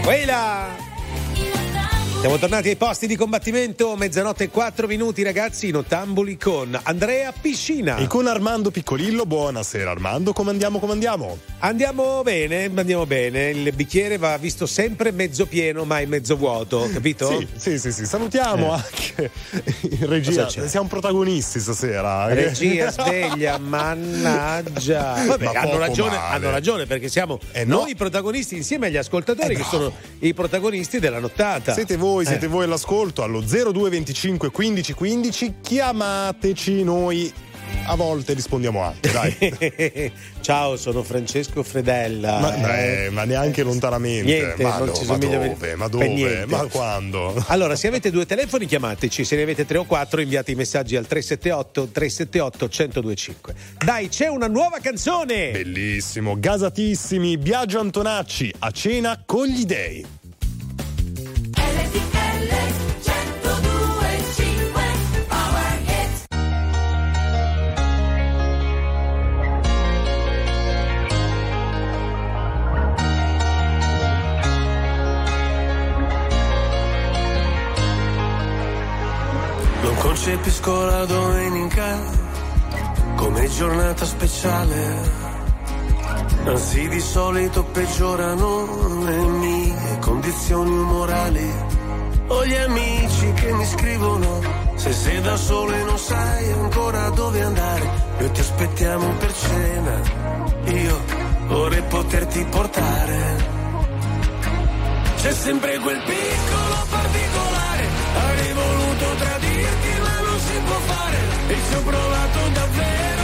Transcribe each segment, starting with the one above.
Quella! Siamo tornati ai posti di combattimento, 00:04, ragazzi, in Ottamboli con Andrea Piscina e con Armando Piccolillo. Buonasera Armando, come andiamo? Andiamo bene, il bicchiere va visto sempre mezzo pieno, mai mezzo vuoto, capito? Sì, salutiamo anche in regia, siamo protagonisti stasera. Regia sveglia, mannaggia. Vabbè, hanno ragione perché siamo noi i protagonisti insieme agli ascoltatori che sono i protagonisti della nottata. Siete voi all'ascolto allo 0225 15 15, chiamateci, noi a volte rispondiamo anche, dai. Ciao, sono Francesco Fredella. Ma neanche lontanamente. Niente, non ci somiglia ma dove? Ma quando? Allora, se avete due telefoni chiamateci, se ne avete 3 o 4 inviate i messaggi al 378 1025. Dai, c'è una nuova canzone! Bellissimo, gasatissimi, Biagio Antonacci, A cena con gli dei. Non concepisco la domenica come giornata speciale, anzi di solito peggiorano le mie condizioni umorali. Ho gli amici che mi scrivono: se sei da solo e non sai ancora dove andare, noi ti aspettiamo per cena, io vorrei poterti portare. C'è sempre quel piccolo particolare, avrei voluto tradirti ma non si può fare, e ci ho provato davvero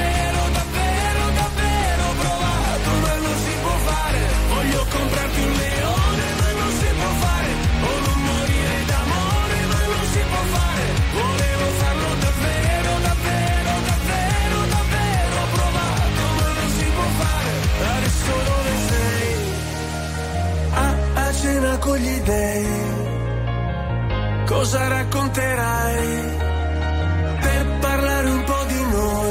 provato, ma non si può fare. Voglio comprarti un leone ma non si può fare, o non morire d'amore ma non si può fare. Volevo farlo davvero provato, ma non si può fare. Adesso dove sei? A cena con gli dei, cosa racconterai per parlare un po' di noi?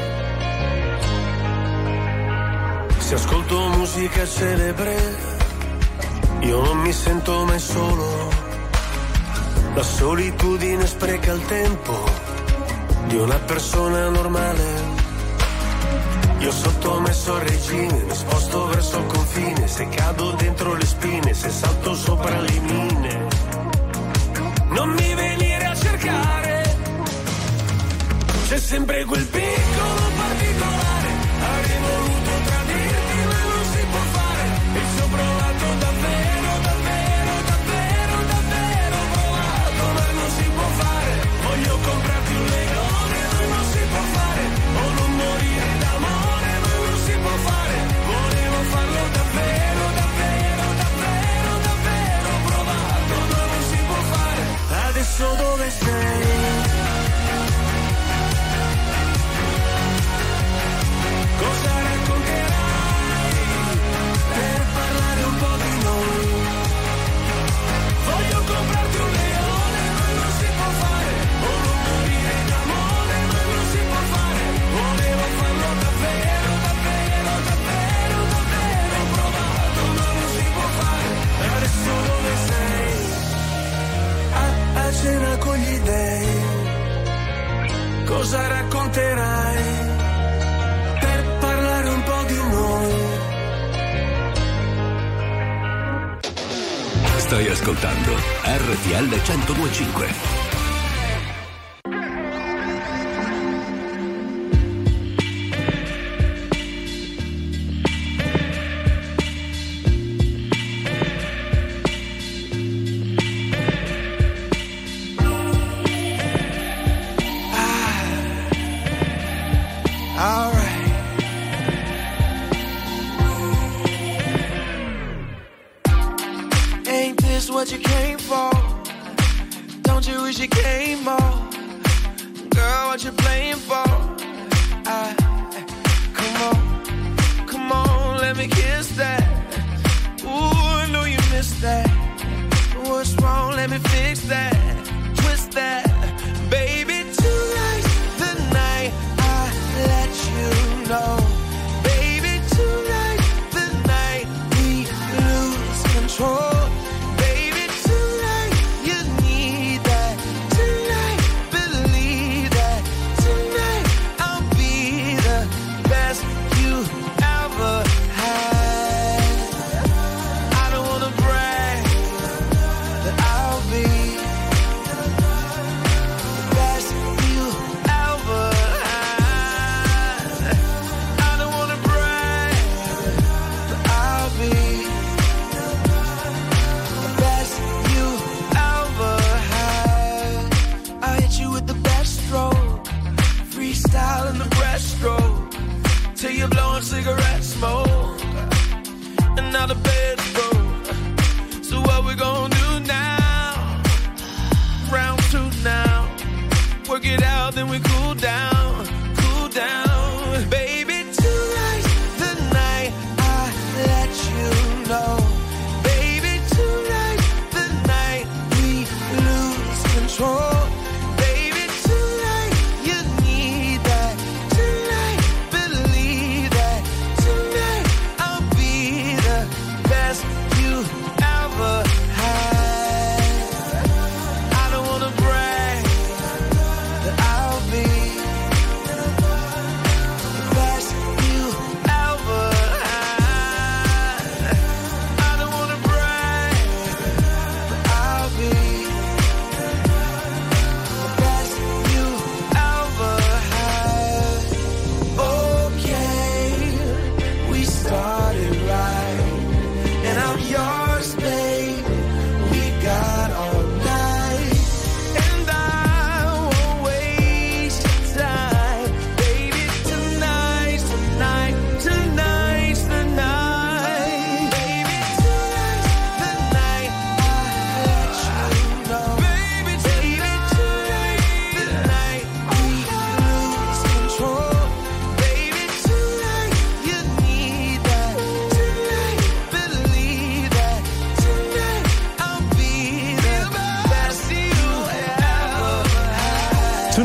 Se ascolto musica celebre, io non mi sento mai solo. La solitudine spreca il tempo di una persona normale. Io sottomesso al regime, mi sposto verso il confine, se cado dentro le spine, se salto sopra le mine. Non mi venire a cercare, c'è sempre quel piccolo particolare, avrei voluto tradirti ma non si può fare, e ci ho provato davvero provato, ma non si può fare. Voglio comprarti un leone ma non si può fare, o non morire d'amore ma non si può fare. Volevo farlo davvero provato, ma non si può fare. Adesso dove sei? Cosa racconterai per parlare un po' di noi? Voglio comprarti un leone ma non si può fare, o non morire d'amore ma non si può fare. Volevo farlo davvero provato, ma non si può fare. Adesso dove sei? A cena con gli dei, cosa racconterai per parlare un po' di noi? Stai ascoltando RTL 1025. What you came for? Don't you wish you came more? Girl, what you playing for? Come on, let me kiss that. Ooh, I know you missed that. What's wrong? Let me fix that. Twist that, baby. Tonight's the night I let you know. Baby, tonight's the night we lose control.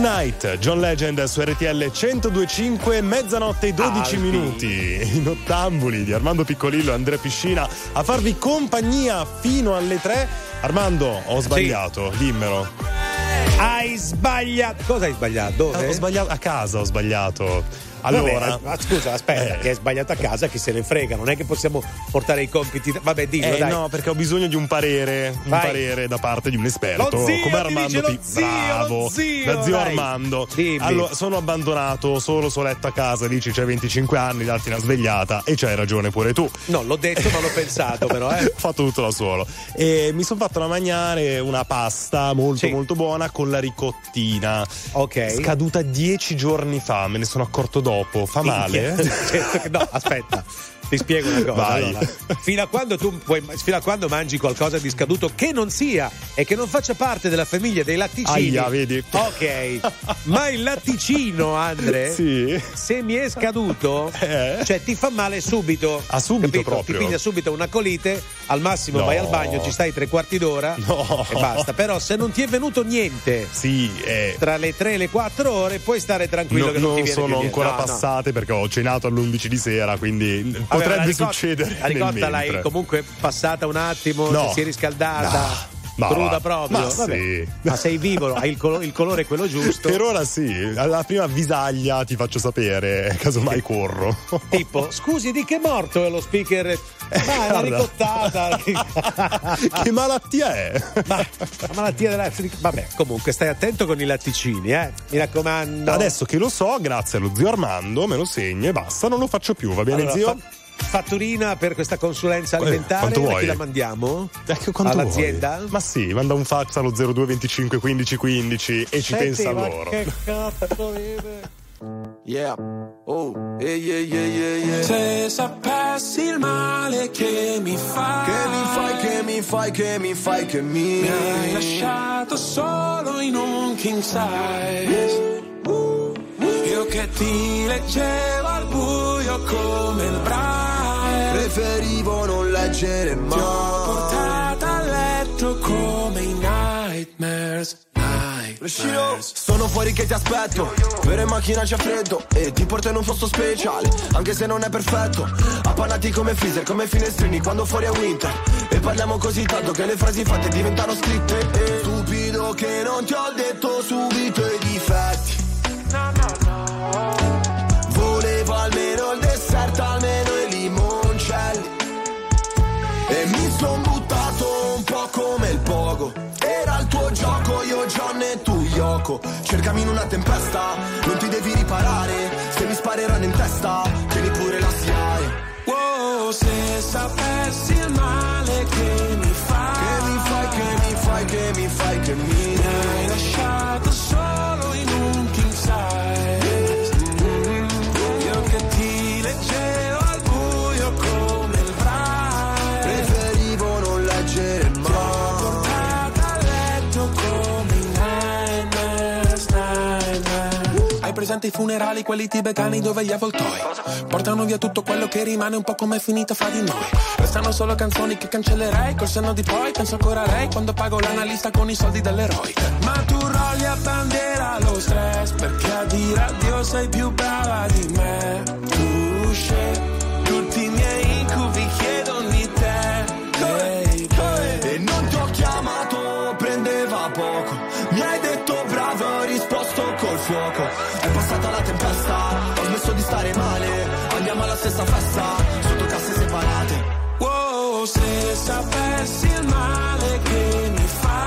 Night, John Legend su RTL 102.5, mezzanotte e 12 minuti. I nottambuli di Armando Piccolillo e Andrea Piscina a farvi compagnia fino alle 3. Armando, ho sbagliato, dimmelo. Hai sbagliato. Cosa hai sbagliato? Dove? Ho sbagliato a casa, ho sbagliato. Allora, vabbè, scusa, aspetta, che hai sbagliato a casa, chi se ne frega, non è che possiamo portare i compiti. Vabbè, dillo, dai. No, perché ho bisogno di un parere da parte di un esperto. Lo zio, come Armando bravo, lo zio, da zio dai. Armando. Dimmi. Allora, sono abbandonato solo soletto a casa, dici c'hai 25 anni, darti una svegliata e c'hai ragione pure tu. No, l'ho detto, ma l'ho pensato però, Ho fatto tutto da solo. E mi sono fatto da mangiare una pasta molto buona con la ricottina. Ok. Scaduta 10 giorni fa, me ne sono accorto dopo. Fa male? No, aspetta, ti spiego una cosa. Vai. Allora, fino a quando mangi qualcosa di scaduto che non sia e che non faccia parte della famiglia dei latticini. Aia, vedi? Ok, ma il latticino, Andre, sì, se mi è scaduto, cioè ti fa male subito. Subito, capito? proprio. Ti piglia subito una colite, al massimo vai al bagno, ci stai 3/4 d'ora e basta. Però se non ti è venuto niente tra le 3 e le 4 ore, puoi stare tranquillo che non ti viene più niente. Non sono ancora passate perché ho cenato all'11 di sera, quindi potrebbe succedere. La ricotta l'hai comunque passata un attimo, si è riscaldata. Cruda proprio. Ma sei vivo, hai il colore quello giusto. Per ora sì, alla prima visaglia ti faccio sapere, casomai corro. Tipo, scusi, di che morto è lo speaker? Ma è una ricottata. Che malattia è? Ma la malattia della. Vabbè, comunque stai attento con i latticini, mi raccomando. Adesso che lo so, grazie allo zio Armando, me lo segno e basta, non lo faccio più, va bene, zio? Fatturina per questa consulenza alimentare, quanto vuoi? Chi la mandiamo? All'azienda? Vuoi? Ma sì, manda un fax allo 02 25 15 15 e ci pensa loro. Che cazzo vive? Yeah. Oh, yeah. Se sapessi il male che mi fai, che mi hai lasciato solo in un king size. Io che ti leggevo al buio come il Braille, preferivo non leggere mai. Ti ho portata a letto come i nightmares. Sono fuori che ti aspetto, vero in macchina c'è freddo e ti porto in un posto speciale, anche se non è perfetto. Appannati come freezer, come finestrini quando fuori è winter. E parliamo così tanto che le frasi fatte diventano scritte. Stupido che non ti ho detto subito i difetti. Volevo almeno il dessert, almeno i limoncelli. E mi son buttato un po' come il pogo. Era il tuo gioco, io John e tu Yoko. Cercami in una tempesta, non ti devi riparare. Se mi spareranno in testa, tieni pure la SIAE. Wow, se sapessi il male che mi fai, che mi hai lasciato solo in un king size. Io che ti leggevo al buio come il Braille, preferivo non leggere mai. Ti ho portata a letto come i nightmares. Hai presente i funerali, quelli tibetani dove gli avvoltoi portano via tutto quello che rimane, un po' come è finita fra di noi. Restano solo canzoni che cancellerei col senno di poi. Penso ancora a lei quando pago l'analista con i soldi dell'eroe. Ma tu rolli a bandiera lo stress, perché a dire addio sei più brava di me. Tu scegli tutti i miei incubi, chiedono di te, baby. E non ti ho chiamato, prendeva poco. Mi hai detto bravo, ho risposto col fuoco. È passata la tempesta, ho smesso di stare male. Andiamo alla stessa festa, sotto casse separate. Wow, se sapessi il male che mi fai,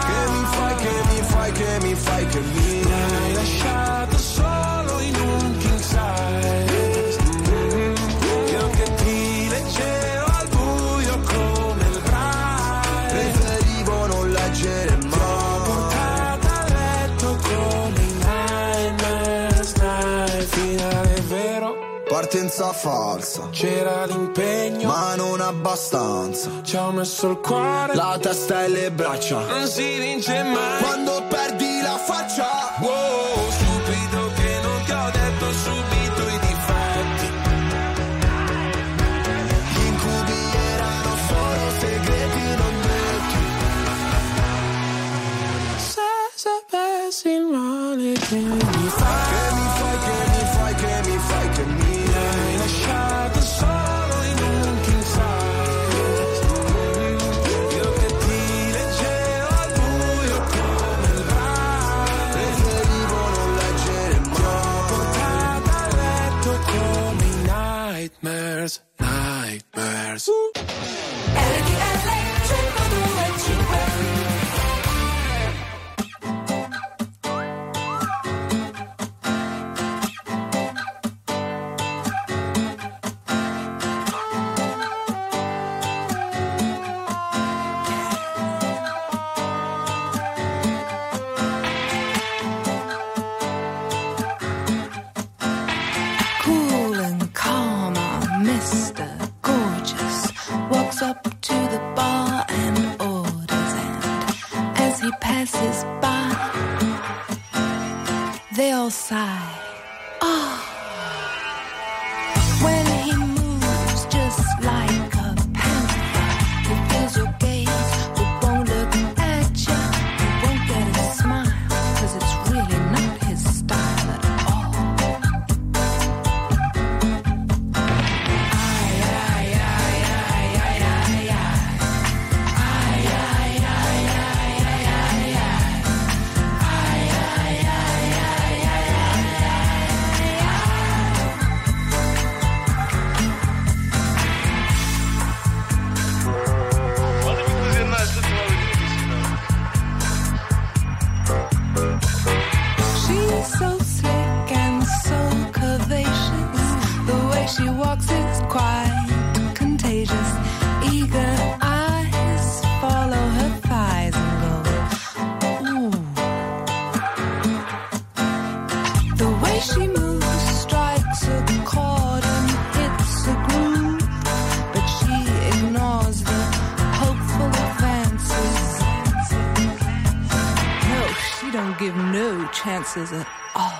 che mi hai lasciato solo in un king size. Io che ti leggevo al buio come il Braille, preferivo non leggere mai. Ti ho portata a letto come i nightmares. Finale vero, Partenza falsa, c'era l'impegno ma non abbastanza. ci ho messo il cuore, La testa e le braccia, non si vince mai. quando perdi la faccia. Wow, stupido che non ti ho detto subito i difetti. Gli incubi erano solo segreti non detti. Se sapessi il male che mi nightmares. Chances at all.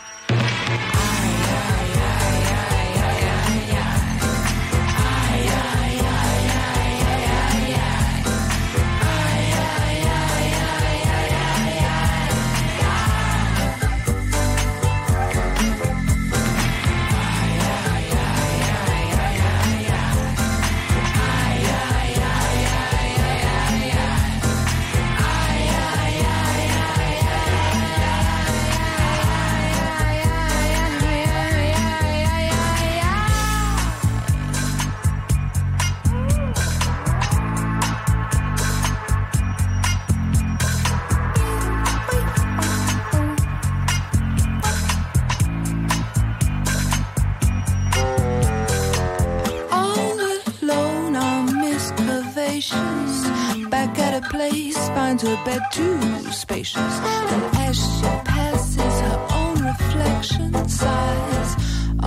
Back at a place, finds her bed too spacious. And as she passes, her own reflection sighs.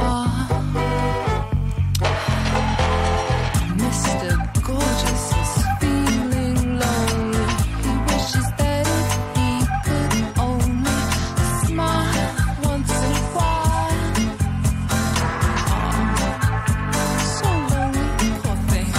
Mr. Gorgeous is feeling lonely. He wishes that if he could only smile once in a while. So lonely, poor thing.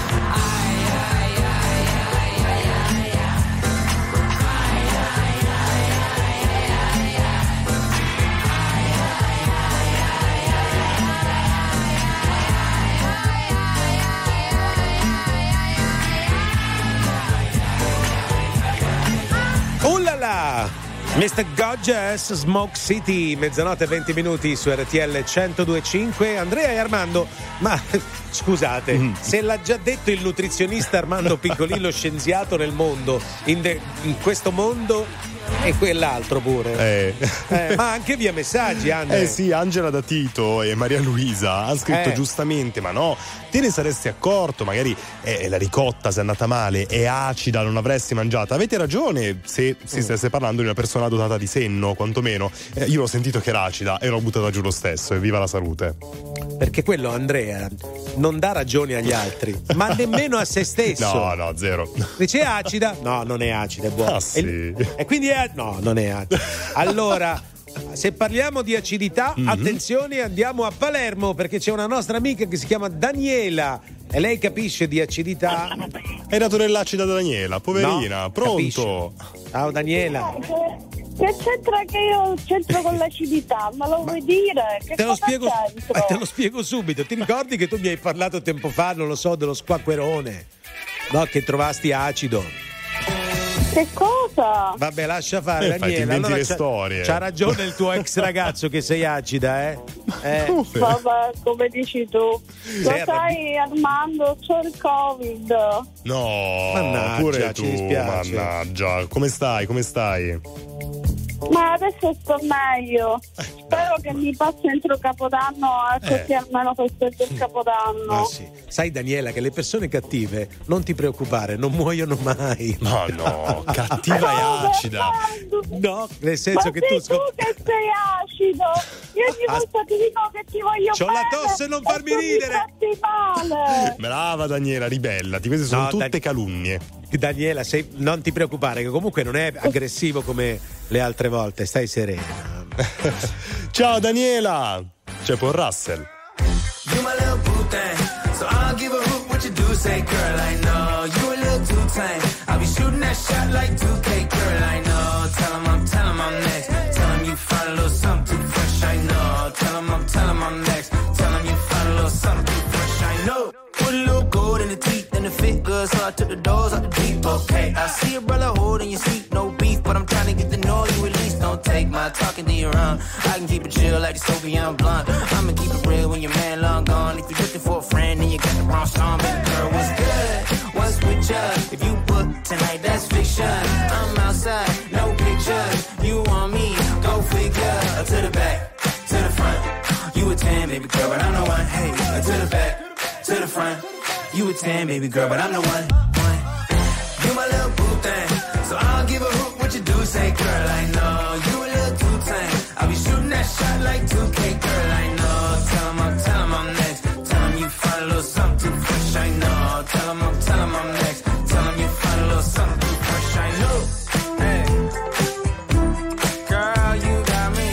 Mr. Gorgeous, Smoke City, mezzanotte e 20 minuti su RTL 102.5. Andrea e Armando, ma scusate, se l'ha già detto il nutrizionista Armando Piccolillo, scienziato nel mondo, in questo mondo e quell'altro pure. Ma anche via messaggi, Andrea. Sì, Angela da Tito e Maria Luisa ha scritto giustamente: ma no, te ne saresti accorto, magari la ricotta se è andata male, è acida, non l'avresti mangiata. Avete ragione se si stesse parlando di una persona dotata di senno, quantomeno. Io l'ho sentito che era acida e l'ho buttata giù lo stesso, e viva la salute. Perché quello, Andrea, non dà ragioni agli altri, ma nemmeno a se stesso. No, zero. Dice è acida? No, non è acida, è buona. Sì. E quindi no, non è acida. Allora, se parliamo di acidità, attenzione, andiamo a Palermo, perché c'è una nostra amica che si chiama Daniela e lei capisce di acidità. Hai dato dell'acida da Daniela, poverina. No, pronto? Capisce. Ciao Daniela. Che c'entra che io c'entro con l'acidità? Ma lo vuoi dire? Che te lo spiego subito. Ti ricordi che tu mi hai parlato tempo fa, non lo so, dello squacquerone? No, che trovasti acido. Che cosa? Cosa? Vabbè, lascia fare, fai, ti Daniela. inventi le c'ha, storie. C'ha ragione il tuo ex ragazzo che sei acida, Vabbè, come dici tu. Lo Sei sai, Armando, c'ho il Covid. No, Mannaggia, pure ci tu, dispiace. mannaggia. Come stai? Ma adesso sto meglio. Spero che mi passi entro Capodanno, così almeno festeggio il Capodanno. Ma sì. Sai, Daniela, che le persone cattive, non ti preoccupare, non muoiono mai. No, cattiva e acida. No, nel senso Ma che sei tu che sei acido. Io ogni volta ti dico che ti voglio C'ho bene. la tosse, non farmi tu ridere. Mi fatti male. Brava Daniela, ribellati. Queste sono tutte calunnie. Daniela, non ti preoccupare, che comunque non è aggressivo come le altre volte, stai serena. Ciao Daniela. C'è Paul Russell. You my little boo thing, so I don't give a hoot what you do. Say, girl, I know you a little too tame. I'll be shooting that shot like 2K, girl, I know. Tell 'em I'm next. Tell 'em you find a little something too fresh, I know. Tell 'em I'm next. Tell 'em you find a little something too fresh, I know. Put a little gold in the teeth and the fit good, so I took the doors out the deep. Okay, I see a brother holding your seat, no beef, but I'm trying to get to know you at least. Don't take my talking to your own. I can keep it chill like the Soviet blunt. I'ma keep it real when your man long gone. If you're looking for a friend and you got the wrong song, baby girl, what's good? What's with you? If you book tonight, that's fiction. I'm outside, no pictures. You want me? Go figure. To the back, to the front. You a 10, baby girl, but I'm the one. Hey, to the back, to the front. You a 10, baby girl, but I'm the one. You my little boo thing, so I don't give a hoot what you do. Say, girl, I know you a little too tame. I'll be shooting that shot like 2K, girl, I know. Tell 'em I'm next. Tell 'em you find a little something too fresh, I know. Tell 'em I'm next. Tell 'em you find a little something too fresh, I know. Hey, girl, you got me.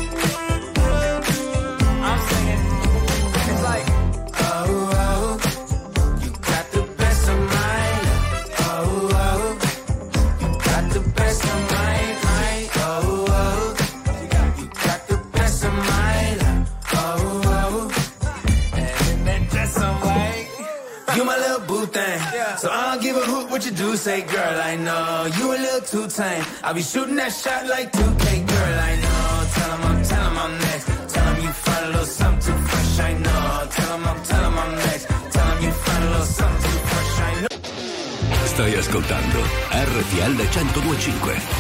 I'm singing. It's like, oh, you got the best of mine. Oh, you got the best of mine. Oh, you got the best of mine. Oh, and that's some way. You my little boo thing, so I don't give a hoot what you do. Say, girl, I know you a little too tame. I'll be shooting that shot like 2K, girl, I know. Tell 'em I'm next. Tell 'em you find a little something too fresh, I know. Tell 'em I'm next. Tell 'em you find a little something too fresh, I know. Stai ascoltando RTL 102.5.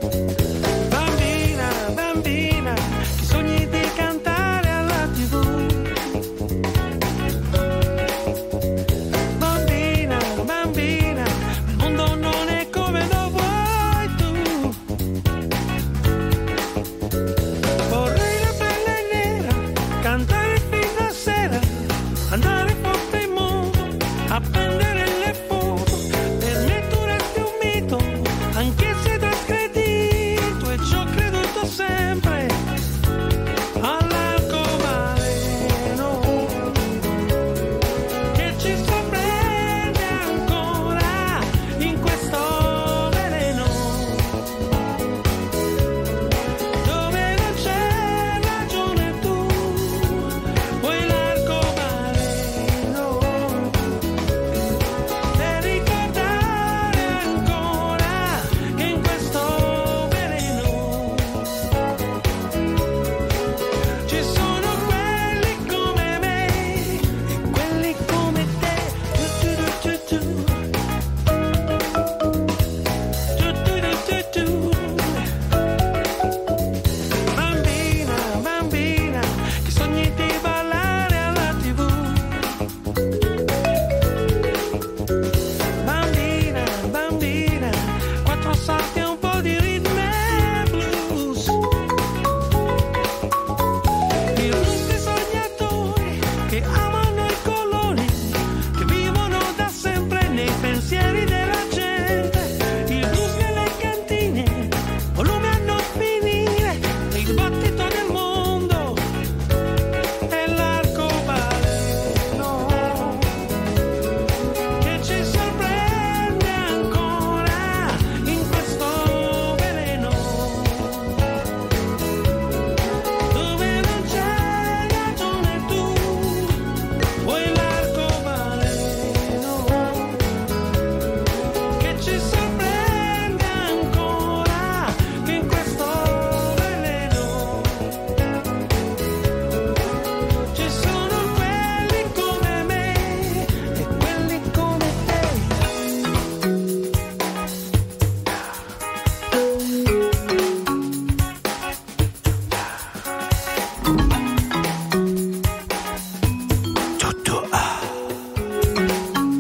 Bambina, che sogni di cantare alla TV.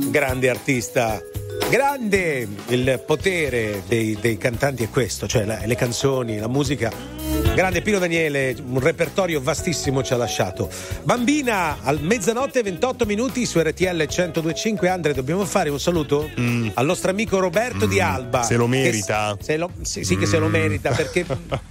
grande artista. Grande il potere dei cantanti è questo, cioè le canzoni, la musica. Grande Pino Daniele, un repertorio vastissimo ci ha lasciato. Bambina al mezzanotte 28 minuti su RTL 102.5. Andre, dobbiamo fare un saluto al nostro amico Roberto di Alba. Se lo merita. Sì, che se lo merita, perché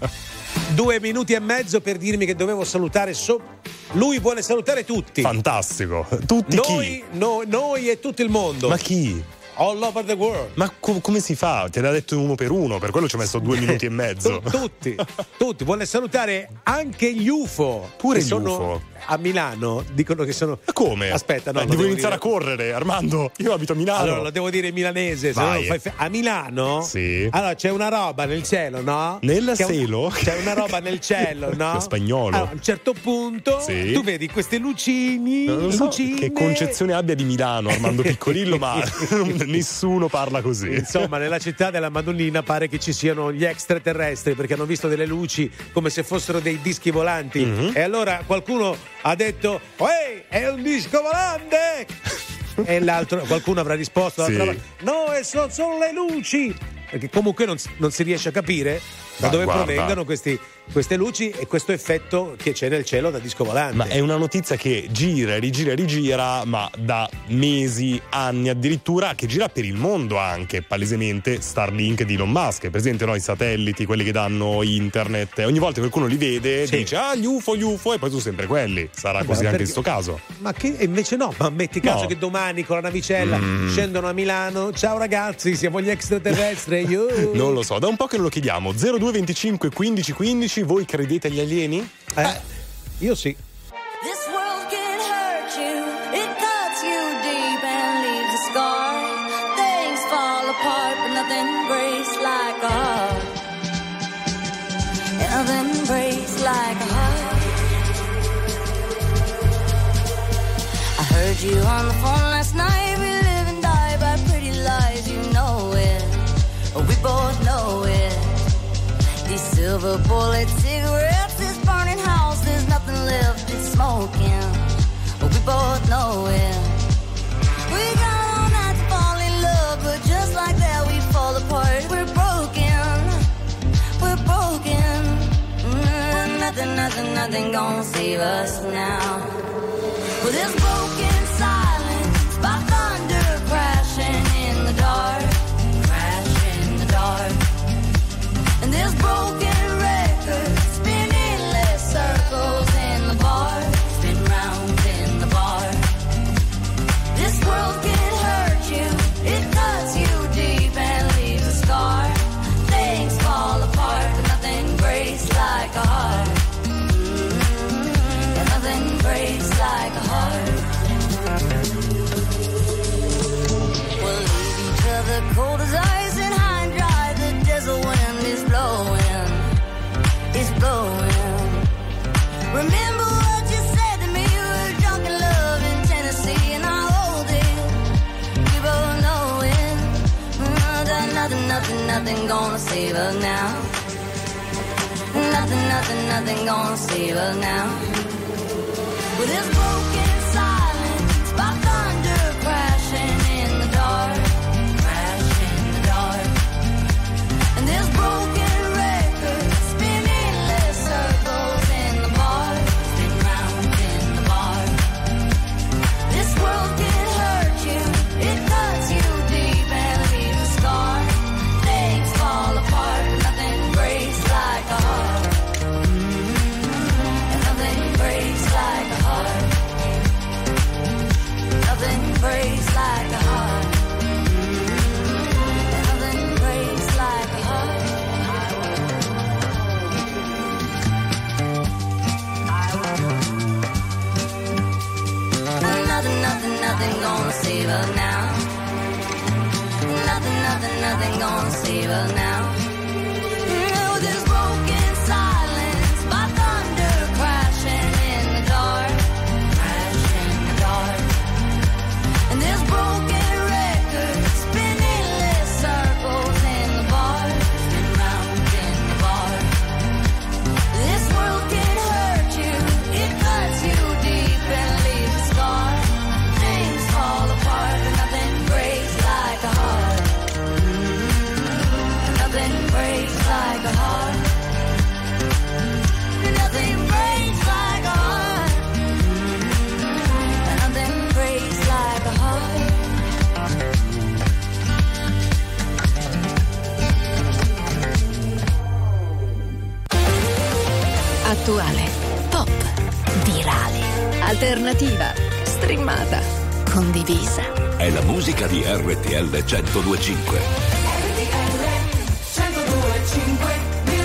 2 minuti e mezzo per dirmi che dovevo salutare lui vuole salutare tutti. Fantastico. Tutti chi? Noi e tutto il mondo. Ma chi? All over the world. Ma come si fa? Te l'ha detto uno per uno, per quello ci ho messo 2 minuti e mezzo. Tutti. Vuole salutare anche gli UFO. Pure che gli sono UFO. A Milano, dicono che sono. Ma come? Aspetta, no. Devo iniziare a correre, Armando. Io abito a Milano. Allora, lo devo dire in milanese. Se no non fai a Milano? Sì. Allora, c'è una roba nel cielo, no? Nel cielo? C'è una roba nel cielo, no? È spagnolo. Allora, a un certo punto tu vedi queste lucine. Non so che concezione abbia di Milano, Armando Piccolillo, ma nessuno parla così. Insomma, nella città della Madonnina pare che ci siano gli extraterrestri, perché hanno visto delle luci come se fossero dei dischi volanti. E allora qualcuno ha detto: "Ehi, è un disco volante!" E l'altro, qualcuno avrà risposto: "No, sono solo le luci!" Perché comunque non si riesce a capire da dove provengono queste luci e questo effetto che c'è nel cielo da disco volante. Ma è una notizia che gira e rigira, ma da mesi, anni addirittura, che gira per il mondo anche, palesemente Starlink di Elon Musk. È presente, no? I satelliti, quelli che danno internet. E ogni volta che qualcuno li vede dice: gli UFO, e poi sono sempre quelli. Sarà così anche in questo caso. Ma che invece no, ma metti caso che domani con la navicella scendono a Milano. Ciao ragazzi, siamo gli extraterrestri. Non lo so, da un po' che non lo chiediamo. 0225 15 15, voi credete agli alieni? Io sì. This world can hurt you, it cuts you deep and leaves a scar. Things fall apart, but nothing breaks like a heart. Nothing breaks like a heart. I heard you on the phone last night. We live and die by pretty lies, you know it. We both know it. These silver bullet cigarettes, this burning house, there's nothing left, it's smoking. We both know it. We got all night to fall in love, but just like that we fall apart. We're broken. Nothing gonna save us now. Well, this broken silence by thunder crashing in the dark. And this broken record spinning less circles in the bar, spin round in the bar. This world can hurt you, it cuts you deep and leaves a scar. Things fall apart, but nothing breaks like a heart. And nothing breaks like a heart. We'll leave each other cold as ice and high and dry. The desert wind is blowing, it's blowing. Remember what you said to me, we were drunk in love in Tennessee, and I hold it, we both know it. Nothing gonna save us now. Nothing gonna save us now. With this broken silence by thunder crashing in the dark. And this broken record spinning less circles in the bar, spin round in the bar. This world can hurt you, it cuts you deep and leaves a scar. Things fall apart, but nothing breaks like a heart. And nothing breaks like a heart. Nothing breaks like a heart. Nothing gonna save us now. Nothing gonna save us now. No, this broken silence by thunder crashing in the dark, and this broken record spinning less circles in the bar, spin round in the bar. This world can hurt you, it cuts you deep and leaves a scar. Things fall apart, but nothing alternativa, streamata, condivisa. È la musica di RTL 102.5. RTL 102.5.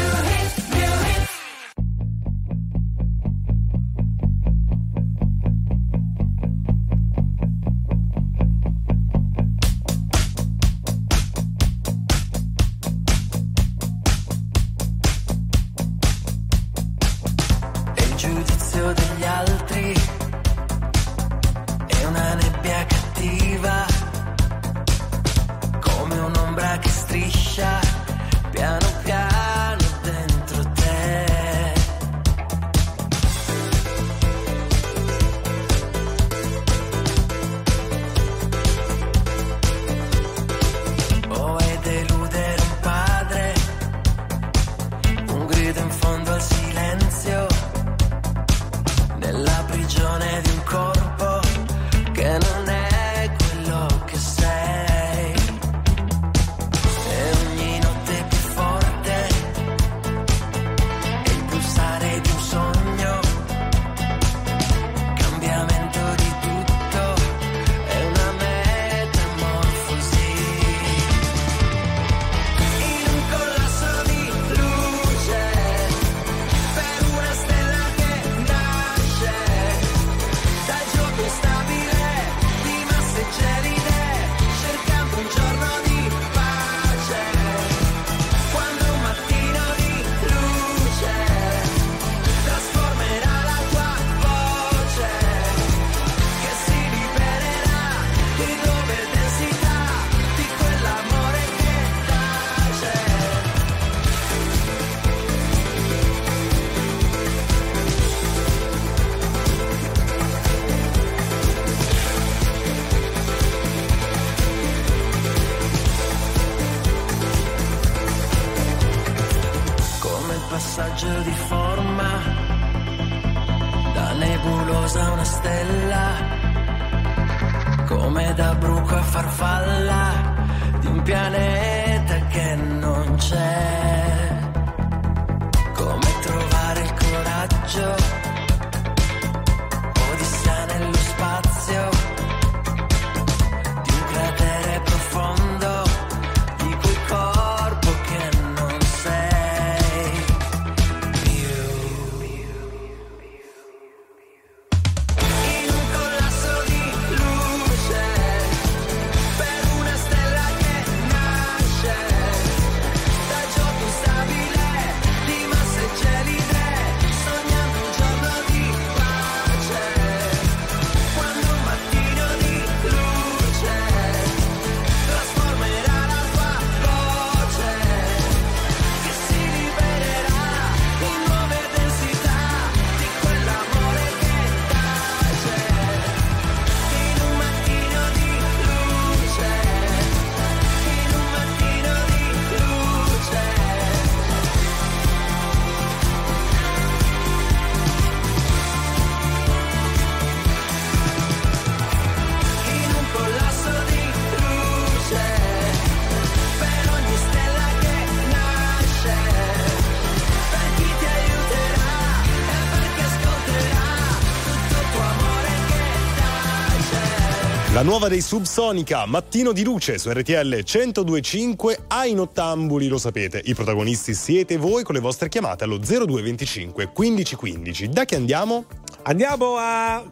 La nuova dei Subsonica, Mattino di luce su RTL 102.5. Ai nottambuli, lo sapete, i protagonisti siete voi con le vostre chiamate allo 0225 1515. Da che andiamo? Andiamo a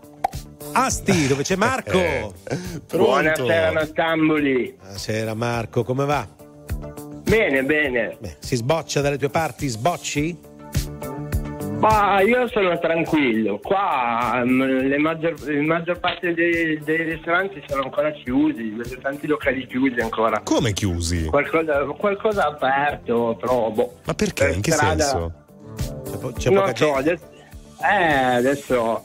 Asti, dove c'è Marco. Buonasera nottambuli. Buonasera Marco, come va? Bene, bene. Si sboccia dalle tue parti? Sbocci? Ma io sono tranquillo, qua la maggior parte dei ristoranti sono ancora chiusi, vedo tanti locali chiusi ancora. Come chiusi? Qualcosa aperto, però Ma perché? In che senso? C'è non poca so, gente? adesso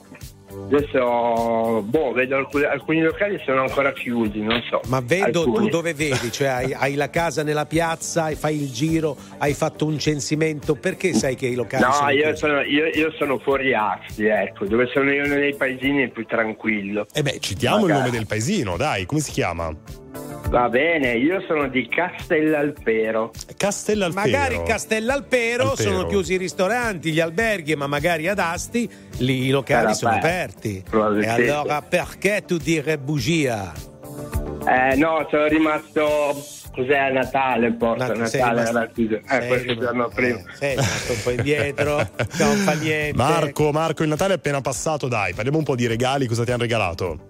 vedo alcuni locali sono ancora chiusi, non so. Ma vedo alcuni. Tu dove vedi? Cioè hai la casa nella piazza, fai il giro, hai fatto un censimento, perché sai che i locali sono chiusi? Io sono fuori Asti, ecco, dove sono io nei paesini è più tranquillo. Citiamo il nome del paesino, dai, come si chiama? Va bene, io sono di Castellalpero. Magari Castellalpero sono chiusi i ristoranti, gli alberghi, ma magari ad Asti i locali sono aperti. E allora perché tu dire bugia? No, sono rimasto... Cos'è a Natale? Natale era chiuso. Questo giorno prima. Sei rimasto un po' indietro, non fa niente. Marco, il Natale è appena passato, dai, parliamo un po' di regali, cosa ti hanno regalato?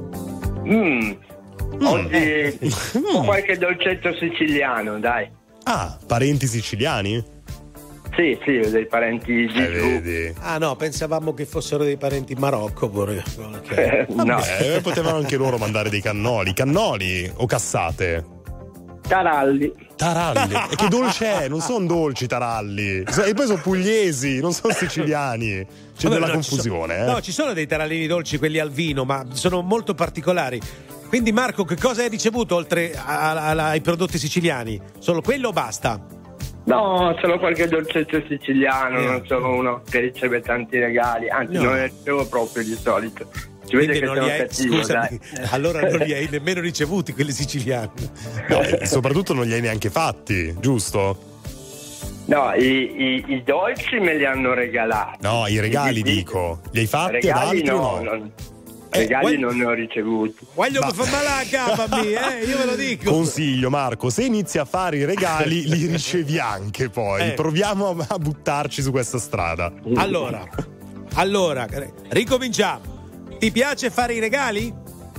Oggi qualche dolcetto siciliano, dai. Ah, parenti siciliani? Sì, dei parenti di vedi. Ah no, pensavamo che fossero dei parenti in Marocco pure. No. Potevano anche loro mandare dei cannoli o cassate. Taralli. E che dolce è? Non sono dolci taralli. E poi sono pugliesi, non sono siciliani. C'è della confusione. No, ci sono dei tarallini dolci, quelli al vino, ma sono molto particolari. Quindi Marco, che cosa hai ricevuto oltre ai prodotti siciliani? Solo quello o basta? No, solo qualche dolcetto siciliano, non sono uno che riceve tanti regali, anzi non ne ricevo proprio di solito. Si vede che sono cattivo, dai. Allora non li hai nemmeno ricevuti quelli siciliani. No, soprattutto non li hai neanche fatti, giusto? No, i dolci me li hanno regalati. No, i regali dico. Li hai fatti regali ad altri no? Regali non ne ho ricevuti. Voglio mi fa male la capa a me, io ve lo dico. Consiglio, Marco, se inizi a fare i regali li ricevi anche poi. Proviamo a buttarci su questa strada. Allora, ricominciamo. Ti piace fare i regali?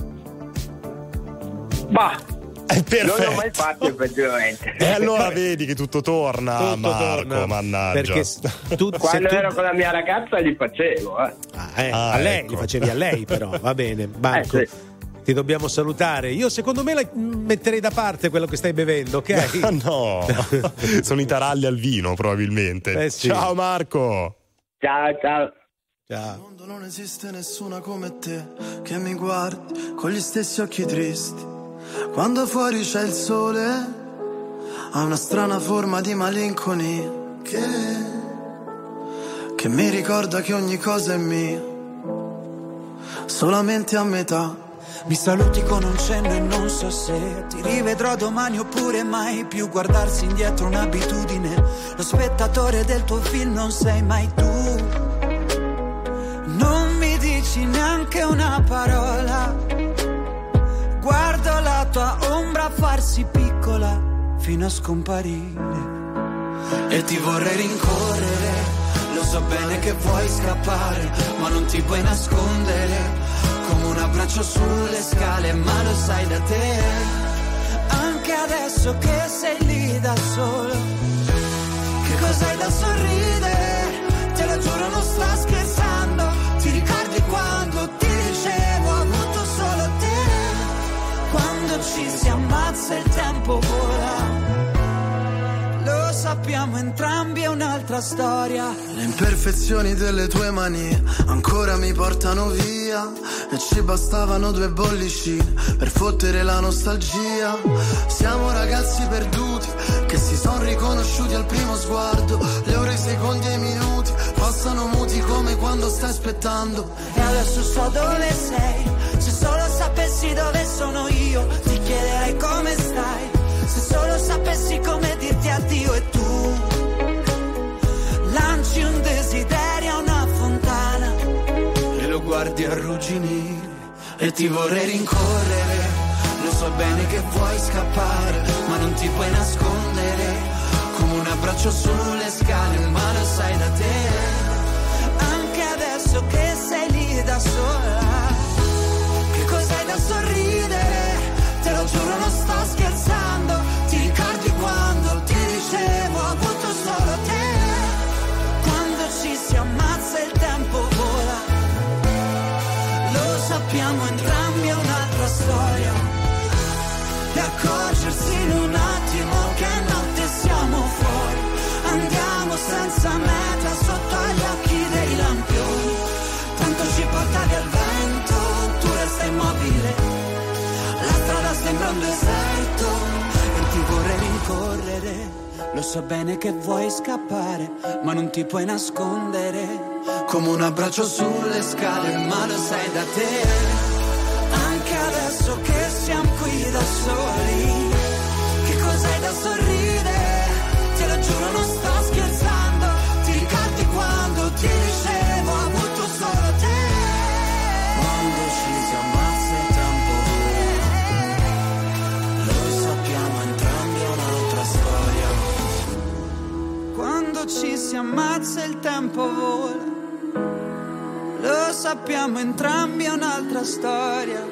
Bah, perfetto. non l'ho mai fatto effettivamente. E allora vedi che tutto torna, Marco, mannaggia. Perché quando ero con la mia ragazza li facevo. A lei, li facevi a lei però, va bene. Marco, sì. Ti dobbiamo salutare. Io secondo me metterei da parte quello che stai bevendo, ok? No, sono i taralli al vino probabilmente. Sì. Ciao Marco. Ciao. Nel mondo non esiste nessuna come te che mi guardi con gli stessi occhi tristi. Quando fuori c'è il sole ha una strana forma di malinconia che mi ricorda che ogni cosa è mia, solamente a metà. Mi saluti con un cenno e non so se ti rivedrò domani oppure mai più. Guardarsi indietro un'abitudine, lo spettatore del tuo film non sei mai tu. Non mi dici neanche una parola, guardo la tua ombra farsi piccola fino a scomparire. E ti vorrei rincorrere, lo so bene che vuoi scappare, ma non ti puoi nascondere, come un abbraccio sulle scale, ma lo sai da te. Anche adesso che sei lì da solo, che cos'hai da sorridere? Te lo giuro non sto scherzando. Ti ricordi quando ti dicevo ho avuto solo te? Quando ci si ammazza il tempo vola. Lo sappiamo entrambi, è un'altra storia. Le imperfezioni delle tue manie ancora mi portano via, e ci bastavano 2 bollicine per fottere la nostalgia. Siamo ragazzi perduti che si son riconosciuti al primo sguardo. Le ore, i secondi e i minuti passano muti come quando stai aspettando. E adesso so dove sei, se solo sapessi dove sono io ti chiederei come stai. Se solo sapessi come dirti addio e tu lanci un desiderio a una fontana e lo guardi arrugginire. E ti vorrei rincorrere, lo so bene che vuoi scappare, ma non ti puoi nascondere, come un abbraccio sulle scale, ma lo sai da te. Anche adesso che sei lì da sola, che cos'hai da sorridere? Te lo giuro non sto scherzando. Ti ricordi quando ti dicevo ho avuto solo te? Quando ci si ammazza il tempo vola. Lo sappiamo entrambi, è un'altra storia. E accorgersi in un attimo che notte siamo fuori. Andiamo senza meta sotto agli occhi dei lampioni. Tanto ci portavi al vento, tu resta immobile. La strada sembra un deserto e ti vorrei rincorrere. Lo so bene che vuoi scappare, ma non ti puoi nascondere, come un abbraccio sulle scale, ma lo sai da te. Anche adesso che siamo qui da soli. Che cos'hai da sorridere? Te lo giuro non sto scherzando. Ti ricordi quando ti dicevo ho avuto solo te? Quando ci si ammazza il tempo vola, lo sappiamo entrambi è un'altra storia. Quando ci si ammazza il tempo vola, lo sappiamo entrambi è un'altra storia.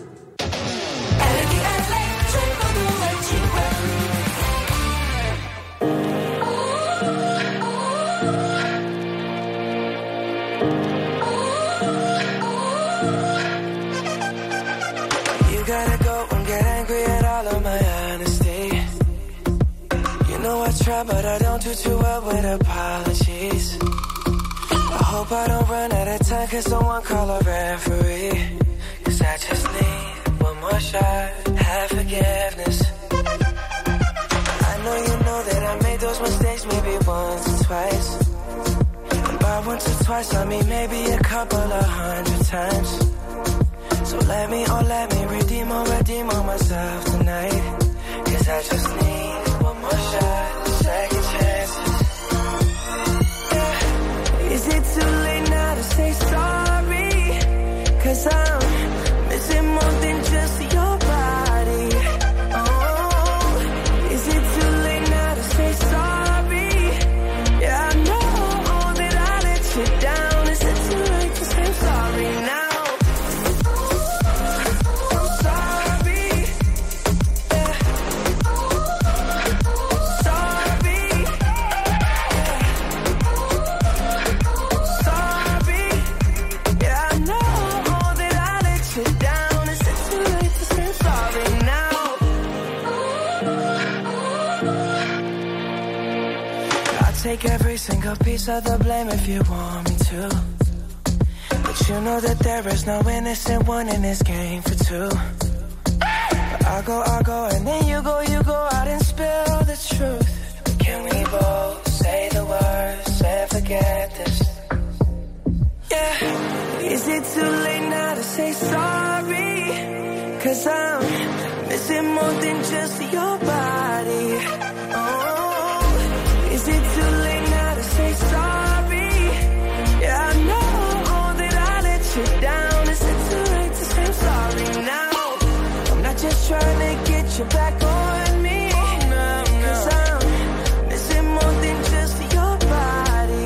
You gotta go and get angry at all of my honesty. You know I try but I don't do too well with apologies. I hope I don't run out of time, cause someone call a referee. Cause I just need one more shot, have forgiveness. I know you know that I made those mistakes maybe once or twice. And by once or twice I mean maybe a couple of 100 times. So let me redeem on myself tonight. Cause I just need one more shot, second chances. Is it too late now to say sorry? Cause I'm missing more than just your body. Oh, is it too late now to say sorry? Yeah, I know that I let you down. Is it too late to say sorry now? Take every single piece of the blame if you want me to. But you know that there is no innocent one in this game for two. But I go, and then you go out and spill the truth. But can we both say the words and forget this? Yeah. Is it too late now to say sorry? Cause I'm missing more than just your body. Oh. Is it too late now to say sorry? Yeah, I know that I let you down. Is it too late to say sorry now? I'm not just trying to get you back on me. No. Cause I'm missing more than just your body.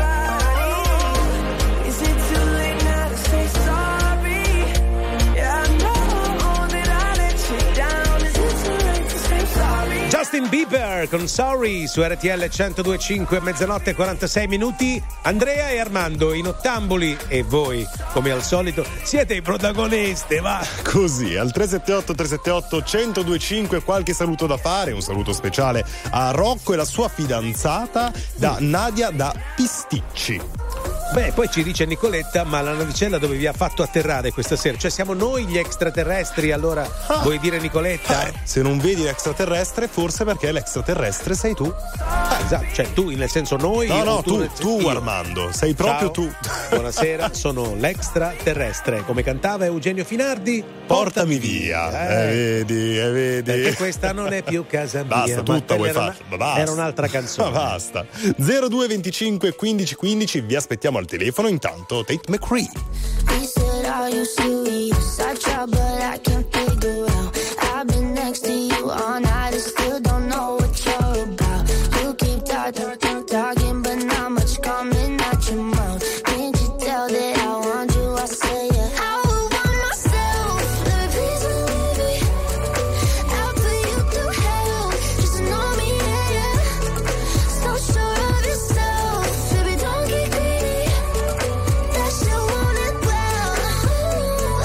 Is it too late now to say sorry? Yeah, I know that I let you down. Is it too late to say sorry? Justin Bieber con Sorry su RTL 102.5, mezzanotte e 46 minuti. Andrea e Armando in ottamboli e voi, come al solito, siete i protagonisti, va! Così, al 378-378-1025 qualche saluto da fare, un saluto speciale a Rocco e la sua fidanzata da Nadia da Pisticci. Beh, poi ci dice Nicoletta, ma la navicella dove vi ha fatto atterrare questa sera? Cioè siamo noi gli extraterrestri, allora vuoi dire Nicoletta? Se non vedi l'extraterrestre, forse perché l'extraterrestre sei tu. Esatto, cioè tu nel senso noi? No, tu Armando, sei proprio tu. Buonasera, sono l'extraterrestre, come cantava Eugenio Finardi. Portami via. Vedi. Perché questa non è più casa mia. Basta, tutta vuoi fare. Basta. Era un'altra canzone. Ma basta. 0225 15 15, vi aspettiamo al telefono. Intanto Tate McCree. He said, are you serious? I tried but I can't figure out. I've been next to you all night and still don't know what you're about. You keep talking but not much coming out your mouth. Can't you tell that I want you? I say yeah. I would want myself. Let me please baby. I'll put you through hell. Just to know me, yeah. So sure of yourself. Baby, don't get greedy. That shit want it well.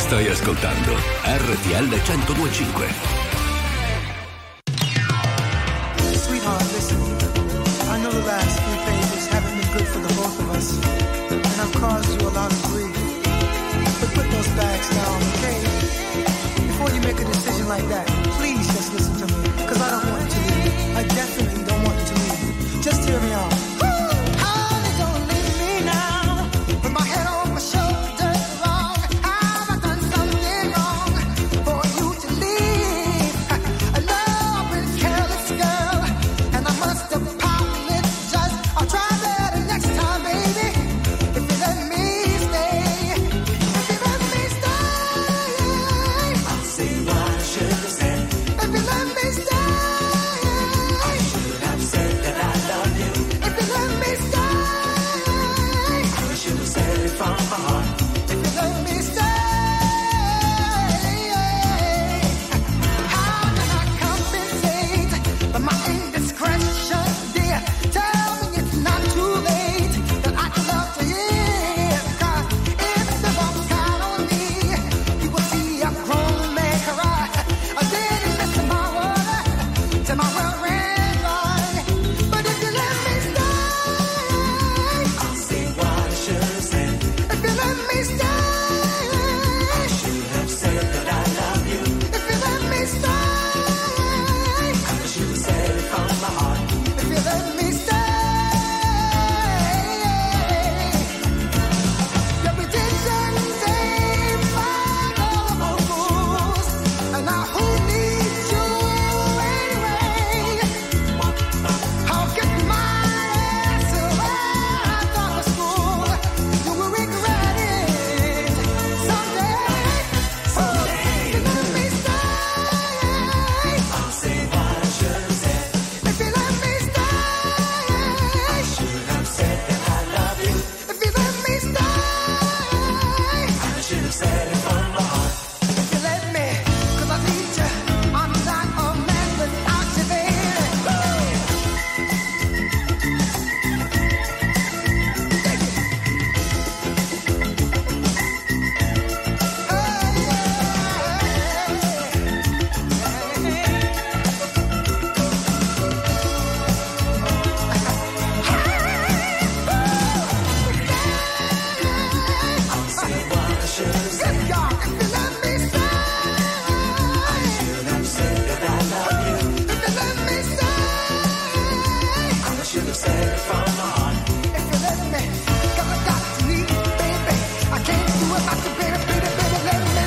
Stai ascoltando RTL 102.5. Sweetheart, listen. I know the last few phases haven't been good for the both of us, and I've caused you a lot of grief. But put those bags down, okay? Before you make a decision like that, please just listen to me, because I don't want you to leave. I definitely don't want you to leave. Just hear me out. Honey, don't leave me now. Put my head on my shoulder, wrong. Have I done something wrong for you to leave? I know I've been careless, girl, and I must apologize. I'll try better next time, baby. If you let me stay, if you let me stay, I'll say what I should have said. If you let me stay, I should have said that I love you. If you let me stay, I should have said it from my heart. If you let me stay, how can I compensate for my indiscretion, dear? Tell me it's not too late, that I can love to hear. 'Cause if the bombs count on me, you will see a grown man cry. I didn't listen my word, till my world ran dry. But if you let me stay, I'll say what I should have said. If you let me stay, I should have said that I love you. If you let me stay, I should have said it from my heart. If you let me stay, your redemption saved by all fools, and now who needs you anyway? I'll get my ass right out of school. You will regret it someday. Someday, if you let me stay, I'll say what I should have said. If you let me stay, I should have said that I love you. If you let me stay, I should have said it from my heart. If you let me, 'cause I need you. I'm not a man without you, baby. I'll say what I should have said. If you let me stay, I should have said that I love you. If you let me stay, I should have said it from my heart. If you let me, 'cause I got to leave, baby. I can't do without you, baby, baby, baby, let me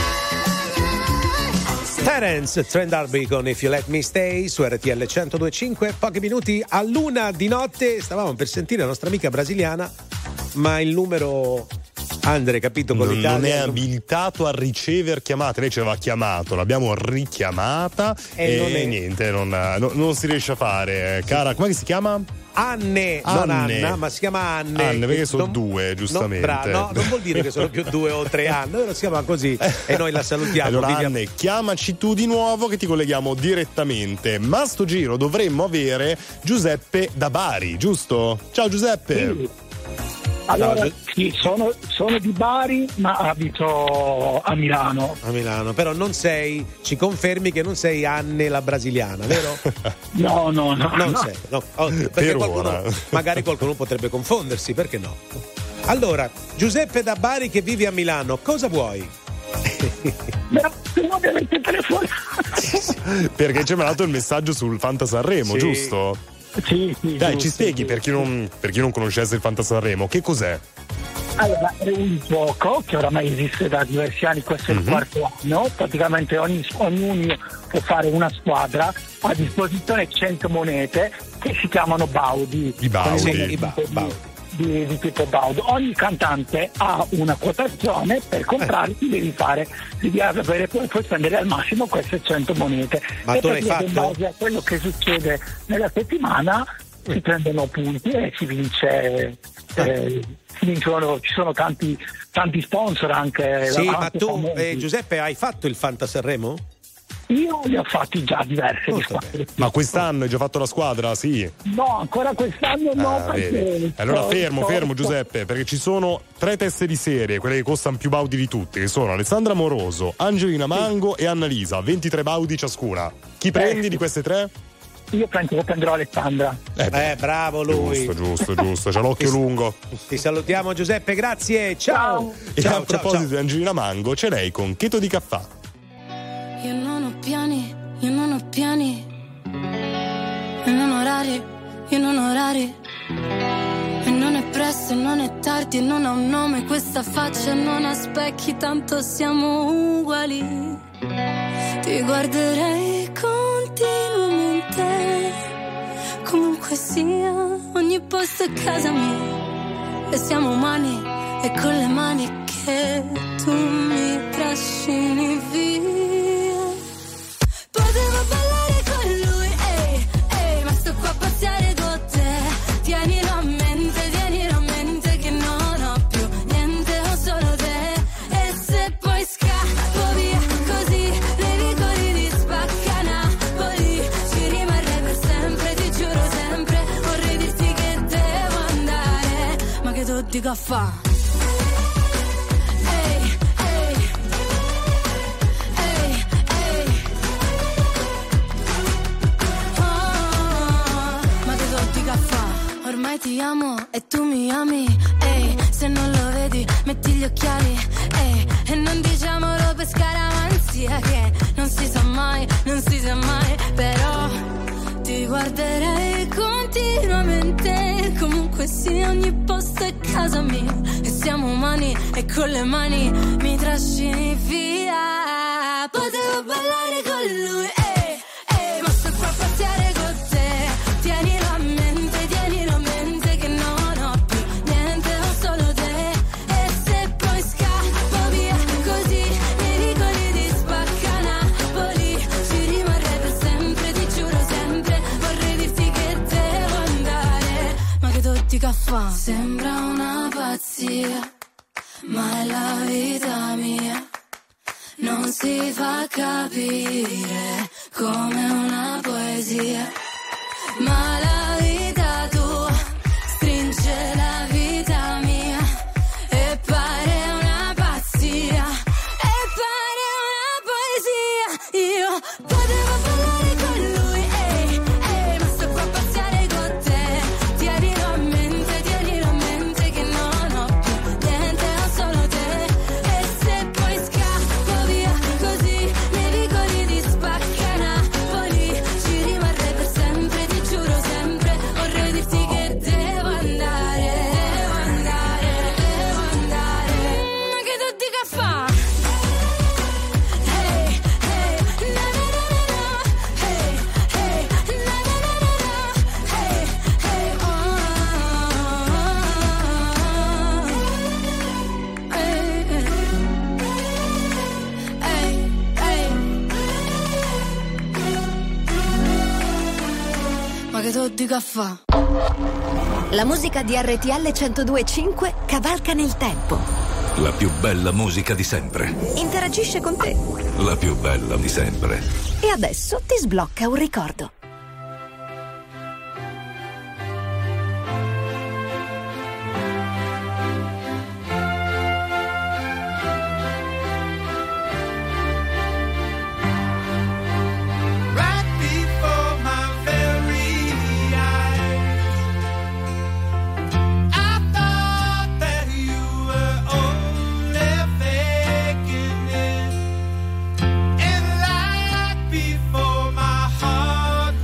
stay. Terence, Trent D'Arby con If You Let Me Stay su RTL 102.5. Pochi minuti all'1 di notte stavamo per sentire la nostra amica brasiliana, ma il numero, Andre, capito, con non l'Italia è abilitato a ricevere chiamate. Lei ci aveva chiamato, l'abbiamo richiamata e niente, non si riesce a fare. Cara, com'è che si chiama? Anne, non Anna, ma si chiama Anne. Anne, perché sono due, giustamente. No, non vuol dire che sono più 2 o 3 anni, allora si chiama così e noi la salutiamo. Allora Anne, chiamaci tu di nuovo che ti colleghiamo direttamente. Ma sto giro dovremmo avere Giuseppe da Bari, giusto? Ciao Giuseppe. Sì. Allora, sì, sono di Bari, ma abito a Milano. A Milano, però non sei, ci confermi che non sei Anne la brasiliana, vero? No. Non sei, no. Perché magari qualcuno potrebbe confondersi, perché no? Allora, Giuseppe da Bari che vive a Milano, cosa vuoi? Ovviamente telefono. Perché ci ha mandato il messaggio sul Fanta Sanremo, Sì. giusto? Sì, Dai, giusto, ci spieghi sì. per chi non conoscesse il Fanta Sanremo, che cos'è? Allora, è un gioco che oramai esiste da diversi anni, questo è il quarto anno. Praticamente ognuno può fare una squadra, a disposizione 100 monete che si chiamano Baudi. I Baudi. Di Pippo Baudo. Ogni cantante ha una quotazione, per comprare devi avere, puoi spendere al massimo queste 100 monete. Ma tu l'hai fatto? In base a quello che succede nella settimana si prendono punti e si vince. Ci sono tanti sponsor anche. Sì, ma tu Giuseppe hai fatto il Fanta Sanremo? Io ne ho fatti già diverse di squadre. Ma quest'anno hai già fatto la squadra? Sì. No, ancora quest'anno no. Perché allora fermo Giuseppe, perché ci sono 3 teste di serie, quelle che costano più baudi di tutte, che sono Alessandra Moroso, Angelina Mango e Annalisa, 23 baudi ciascuna. Chi prendi di queste 3? Io prenderò Alessandra. Bravo lui. Giusto, c'ha l'occhio lungo. Ti salutiamo Giuseppe, grazie, ciao. E a proposito di Angelina Mango, c'è lei con Cheto di caffè. Io non ho piani, e non orari, e non è presto e non è tardi e non ha un nome questa faccia, non ha specchi, tanto siamo uguali. Ti guarderei continuamente, comunque sia, ogni posto è casa mia. E siamo umani e con le mani che tu mi trascini via. Potevo ballare con lui, ma sto qua a pazziare con te. Tienilo a mente che non ho più niente, ho solo te. E se poi scappo via così, nei vicoli di Spacca Napoli, ci rimarrei per sempre, ti giuro sempre. Vorrei dirti che devo andare, ma che tu dica fa? Ormai ti amo e tu mi ami, se non lo vedi metti gli occhiali, e non diciamolo per scaramanzia che non si sa mai, però ti guarderei continuamente, comunque sia ogni posto è casa mia, e siamo umani e con le mani mi trascini via. Potevo ballare con lui, ma sto qua a pazziare con te. Tienilo a mente che non ho più niente, ho solo te. E se poi scappo via così, nei vicoli di Spacca Napoli, ci rimarrei per sempre, ti giuro sempre. Vorrei dirti che devo andare, ma che tu dica fa? Sembra una pazzia, ma è la vita mia. Non si fa capire come una poesia, ma la vita tua stringe la vita mia e pare una pazzia, Io potevo ballare con lui, ma sto qua a pazziare con te. Tienilo a mente che non ho più niente, ho solo te. E se poi scappo via così, nei vicoli di Spacca Napoli, ci rimarrei per sempre, ti giuro sempre. Vorrei dirti che devo andare, ma che tu dica fa? Ma che tu dica fa? La musica di RTL 102.5 cavalca nel tempo. La più bella musica di sempre. Interagisce con te. La più bella di sempre. E adesso ti sblocca un ricordo. Right before my very eyes, I thought that you were only faking it, and right before my heart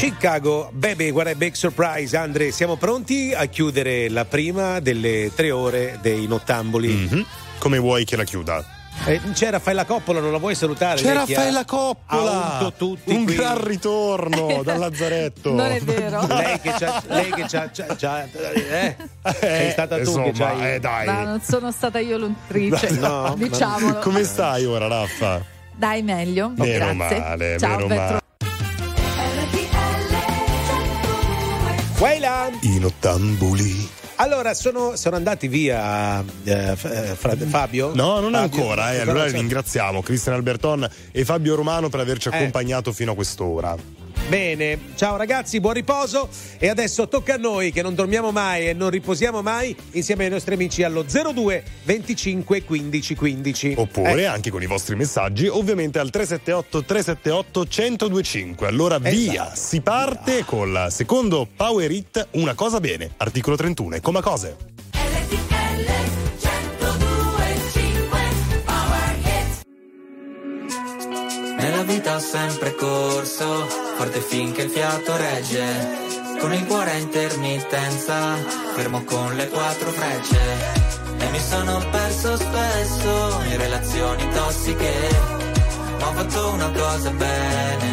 Chicago, baby, what a big surprise. Andre, siamo pronti a chiudere la prima delle 3 ore dei Nottamboli. Mm-hmm. Come vuoi che la chiuda? C'è Raffaella Coppola, non la vuoi salutare? C'è Raffaella Coppola! Ha tutti un qui. gran ritorno dal lazzaretto. Non è vero. Lei che c'ha sei stata tu insomma, che c'hai. Dai. Ma non sono stata io l'untrice, No, diciamolo. Come stai ora, Raffa? Dai, meglio. Meno Grazie. male, Ciao, meno ben male. Quella! I Nottambuli. Allora, sono andati via Fabio? No, non Fabio, ancora. Allora ringraziamo Cristian Alberton e Fabio Romano per averci accompagnato fino a quest'ora. Bene, ciao ragazzi, buon riposo e adesso tocca a noi che non dormiamo mai e non riposiamo mai insieme ai nostri amici allo 02 25 15 15. Oppure anche con i vostri messaggi, ovviamente al 378 378 1025. Allora via, si parte con il secondo Power Hit, Una cosa bene, articolo 31 e Coma Cose. Nella vita ho sempre corso, forte finché il fiato regge, con il cuore a intermittenza, fermo con le 4 frecce. E mi sono perso spesso in relazioni tossiche, ma ho fatto una cosa bene,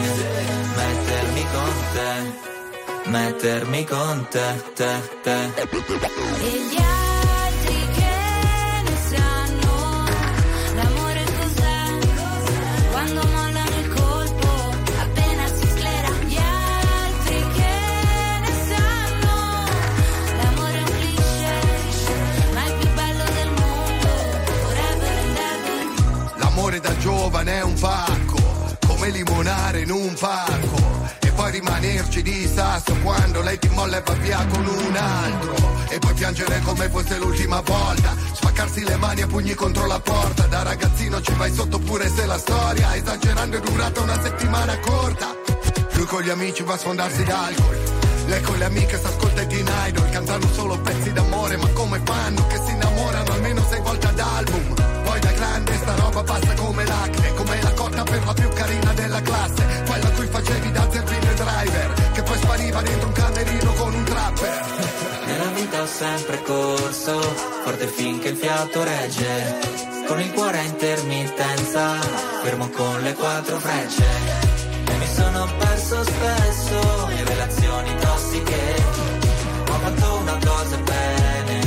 mettermi con te. E gli altri che ne sanno, l'amore cos'è? Quando mollano il colpo, appena si sclera. Gli altri che ne sanno, l'amore è un cliché, ma è il più bello del mondo, forever and ever. L'amore da giovane è un pacco, come limonare in un parco, e poi rimanerci di sasso quando lei ti molla e va via con un altro, e poi piangere come fosse l'ultima volta, spaccarsi le mani a pugni contro la porta. Da ragazzino ci vai sotto pure se la storia esagerando è durata una settimana corta. Lui con gli amici va a sfondarsi d'alcol, lei con le amiche s'ascolta i Teen Idol, cantano solo pezzi d'amore, ma come fanno che si innamorano almeno 6 volte ad album. Poi da grande sta roba passa come l'acne, come la cotta per la più carina della classe, quella a cui facevi da zerbino e driver, che poi spariva dentro un camerino con un trapper. Nella vita ho sempre corso, forte finché il fiato regge, con il cuore a intermittenza, fermo con le 4 frecce. E mi sono perso spesso in relazioni tossiche, ma ho fatto una cosa bene,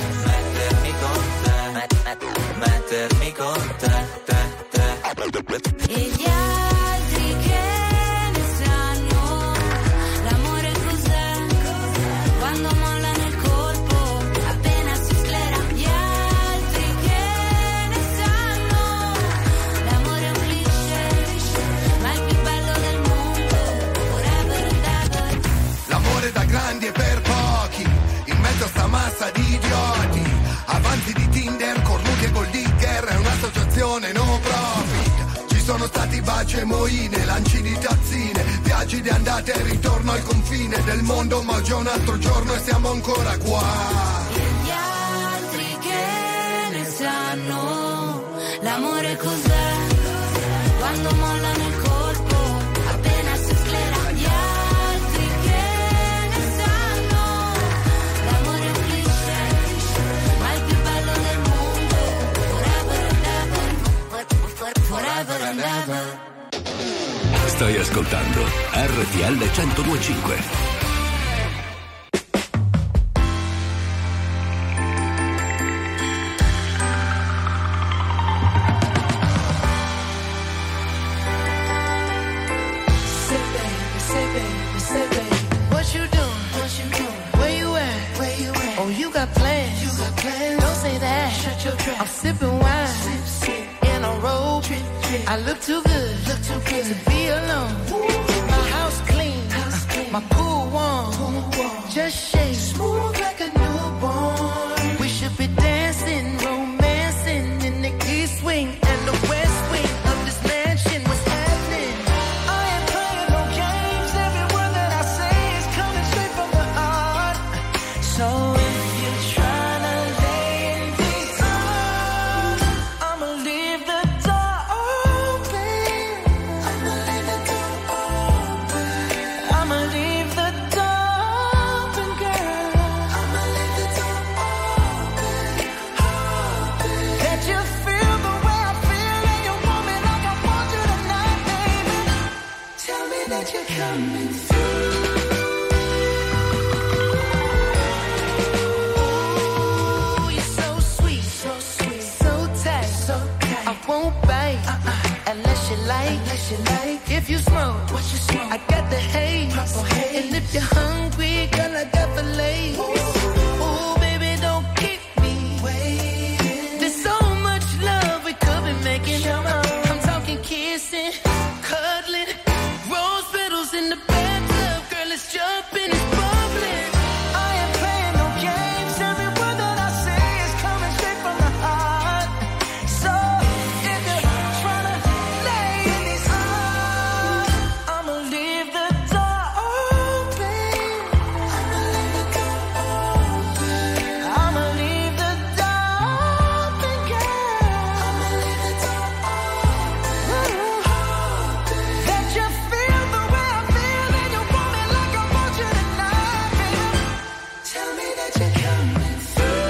mettermi con te. E gli altri che ne sanno, l'amore cos'è? Quando mollano il colpo, appena si sclera. Gli altri che ne sanno, l'amore è un cliché, ma è il più bello del mondo, forever and ever. L'amore da grandi e per pochi, in mezzo a sta massa di idioti, avanti di Tinder, cornuti e gold digger, è un'associazione no profit. Ci sono stati baci e moine, lanci di tazzine, viaggi di andata e ritorno al confine del mondo, ma oggi è un altro giorno e siamo ancora qua. E gli altri che ne sanno, l'amore cos'è? Quando mollano il colpo, appena si sclera. Gli altri che ne sanno, l'amore è un cliché, ma è il più bello del mondo, forever and ever, forever and ever. Stai ascoltando RTL 1025. What you doing? Where you at? Oh, you got plans. Don't say that. Shut your trap. I'm sipping wine in a robe. I look too good to be alone. My house clean, my pool warm. Just shake smooth like a newborn. We should be dancing, romancing in the east wing and the west wing of this mansion. What's happening? I ain't playing no games. Every word that I say is coming straight from the heart. So if you're trying to lay in these arms, I'ma leave the door open. I'ma leave that you're coming through. Oh, you're so sweet, so tight, I won't bite unless you like. If you smoke, I got the haze. And if you're hungry, girl, I got the lace. Oh, baby, don't keep me waiting. There's so much love we could be making. I'm talking kissing, cuddling, rose petals in the bathtub. Girl, it's jumping, it's bubbling. I ain't playing no games. Every word that I say is coming straight from the heart. So if you're trying to lay in these arms, I'ma leave the door open. I'ma leave the door open, girl. That you feel the way I feel and you want me like I want you tonight, baby. Tell me that you're coming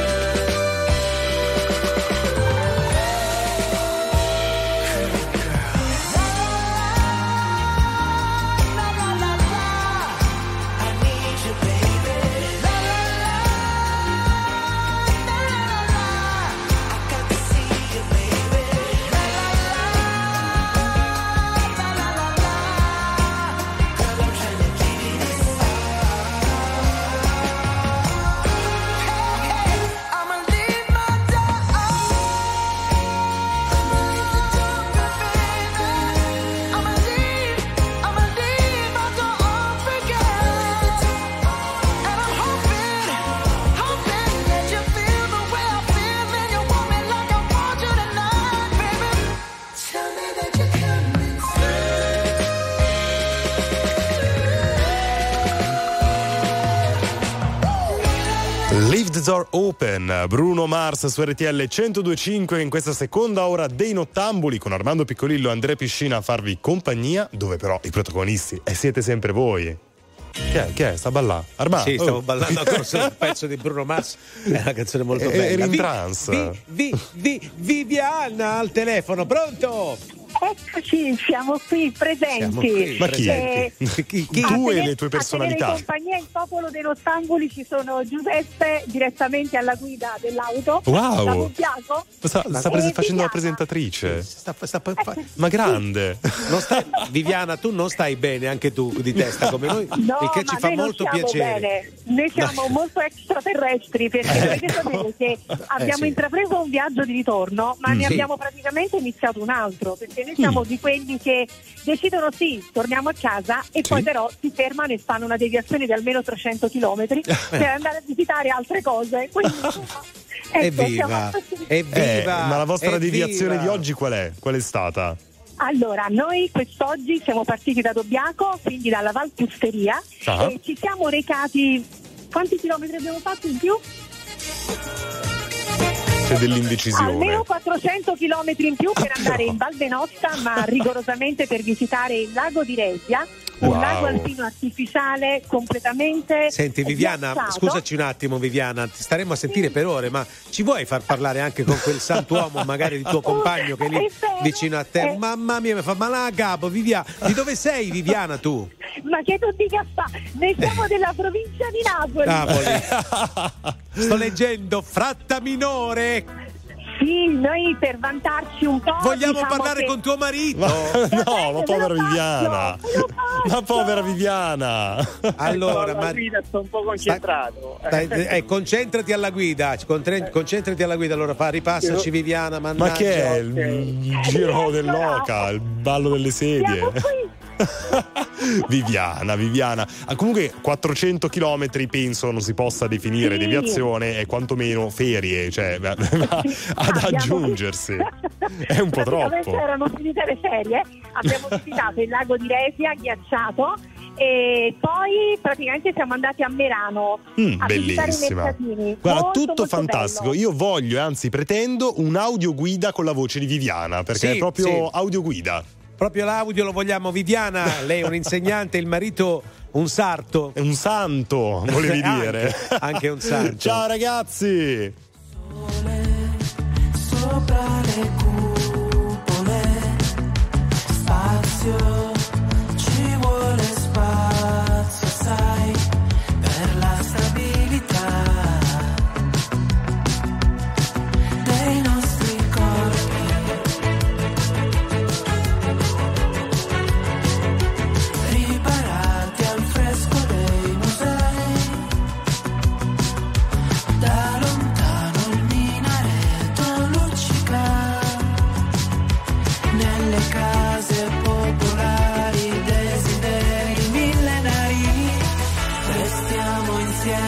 Leave the Door Open, Bruno Mars su RTL 102.5 in questa seconda ora dei Nottambuli con Armando Piccolillo e Andrea Piscina a farvi compagnia, dove però i protagonisti siete sempre voi. Che è? Sta ballando? Armando? Sì, stavo ballando ancora un pezzo di Bruno Mars, è una canzone molto bella. Eri in trance. Viviana al telefono, pronto? Eccoci, siamo qui presenti. Ma chi è? Chi? Tu e le tue personalità. In compagnia il popolo dei Nottambuli ci sono Giuseppe direttamente alla guida dell'auto. Wow! Da Bubbiaco. Sta facendo la presentatrice. Ma grande. Viviana, tu non stai bene anche tu di testa come noi? No, perché ci fa molto piacere. Bene. Noi siamo molto extraterrestri perché dovete sapere che abbiamo intrapreso un viaggio di ritorno, ma ne abbiamo praticamente iniziato un altro, perché noi siamo di quelli che decidono torniamo a casa e poi però si fermano e fanno una deviazione di almeno 300 chilometri per andare a visitare altre cose. Quindi, evviva! Ma la vostra deviazione di oggi qual è? Qual è stata? Allora, noi quest'oggi siamo partiti da Dobbiaco, quindi dalla Val Pusteria, e ci siamo recati. Quanti chilometri abbiamo fatto in più? C'è dell'indecisione. Almeno 400 chilometri in più per andare in Val Venosta, ma rigorosamente per visitare il lago di Resia, un lago alpino artificiale completamente. Senti Viviana, ghiacciato. scusaci un attimo Viviana, ti staremo a sentire per ore, ma ci vuoi far parlare anche con quel santuomo magari di tuo compagno che è lì vicino a te? Mamma mia, mi fa male a capo. Viviana, di dove sei Viviana tu? Ma che tu dica sta? Noi siamo della provincia di Napoli. Sto leggendo Fratta Minore. Sì, noi per vantarci un po'. Vogliamo parlare con tuo marito? Ma povera Viviana. Ma povera Viviana. Allora, sto un po' concentrato. Concentrati alla guida. Concentrati alla guida. Allora ripassaci Viviana. Ma che è il giro dell'oca, il ballo delle sedie? Viviana. Comunque 400 chilometri penso non si possa definire deviazione, è quantomeno ferie, cioè ad aggiungersi. È un po' troppo. Erano finite le ferie, abbiamo visitato il lago di Resia ghiacciato e poi praticamente siamo andati a Merano a visitare i mercatini. Guarda, molto, tutto molto fantastico. bello. Io voglio, anzi pretendo un audioguida con la voce di Viviana, perché è proprio audioguida. Proprio l'audio lo vogliamo. Viviana, lei è un insegnante, il marito un sarto. È un santo, volevi dire. Anche un santo. Ciao ragazzi. Sopra le cupole, spazio, ci vuole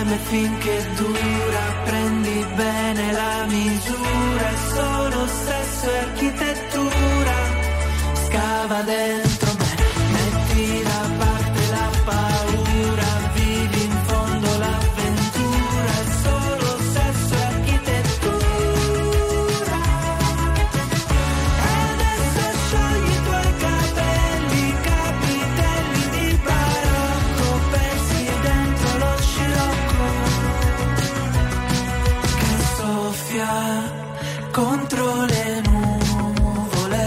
insieme finché dura, prendi bene la misura, è solo sesso e architettura, scava dentro me, metti da parte la paura, vivi in fondo l'avventura, è solo sesso e architettura. Adesso sciogli i tuoi capelli, capitelli di barocco, persi dentro lo scirocco che soffia contro le nuvole,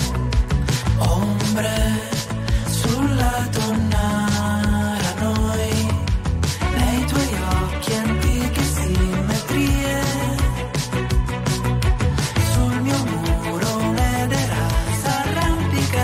ombre sulla tonnara, noi nei tuoi occhi antiche simmetrie, sul mio muro un'edera s'arrampica,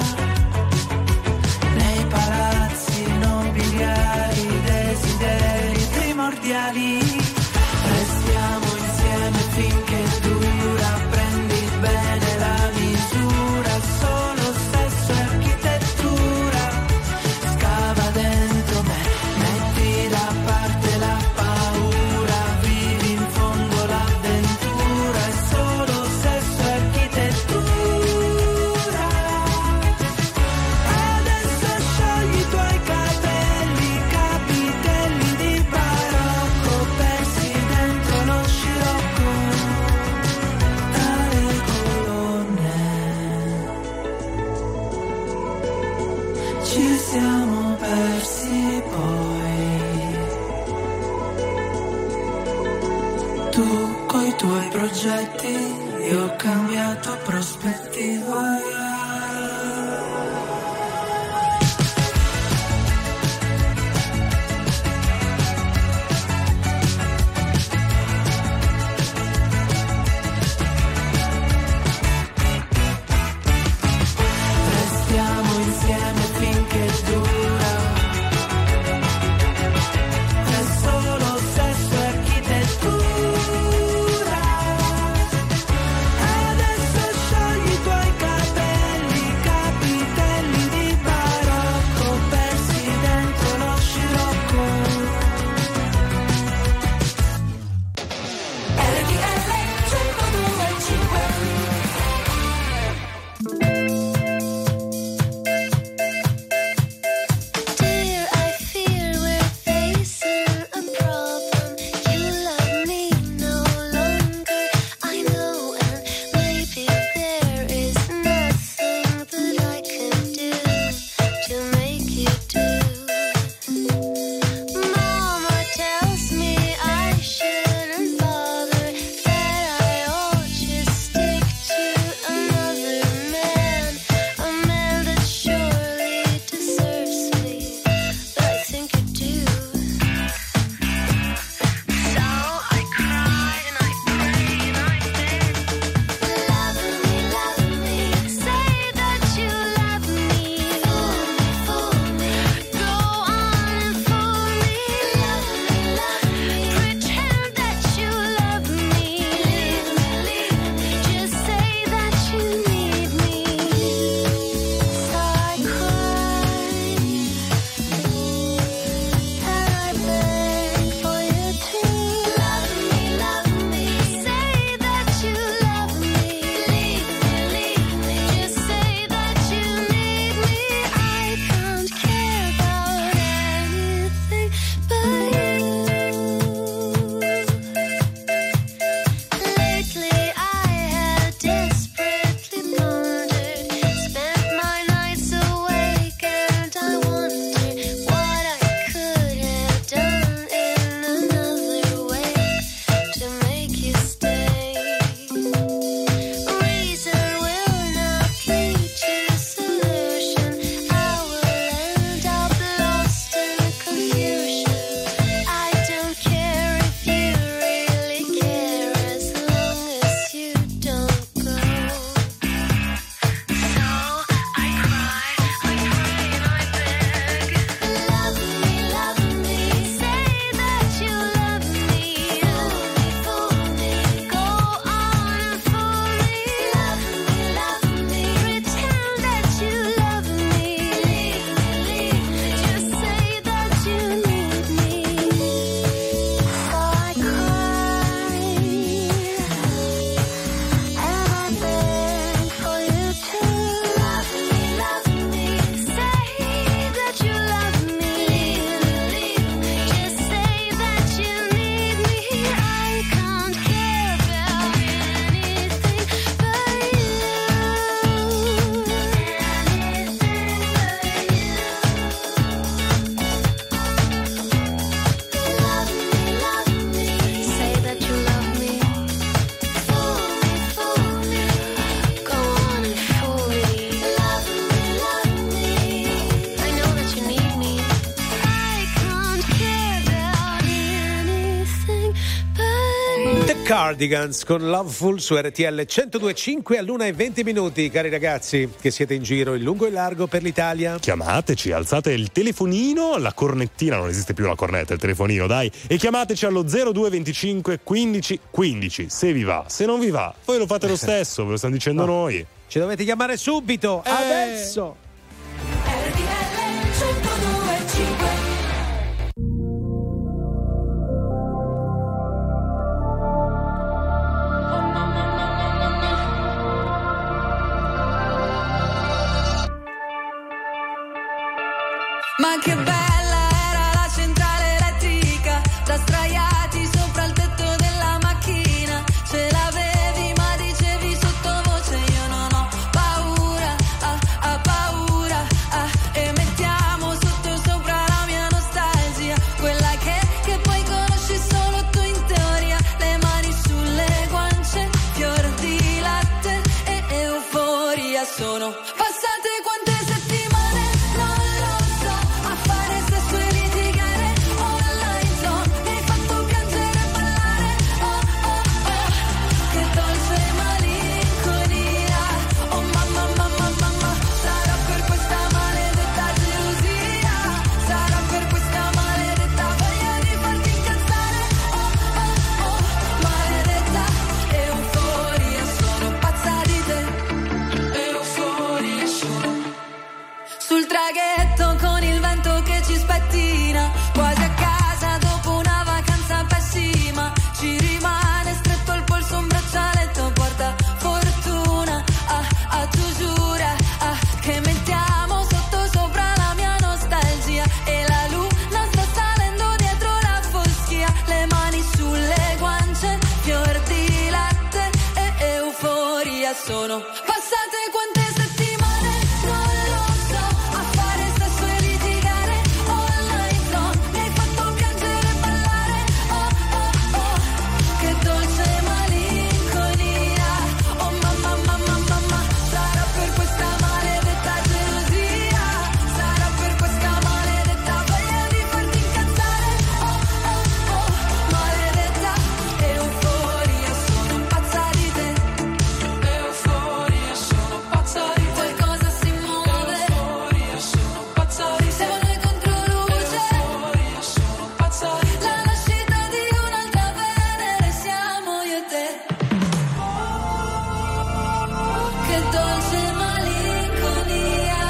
nei palazzi nobiliari, desideri primordiali, restiamo insieme finché dura, prendi bene la misura, solo sesso e architettura, scava dentro me, metti da parte la paura, vivi in fondo l'avventura, è solo sesso e architettura. Adesso sciogli i tuoi capelli, capitelli di barocco, persi dentro lo scirocco tra le colonne. Ci siamo persi poi, tu coi tuoi progetti, io ho cambiato prospettiva. Restiamo insieme finché dura, è solo sesso e architettura. Adesso sciogli i tuoi capelli, capitelli di barocco, persi dentro lo scirocco. RTL 102.5. Cardigans con Loveful su RTL 102.5 all'1:20, cari ragazzi che siete in giro in lungo e largo per l'Italia. Chiamateci, alzate il telefonino, la cornettina, non esiste più la cornetta, il telefonino, dai, e chiamateci allo 0225 15 15, se vi va. Se non vi va, voi lo fate lo stesso, ve lo stanno dicendo noi. Ci dovete chiamare subito, adesso. Ma che bella era la centrale elettrica, da sdraiati sopra il tetto della macchina. Ce l'avevi ma dicevi sottovoce io non ho paura, paura, e mettiamo sotto sopra la mia nostalgia, quella che poi conosci solo tu in teoria. Le mani sulle guance, fior di latte e euforia. Sono passate quante settimane, non lo so, a fare sesso e litigare online zone. Mi hai fatto piangere e ballare, oh oh oh, che dolce malinconia. Oh mamma, mamma, mamma, sarà per questa maledetta gelosia, sarà per questa maledetta voglia di farti incazzare, oh oh oh, maledetta euforia. Sono pazza di te, euforia sono. Sul traghetto con il vento che ci spettina, quasi a casa dopo una vacanza pessima. Ci rimane stretto al polso un braccialetto porta fortuna, tu giura, che mettiamo sotto sopra la mia nostalgia. E la luna sta salendo dietro la foschia. Le mani sulle guance, fior di latte e euforia. Sono passate quante settimane, non lo so, a fare sesso e litigare online zone. Mi hai fatto piangere e ballare, oh oh oh, che dolce malinconia. Oh mamma, mamma, mamma, sarà per questa maledetta gelosia, sarà per questa maledetta voglia di farti incazzare, oh oh oh, maledetta euforia. Sono pazza di te, euforia, sono pazza di te. Qualcosa si muove, euforia, sono pazza di te. Siamo noi contro luce, euforia, sono pazza di te. La nascita di un'altra Venere siamo io e te. Che dolce malinconia,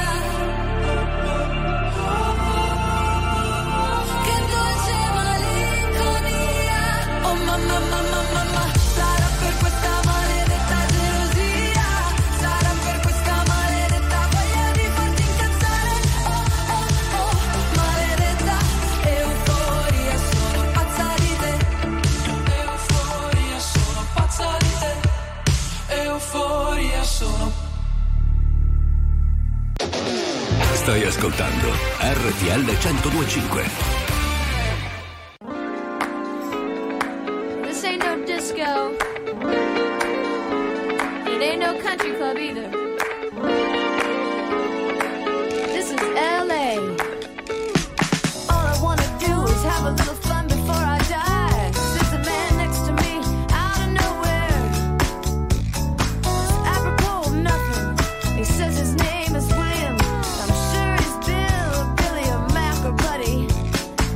che dolce malinconia. Oh mamma, mamma, mamma, sarà per questa maledetta gelosia, sarà per questa maledetta voglia di farti incazzare, oh oh oh, maledetta euforia. Sono pazza di te, euforia, sono pazza di te, euforia sono. Stai ascoltando RTL 102.5. This ain't no disco. It ain't no country club either. This is LA. All I wanna do is have a little fun before I die. There's a man next to me out of nowhere. Apropos of nothing. He says his name is William. I'm sure he's Bill, Billy, or Mac or Buddy.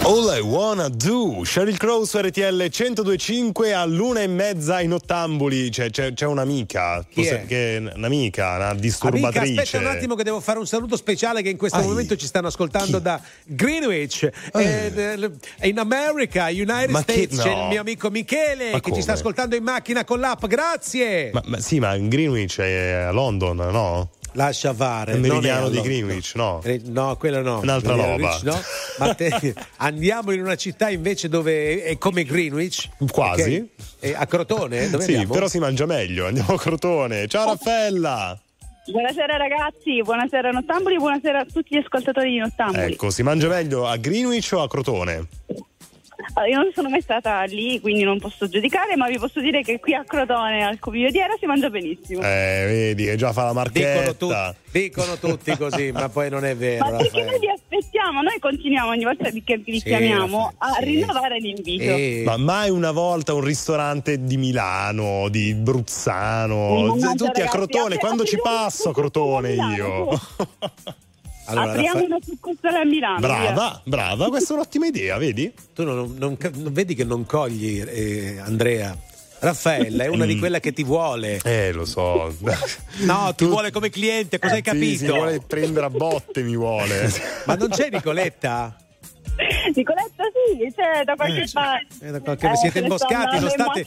All I Wanna Do, Sheryl Crow su RTL 102.5 all'1:30 in Ottamboli. C'è un'amica. Chi è? Un'amica, una disturbatrice. Amica, aspetta un attimo che devo fare un saluto speciale che in questo momento ci stanno ascoltando da Greenwich, in America, United States. C'è il mio amico Michele che ci sta ascoltando in macchina con l'app. Grazie. Ma sì, ma Greenwich è a London, no? Lascia fare. Il meridiano di Greenwich, no? No, quello no. Un'altra roba. No? Ma andiamo in una città invece dove è come Greenwich. Quasi. Okay? A Crotone? Dove sì, andiamo? però si mangia meglio. Andiamo a Crotone. Ciao Raffaella. Buonasera ragazzi, buonasera Nottamboli, buonasera a tutti gli ascoltatori di Nottamboli. Ecco, si mangia meglio a Greenwich o a Crotone? Io non sono mai stata lì, quindi non posso giudicare, ma vi posso dire che qui a Crotone, al Copio di Era, si mangia benissimo. Vedi che già fa la marchetta. Dicono tutti così, ma poi non è vero. Ma perché noi vi aspettiamo, noi continuiamo ogni volta che vi chiamiamo a rinnovare l'invito. Ma mai una volta un ristorante di Milano, di Bruzzano, tutti a Crotone, quando ci passo a Crotone io. Allora, apriamo una succursale a Milano. Brava, questa è un'ottima idea, vedi? Tu non vedi che non cogli, Andrea. Raffaella è una di quelle che ti vuole. Lo so. No, ti vuole come cliente, cosa hai capito? Sì, mi vuole prendere a botte, mi vuole. Ma non c'è Nicoletta? Nicoletta sì, c'è da qualche parte. Siete imboscati, non state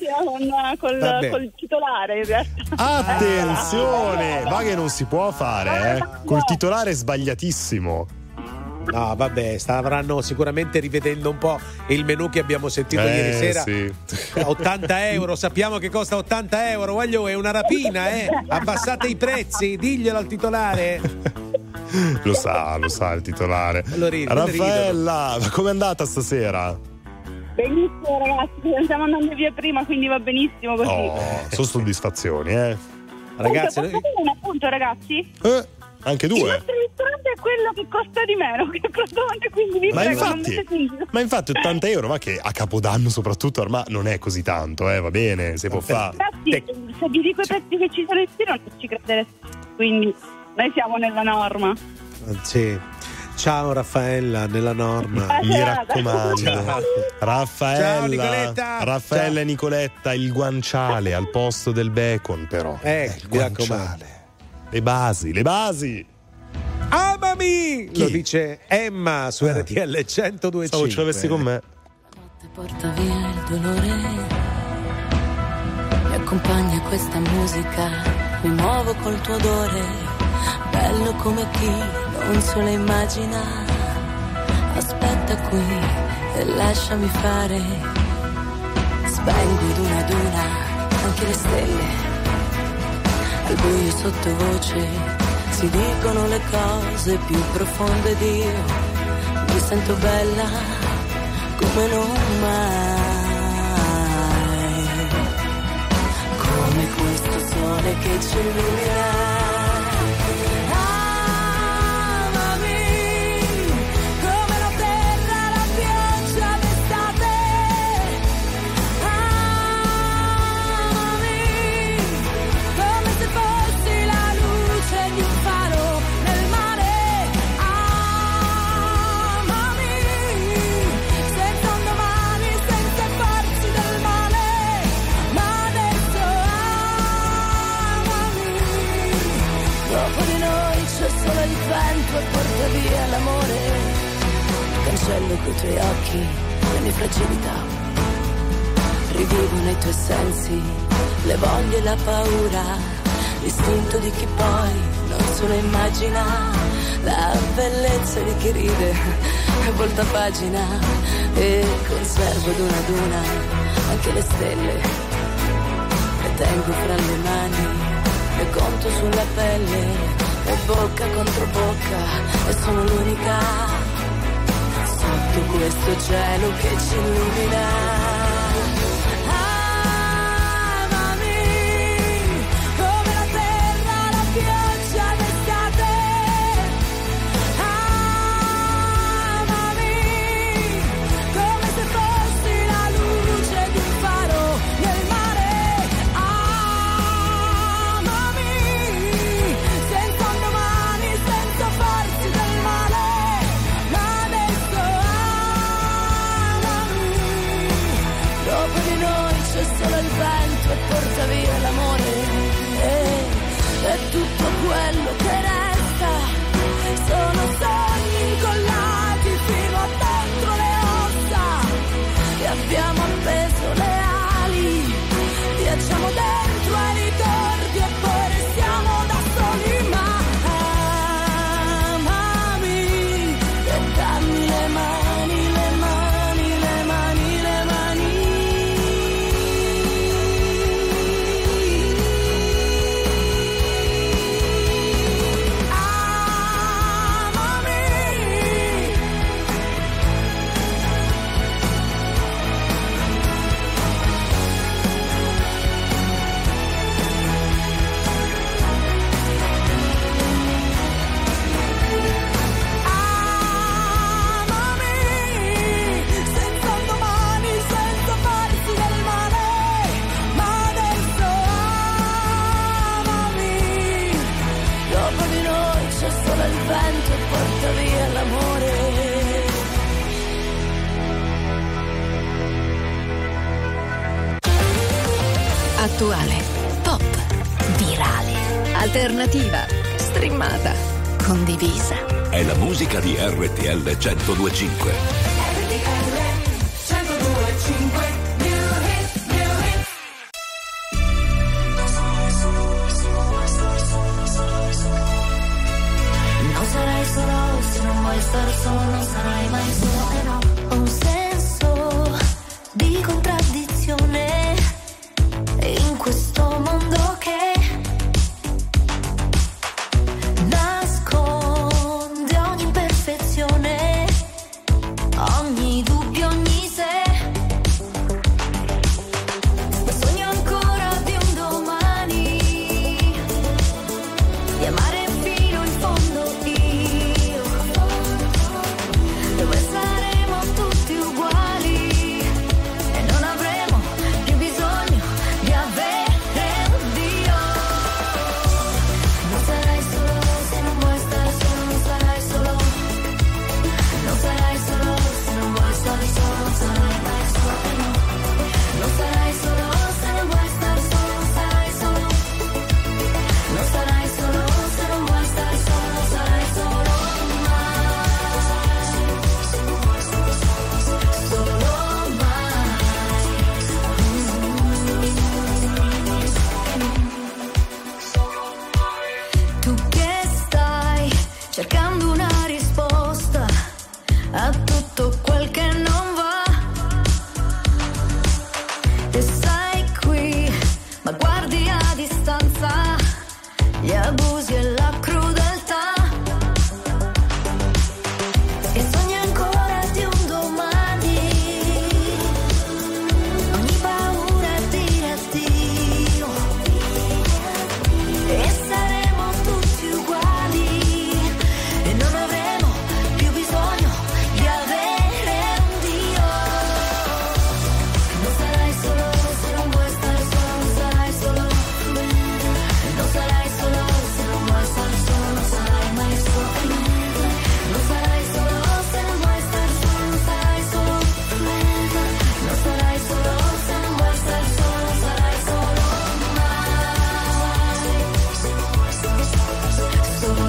col titolare in realtà. Attenzione, ma che non si può fare, col titolare sbagliatissimo. No, vabbè, stavano sicuramente rivedendo un po' il menù che abbiamo sentito ieri sera. Sì. 80 euro, sappiamo che costa 80 euro. Voglio, è una rapina, abbassate i prezzi, diglielo al titolare. Lo sa il titolare. Raffaella, ma com'è andata stasera? Benissimo ragazzi, stiamo andando via prima, quindi va benissimo così. Sono soddisfazioni, ragazzi. Appunto ragazzi? Anche due? Il nostro ristorante è quello che costa di meno che Crotone, quindi vi prego, ma infatti 80 euro, ma che a Capodanno soprattutto ormai non è così tanto, va bene, si può fare. Se vi dico i prezzi che ci sono in giro non ci crederete, quindi noi siamo nella norma. Sì. Ciao Raffaella, nella norma. Mi raccomando. Ciao. Raffaella. Ciao, Raffaella e Nicoletta, il guanciale al posto del bacon, però. Mi raccomando. Le basi. Amami! Lo dice Emma su RTL 102.5. Stavo ce l'avessi con me. Porta via il dolore, mi accompagna questa musica, mi muovo col tuo odore, bello come chi non se lo immagina. Aspetta qui e lasciami fare, spengo ad una anche le stelle. Al buio sottovoce si dicono le cose più profonde di io. Mi sento bella come non mai, come questo sole che ci illumina. Solo il vento e porta via l'amore, cancello coi tuoi occhi le mie fragilità, rivivo nei tuoi sensi le voglie e la paura, l'istinto di chi poi non se lo immagina, la bellezza di chi ride e volta pagina, e conservo ad una anche le stelle, le tengo fra le mani, le conto sulla pelle, e bocca contro bocca, e sono l'unica sotto questo cielo che ci illumina. c'è solo il vento e porta via l'amore. E tutto quello che resta sono sogni incollati fino a dentro le ossa. E abbiamo appeso le ali, viaggiamo dentro ai ricordi e poi restiamo da soli. Ma amami e dammi le mani, le mani, le mani, le mani. Attuale, pop, virale, alternativa, streamata, condivisa. È la musica di RTL 102.5. Non sarai solo se non vuoi stare solo, non sarai mai solo e no. Ho un senso di contraddizione in questo mondo che nasconde ogni imperfezione, ogni dubbio, ogni se. Sogno ancora di un domani, di amare fino in fondo io, dove saremo tutti uguali e non avremo più bisogno di avere un Dio. Non sarai solo se non vuoi stare solo, non sarai solo. Non sarai solo se non vuoi stare solo, non sarai mai solo e no. Non sarai solo se non vuoi stare solo, non sarai solo. Non sarai solo se non vuoi stare solo, non sarai solo tu che stai cercando una risposta a tutto quel che non va e sei qui ma guardi a distanza gli abusi e la crudeltà e sogni ancora di un domani, ogni paura è dire addio e saremo tutti uguali e non avremo più bisogno di avere un Dio. Non sarai solo se non vuoi stare solo, non sarai solo. Non sarai solo se non vuoi stare solo, non sarai mai solo. Non sarai solo se non vuoi stare solo, non sarai solo. Non sarai solo se non vuoi stare solo, non sarai solo mai. Solo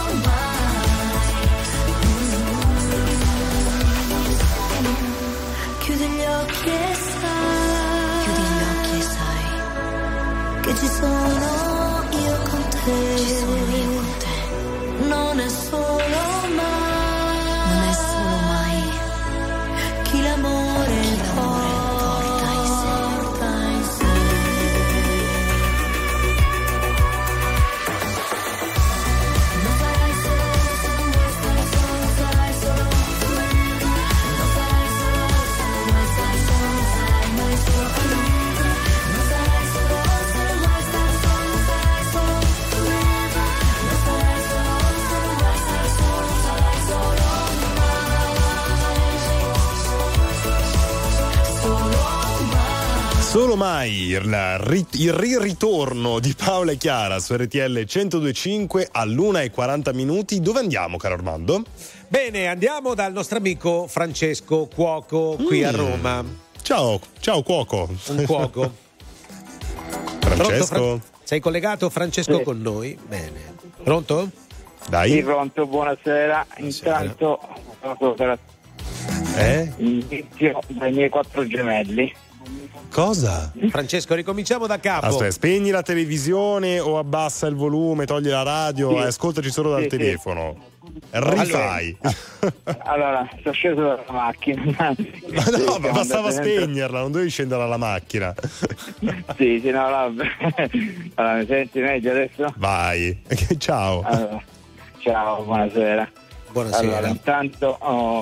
mai. Chiudi gli occhi e sai. Chiudi gli occhi e sai che ci sono io con te. Ci sono io con te. Non è solo mai. Non è solo mai. Chi l'amore porta in sé. Non sarai solo se non vuoi stare solo, non sarai solo. Non sarai solo se non vuoi stare solo, non sarai mai solo. Non sarai solo se non vuoi stare solo, non sarai solo. Non sarai solo se non vuoi stare solo, non sarai solo mai. Solo mai il ritorno di Paola e Chiara su RTL 102.5 all'1:40. Dove andiamo, caro Armando? Bene, andiamo dal nostro amico Francesco Cuoco qui a Roma. Ciao cuoco. Un cuoco. Francesco. Sei collegato, Francesco, con noi? Bene. Pronto? Dai. Sì, pronto, buonasera. Intanto inizio dai miei 4 gemelli. Cosa? Francesco, ricominciamo da capo. Aspetta, spegni la televisione o abbassa il volume, togli la radio e ascoltaci solo dal telefono. Rifai. Allora, sono sceso dalla macchina. Ma no, ma bastava spegnerla, non dovevi scendere dalla macchina. Sì, no, vabbè. Allora, mi senti meglio adesso? Vai. Ciao. Allora, ciao, buonasera. Buonasera. Allora, intanto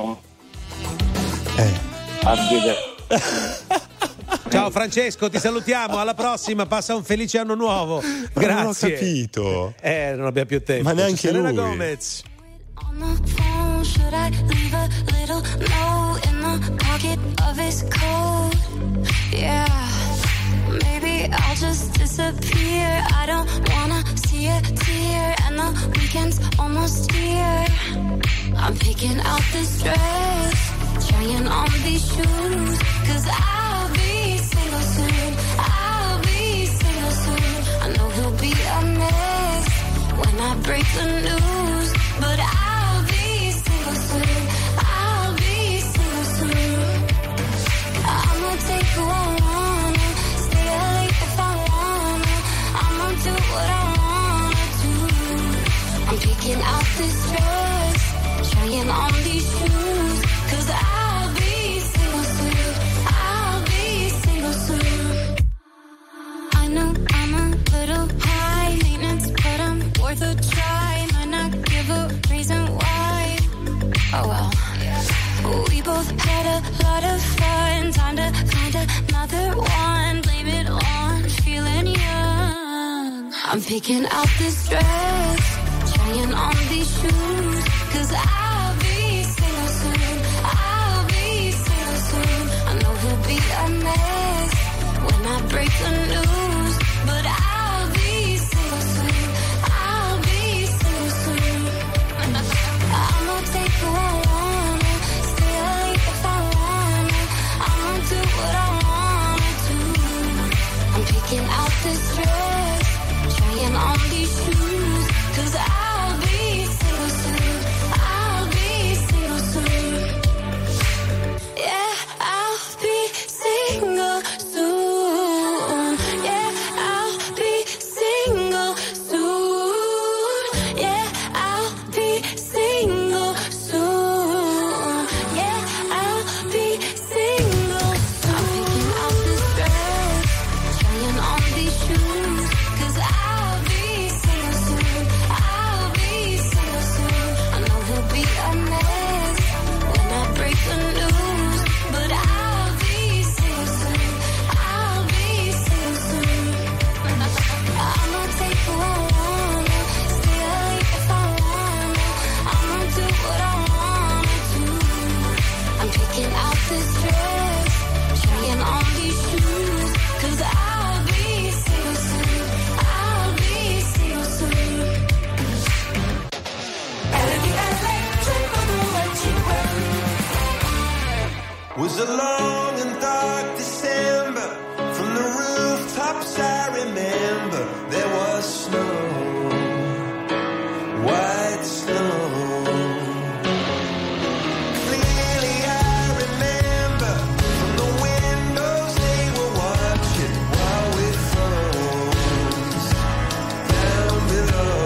Ciao Francesco, ti salutiamo, alla prossima, passa un felice anno nuovo. Grazie. Non ho capito. Non abbiamo più tempo. Ma neanche Selena lui. Gomez. On the phone, should I leave a little note in the pocket of his coat? Yeah, maybe I'll just disappear. I don't wanna see a tear, and the weekend's almost here. I'm picking out this dress, trying on these shoes, 'cause I'll be single soon. I'll be single soon. I know he'll be a mess when I break the news, but I'll be single soon. I'll be single soon. I'ma take who I wanna, stay late if I wanna. I'ma do what I wanna do. I'm picking out this dress, trying on these shoes, 'cause I'll be single soon. I'll be single soon. I know I'm a little high maintenance, but I'm worth a try. Might not give a reason why. Oh well. We both had a lot of fun. Time to find another one. Blame it on feeling young. I'm picking out this dress, trying on these shoes, 'cause I'll be single soon. I'll be single soon. I know he'll be a mess when I break the news, but I'll be single soon. I'll be single soon. I'ma take who I wanna, stay late if I wanna. I'ma do what I wanna do. I'm picking out this dress, trying on these shoes, 'cause I'll be single soon. I'll be single soon. Yeah, I'll be single soon. Yeah, I'll be single soon. Yeah, I'll be single soon. Yeah, I'll be single soon. I'm picking out this dress, trying on these shoes, 'cause I'll be single soon. I'll be single soon. I know he'll be a mess when I break the news, but I'll be single soon. I'll be single soon. I'ma take who I wanna, stay late if I wanna. I'ma do what I wanna do. I'm picking out this dress, trying on these shoes, 'cause I'll be single soon. I'll be single soon. Was a long and dark December. From the rooftops I remember there was snow, white snow. Clearly I remember from the windows they were watching while we froze down below.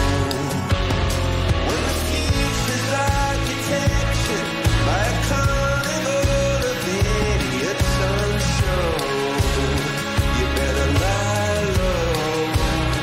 When the future's architecture by a carnival of idiots unshown, you better lie low.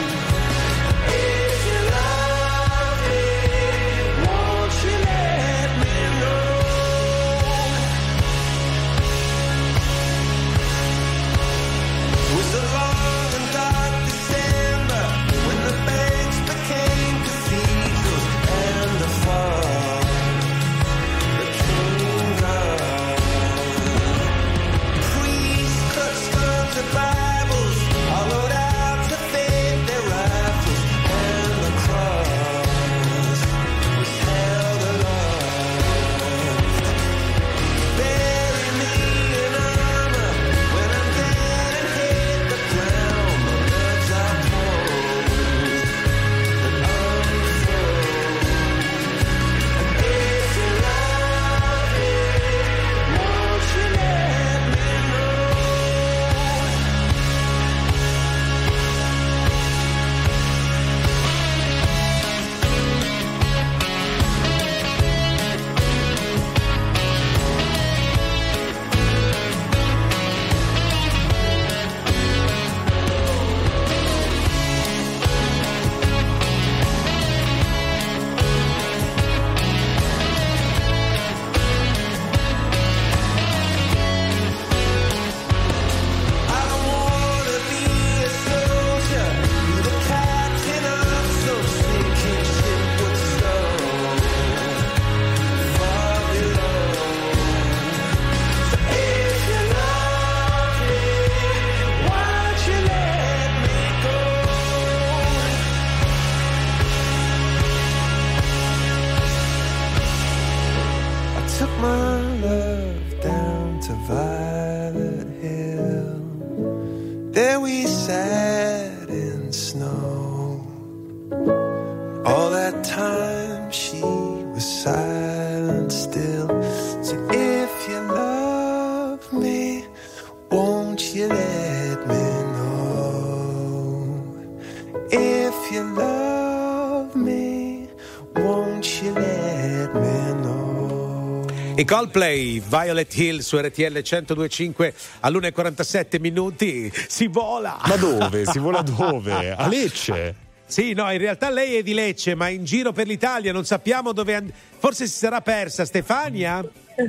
to Violet Hill. There we sat in snow. All that time she was silent still. So if you love me, won't you let me know? If you love me, won't you let me know? I Coldplay, Violet Hill su RTL 102.5 all'1:47 minuti. Si vola! Ma dove? Si vola dove? A Lecce? Sì, no, in realtà lei è di Lecce, ma in giro per l'Italia non sappiamo dove forse si sarà persa. Stefania?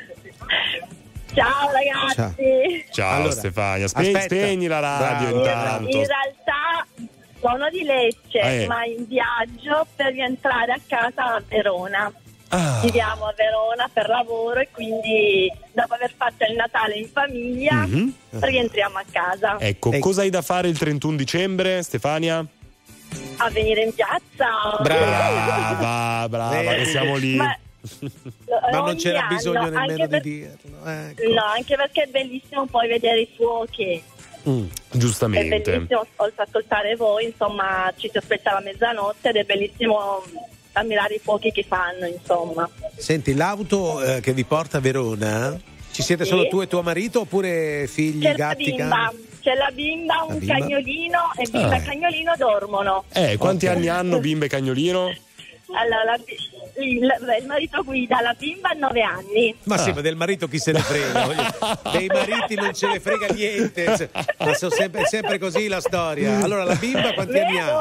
Ciao ragazzi. Ciao Allora, Stefania, aspetta. spegni la radio Bravo. intanto. In realtà sono di Lecce, ma in viaggio per rientrare a casa a Verona. Viviamo a Verona per lavoro e quindi dopo aver fatto il Natale in famiglia rientriamo a casa. Ecco, cosa hai da fare il 31 dicembre, Stefania? A venire in piazza. Brava, che siamo lì. Ma non c'era ogni bisogno anno, nemmeno anche di dirlo. Ecco. No, anche perché è bellissimo poi vedere i fuochi. È Giustamente. bellissimo ascoltare voi, insomma, ci si aspetta la mezzanotte ed è bellissimo ammirare i fuochi che fanno, insomma. Senti, l'auto che vi porta a Verona, ci siete solo tu e tuo marito oppure figli, C'è gatti, la bimba, c'è la bimba, un bimba? cagnolino e bimba e cagnolino dormono. Quanti anni hanno bimba e cagnolino? Allora, il marito guida, la bimba ha 9 anni. Ma sì, ma del marito chi se ne frega? Dei mariti non ce ne frega niente. Ma sono sempre così la storia. Allora, la bimba quanti anni ha?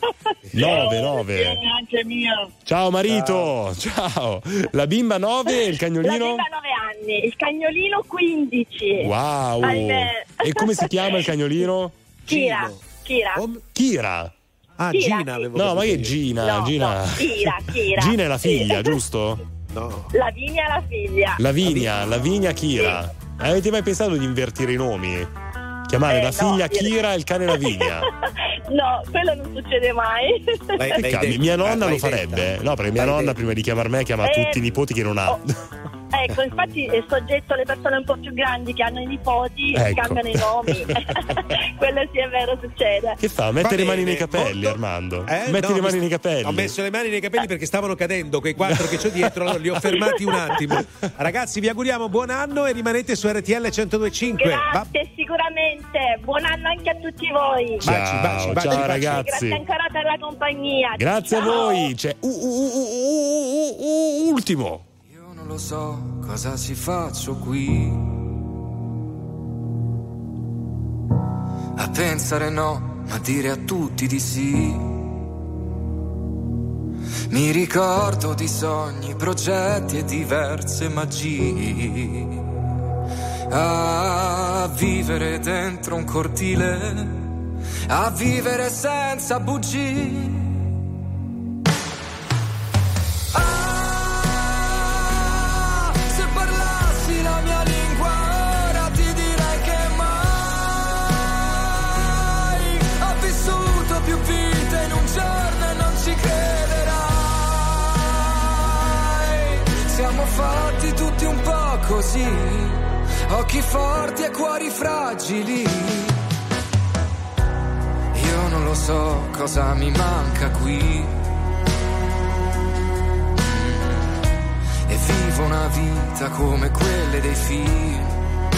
9. Anche mia. Ciao marito, ciao. La bimba 9 e il La cagnolino? bimba ha 9 anni, il cagnolino 15. Wow. Ahimè. E come si chiama il cagnolino? Kira. Kira. Ah, Kira, Gina avevo No, ma che capito. Gina? No, Gina. no, Kira. Gina è la figlia, giusto? No. Lavinia è la figlia. Lavinia Kira. Avete mai pensato di invertire i nomi? Chiamare la figlia no, Kira e il cane Lavinia? No, quello non succede mai. Mia nonna lo farebbe. No, perché mia nonna prima di chiamar me chiama tutti i nipoti che non ha. Ecco, infatti è soggetto alle persone un po' più grandi che hanno i nipoti, Ecco. cambiano i nomi. Quello sì è vero, succede. Che fa? Mette le mani nei capelli, Armando. Metti le mani nei capelli. Ho messo le mani nei capelli perché stavano cadendo quei 4 che c'ho dietro, allora li ho fermati un attimo. Ragazzi, vi auguriamo buon anno e rimanete su RTL 102.5. Grazie, sicuramente. Buon anno anche a tutti voi. Ciao, ciao ragazzi. Grazie ancora per la compagnia. Grazie Ciao. a voi. C'è ultimo. Non lo so cosa ci faccio qui a pensare no, ma dire a tutti di sì. Mi ricordo di sogni, progetti e diverse magie. A vivere dentro un cortile, a vivere senza bugie. Fatti tutti un po' così, occhi forti e cuori fragili. Io non lo so cosa mi manca qui e vivo una vita come quelle dei film,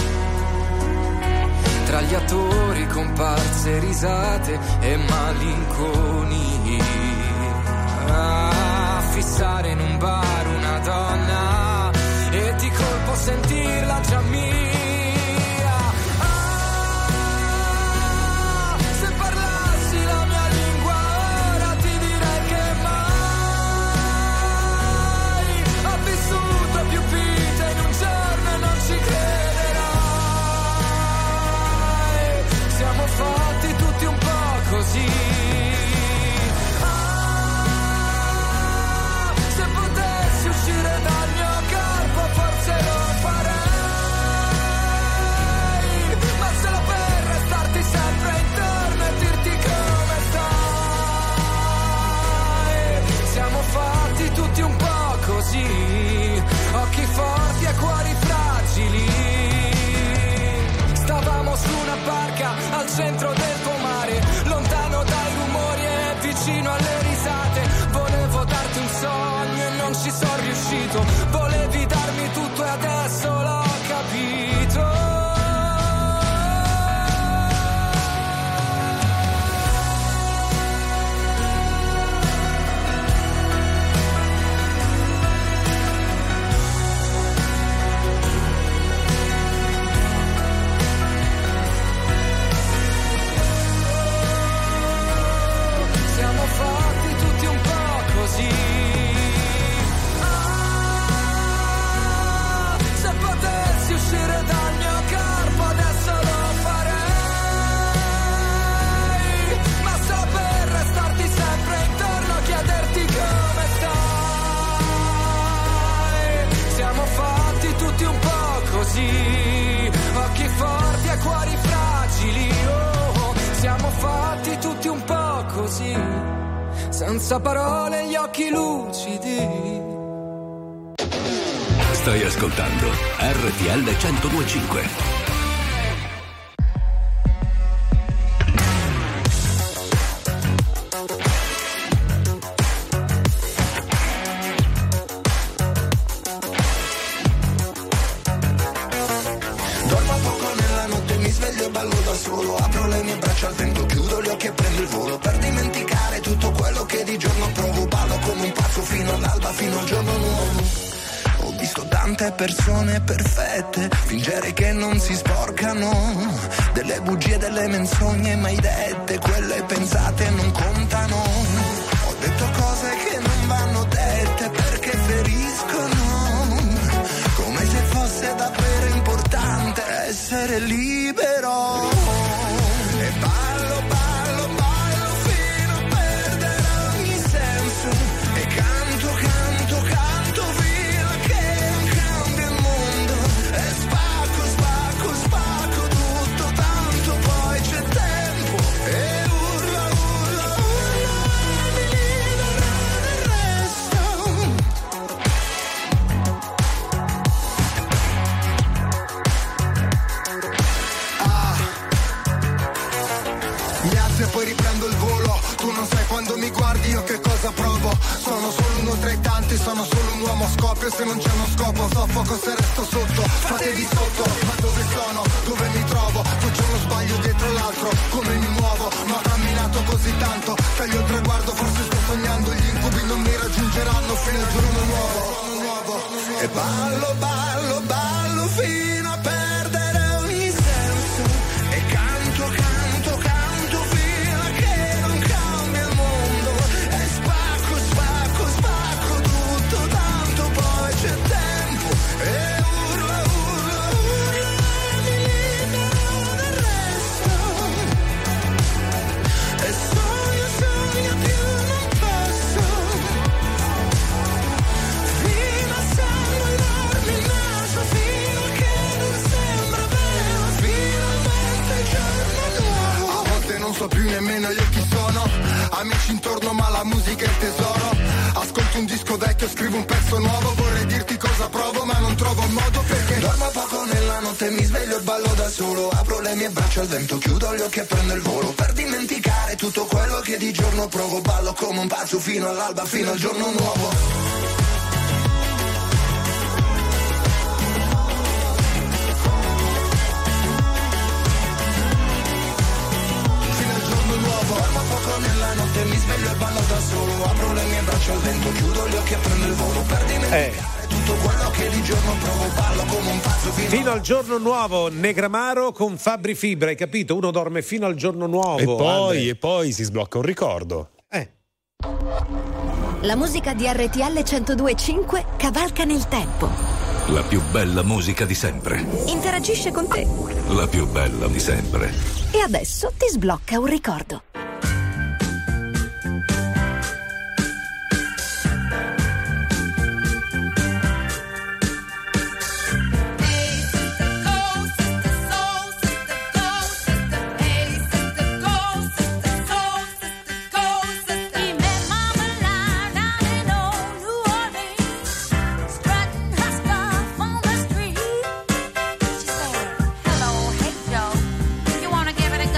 tra gli attori, comparse, risate e malinconia. A fissare in un bar una donna e di colpo sentirla già mia. Se parlassi la mia lingua ora ti direi che mai ho vissuto più vite in un giorno e non ci crederai. Siamo fatti tutti un po' così. Se potessi uscire dal mio corpo forse lo farei. sera al centro del tuo mare, lontano dai rumori e vicino alle risate. Volevo darti un sogno e non ci sono riuscito, volevi darmi tutto e adesso l'ho capito. Se potessi uscire dal mio corpo adesso lo farei, ma sto per restarti sempre intorno a chiederti come stai. Siamo fatti tutti un po' così, occhi forti e cuori fragili, oh, siamo fatti tutti un po' così, senza parole gli occhi lucidi. Stai ascoltando RTL 102.5. Dormo poco nella notte, mi sveglio e ballo da solo. Apro le mie braccia al vento, chiudo gli occhi e prendo il volo per dimenticare tutto quello che di giorno provo. Ballo come un pazzo fino all'alba, fino al giorno nuovo. Ho visto tante persone perfette fingere che non si sporcano, delle bugie, delle menzogne mai dette, quelle pensate non contano. Ho detto cose che non vanno dette perché feriscono, come se fosse davvero importante essere libero. E ballo, ballo, ballo fino a perdere ogni senso, e canto, canto, canto fino a che non cambia il mondo, e spacco, spacco, spacco tutto, tanto poi c'è tempo, e urla, urla, urla, mi libero del resto. Mi alzo e poi riprendo il volo. Tu non sai quando mi guardi io che cosa provo. Sono solo uno tra i tanti, sono solo un uomo, scoppio se non c'è uno scopo, soffoco se resto sotto. Fatevi sotto, ma dove sono? Dove mi trovo? Faccio uno sbaglio dietro l'altro, come mi muovo? Ma ho camminato così tanto, taglio il traguardo, forse sto sognando. Gli incubi non mi raggiungeranno fino al giorno nuovo. E ballo, ballo, ballo fino a perdere ogni senso, e canto, canto, canto fino a che non cambia il mondo, e spacco, spacco, spacco tutto, tanto poi c'è tempo, e urla, urla, urla, mi libero del resto, e sogno, sogno più non posso, fino a sanguinarmi il naso, fino a che non sembra vero, finalmente il giorno nuovo. A volte non so più nemmeno io chi sono, amici intorno ma la musica è il tesoro. Ascolto un disco vecchio, scrivo un pezzo nuovo, vorrei dirti cosa provo ma non trovo un modo perché dormo poco nella notte, mi sveglio e ballo da solo. Apro le mie braccia al vento, chiudo gli occhi e prendo il volo per dimenticare tutto quello che di giorno provo. Ballo come un pazzo fino all'alba, fino al giorno nuovo. Dormo poco nella notte, mi sveglio e ballo da solo. Apro le mie braccia al vento, chiudo gli occhi e prendo il volo per dimenticare tutto quello che di giorno provo. Ballo come un pazzo fino al giorno nuovo. Negramaro con Fabri Fibra, hai capito? Uno dorme fino al giorno nuovo. E poi si sblocca un ricordo. La musica di RTL 102.5 cavalca nel tempo. La più bella musica di sempre. Interagisce con te. La più bella di sempre. E adesso ti sblocca un ricordo. Give it a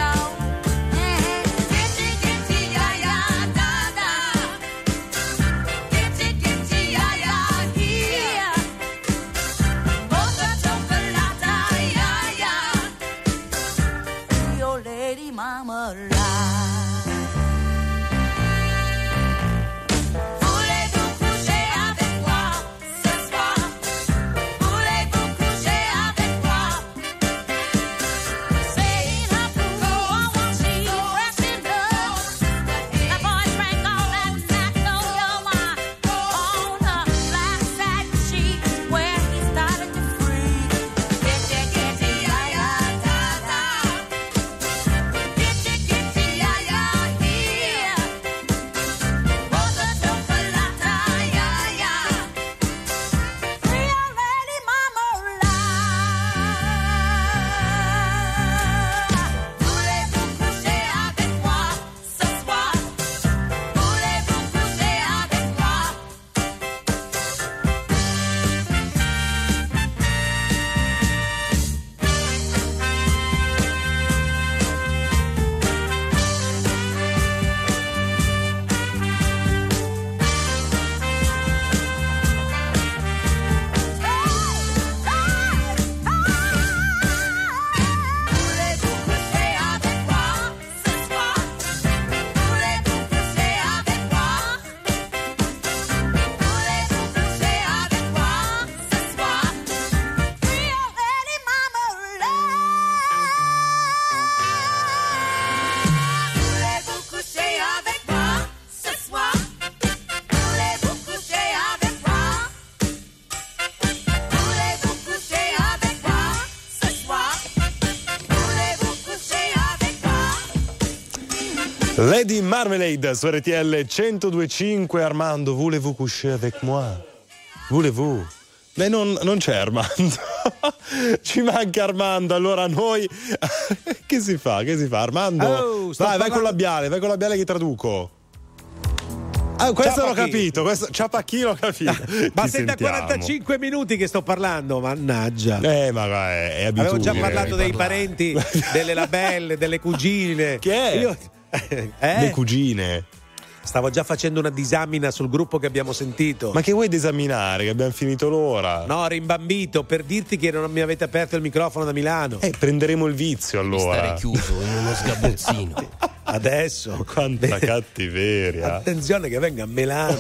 Lady Marmalade su RTL 102.5. Armando, voulez-vous coucher avec moi? Voulez-vous? Beh, non c'è Armando. Ci manca Armando, allora noi che si fa Armando? Vai con il labiale che traduco. Questo l'ho capito, Ciapacchino l'ho capito. Ma sei da 45 minuti che sto parlando, mannaggia. Ma è abitudine. Avevo già parlato dei parenti, delle labelle, delle cugine. Che è? Le cugine. Stavo già facendo una disamina sul gruppo che abbiamo sentito. Ma che vuoi disaminare? Che abbiamo finito l'ora. No, rimbambito per dirti che non mi avete aperto il microfono da Milano. Prenderemo il vizio allora. Stare chiuso in uno sgabuzzino. Adesso. Quanta cattiveria. Attenzione che venga a Milano.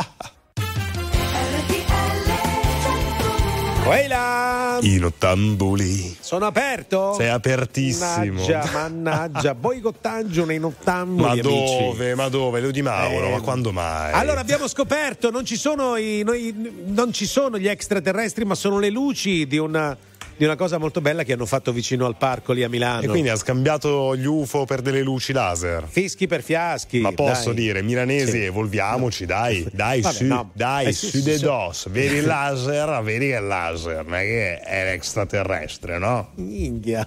Quella! I nottambuli. Sono aperto? Sei apertissimo. Mannaggia, boicottaggio nei nottambuli. Ma dove? Leo Di Mauro, ma quando mai? Allora abbiamo scoperto, non ci sono gli extraterrestri, ma sono le luci di una cosa molto bella che hanno fatto vicino al parco lì a Milano. E quindi ha scambiato gli UFO per delle luci laser. Fischi per fiaschi. Ma posso dire, milanesi, evolviamoci, dai, su dei dos. Vedi il laser, vedi che è il laser, non è che è l'extraterrestre, no? Minchia.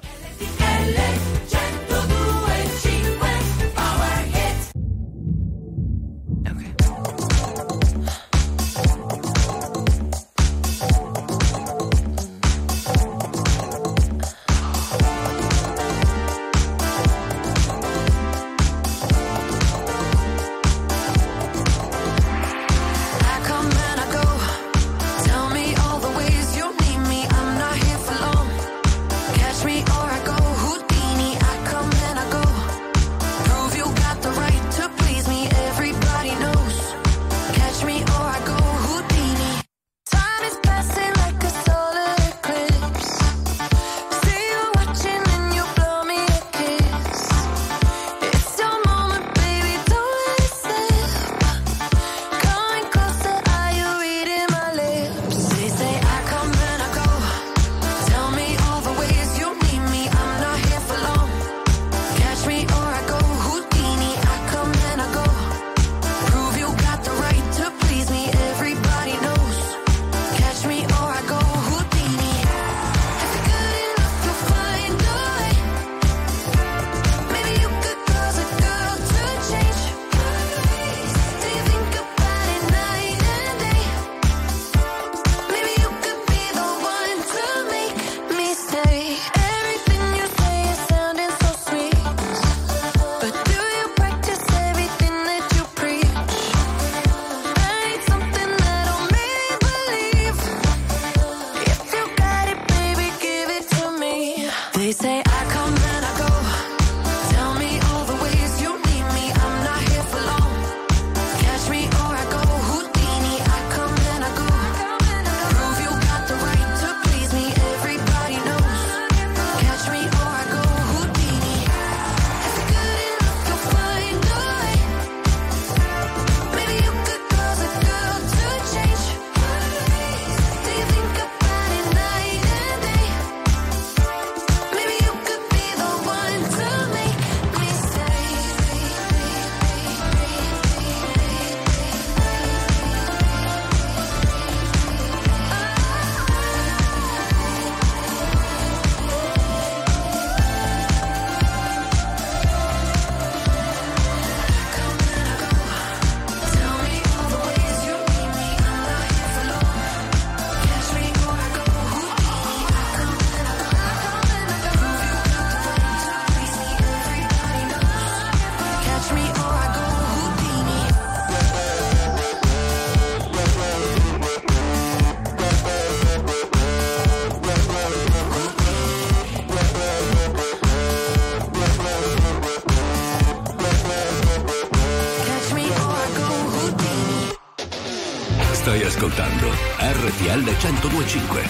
Stai ascoltando RTL 102.5.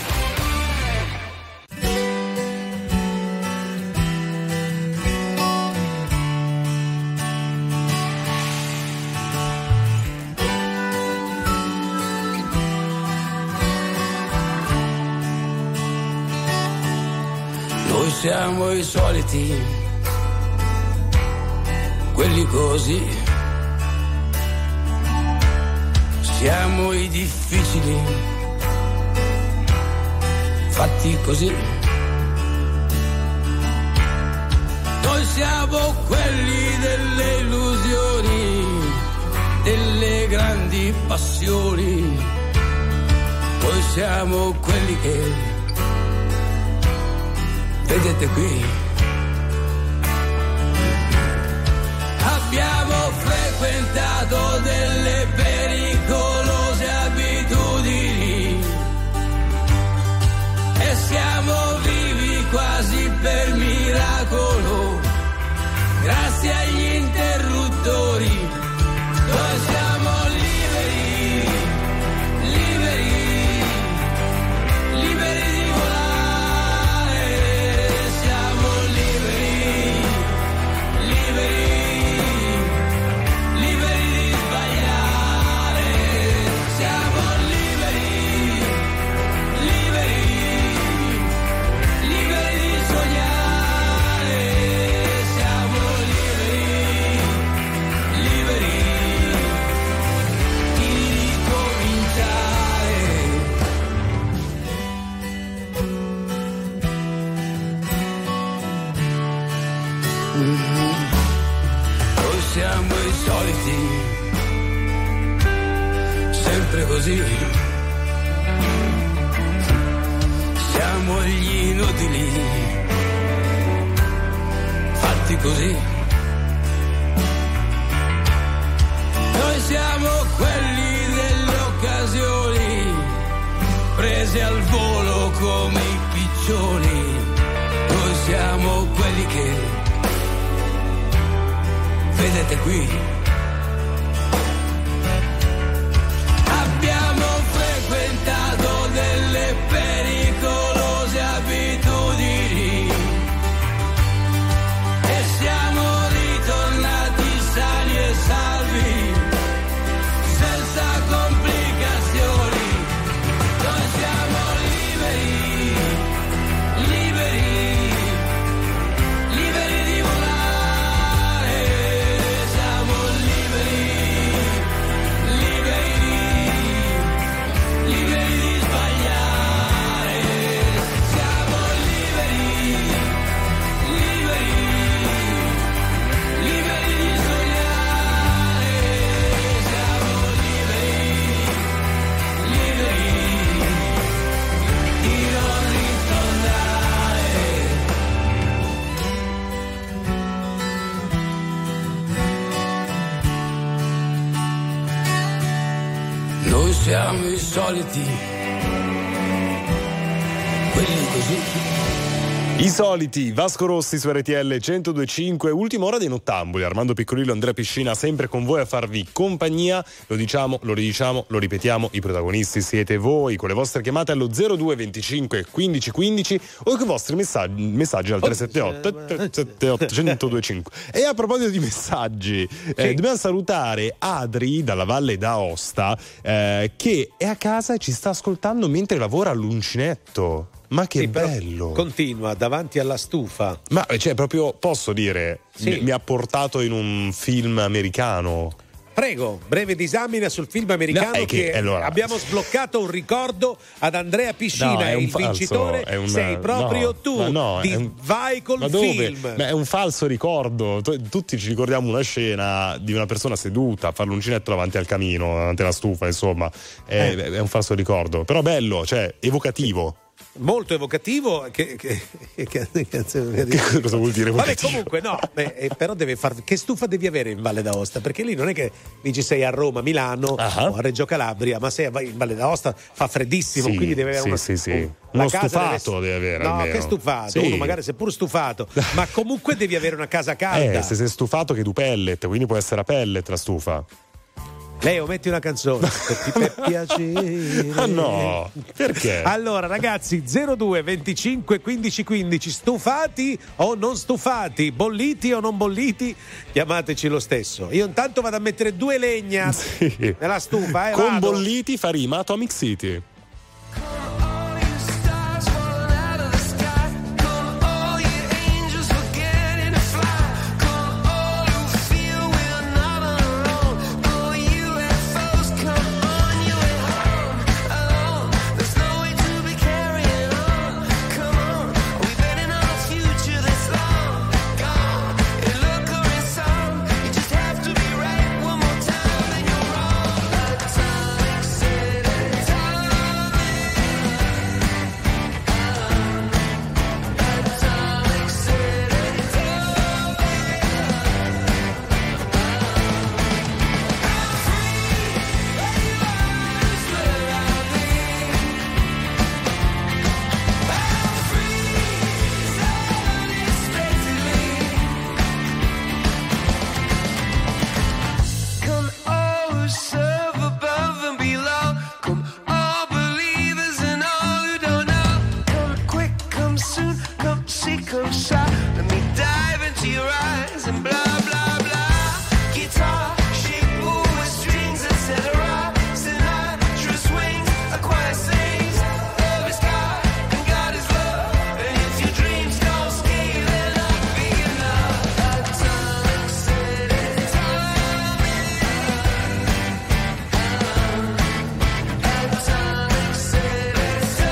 Noi siamo i soliti, quelli così. Siamo i difficili, fatti così. Noi siamo quelli delle illusioni, delle grandi passioni. Noi siamo quelli che vedete qui. Abbiamo frequentato delle pericolose abitudini e siamo vivi quasi per miracolo, grazie agli interruttori. Noi siamo liberi, liberi, liberi di volare. Siamo liberi, liberi, liberi di sbagliare. Siamo liberi, liberi, liberi di sognare. Siamo liberi, liberi di ricominciare. Noi siamo i soliti, sempre così. Siamo gli inutili, fatti così. Noi siamo quelli delle occasioni, prese al volo come i piccioni. Noi siamo quelli che vedete qui. Abbiamo frequentato delle pericolose abitudini e siamo ritornati sani e salvi, senza complicazioni. Noi siamo liberi, liberi, liberi di volare. Siamo liberi, liberi, liberi di sbagliare. Siamo liberi, liberi, liberi di sognare. Siamo liberi, liberi di non ritornare. Noi siamo i soliti, quelli così. I soliti, Vasco Rossi su RTL 102.5, ultima ora dei Nottambuli. Armando Piccolillo, Andrea Piscina, sempre con voi a farvi compagnia. Lo diciamo, lo ridiciamo, lo ripetiamo, i protagonisti siete voi, con le vostre chiamate allo 02 25 15 15 o con i vostri messaggi al 378 1025. E a proposito di messaggi, dobbiamo salutare Adri dalla Valle d'Aosta, che è a casa e ci sta ascoltando mentre lavora all'uncinetto. Ma che bello! Continua davanti alla stufa. Ma cioè, proprio posso dire, mi ha portato in un film americano. Prego, breve disamina sul film americano, no, che allora, abbiamo sbloccato un ricordo ad Andrea Piscina, no, è un il falso, vincitore sei proprio tu. Vai col film. Ma è un falso ricordo. Tutti ci ricordiamo una scena di una persona seduta a fare l'uncinetto davanti al camino, davanti alla stufa, insomma. È un falso ricordo, però bello, cioè evocativo. Molto evocativo. Cosa vuol dire? Vabbè, comunque no, però deve che stufa devi avere in Valle d'Aosta, perché lì non è che dici sei a Roma, Milano o a Reggio Calabria, ma sei in Valle d'Aosta, fa freddissimo, quindi deve avere uno stufato deve avere. No, almeno. Che stufato, uno magari seppur stufato, ma comunque devi avere una casa calda. Se sei stufato che tu pellet, quindi può essere a pellet la stufa. Leo, metti una canzone per piacere. Ah no, perché? Allora ragazzi, 02 25 15 15, stufati o non stufati, bolliti o non bolliti, chiamateci lo stesso. Io intanto vado a mettere 2 legna nella stufa. Con bolliti fa rima Atomic City. Feel come shot. Let me dive into your eyes and blah, blah, blah. Guitar, chic, boo with strings, etc. Sinatra swings, a choir sings. Love is God and God is love. And if your dreams don't scale, they're not big enough. Atomic City, Atomic City,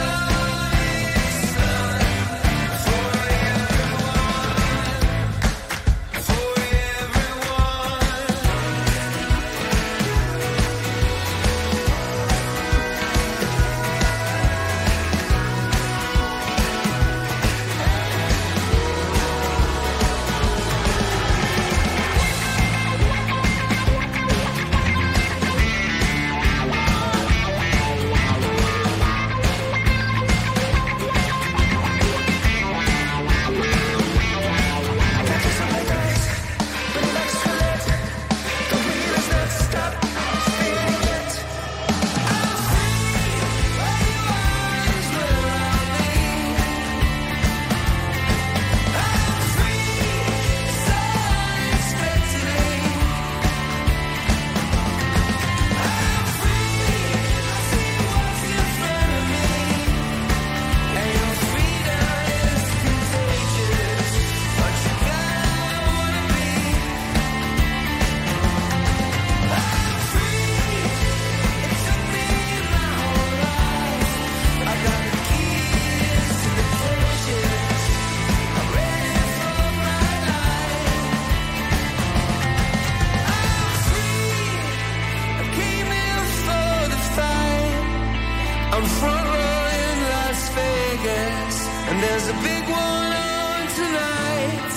I'm front row in Las Vegas, and there's a big one on tonight.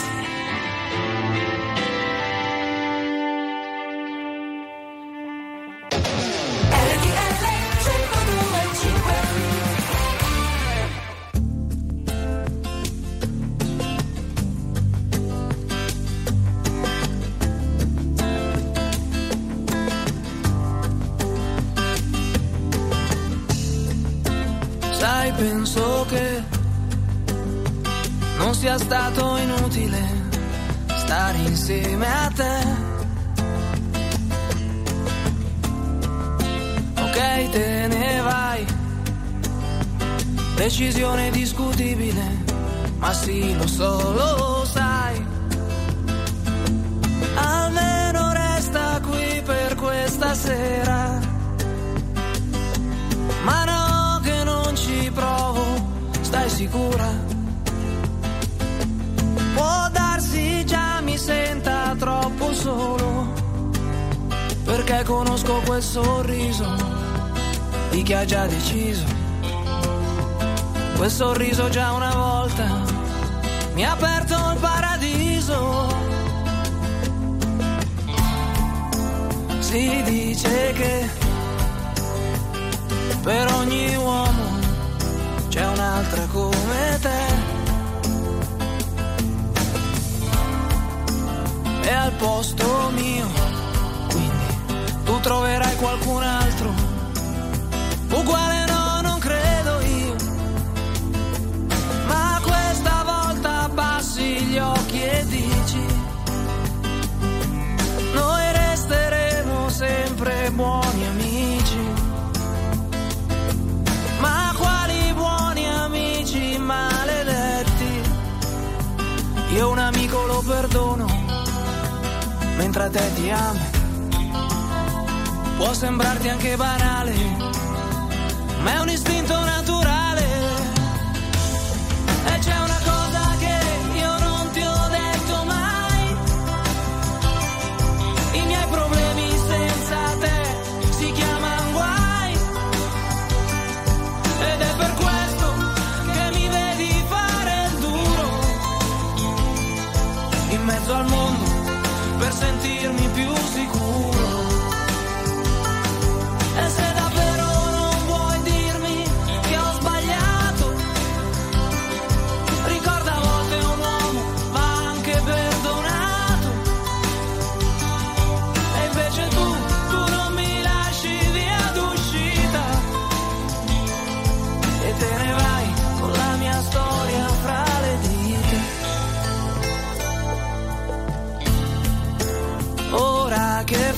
Sai, penso che non sia stato inutile stare insieme a te. Ok, te ne vai, decisione discutibile, ma sì, lo so, lo sai. Almeno resta qui per questa sera, ma no, ci provo, stai sicura? Può darsi già mi senta troppo solo, perché conosco quel sorriso di chi ha già deciso. Quel sorriso già una volta mi ha aperto il paradiso. Si dice che per ogni uomo c'è un'altra come te, e al posto mio, quindi tu troverai qualcun altro uguale, no, non credo io. Ma questa volta abbassi gli occhi e dici: noi resteremo sempre buoni amici. Ma quali buoni amici maledetti? Io un amico lo perdono, mentre a te ti amo. Può sembrarti anche banale, ma è un istinto naturale. E c'è una cosa che io non ti ho detto mai: i miei problemi senza te si chiamano guai. Ed è per questo che mi vedi fare il duro in mezzo al mondo, per sentirmi più sicuro. E se davvero non vuoi dirmi che ho sbagliato,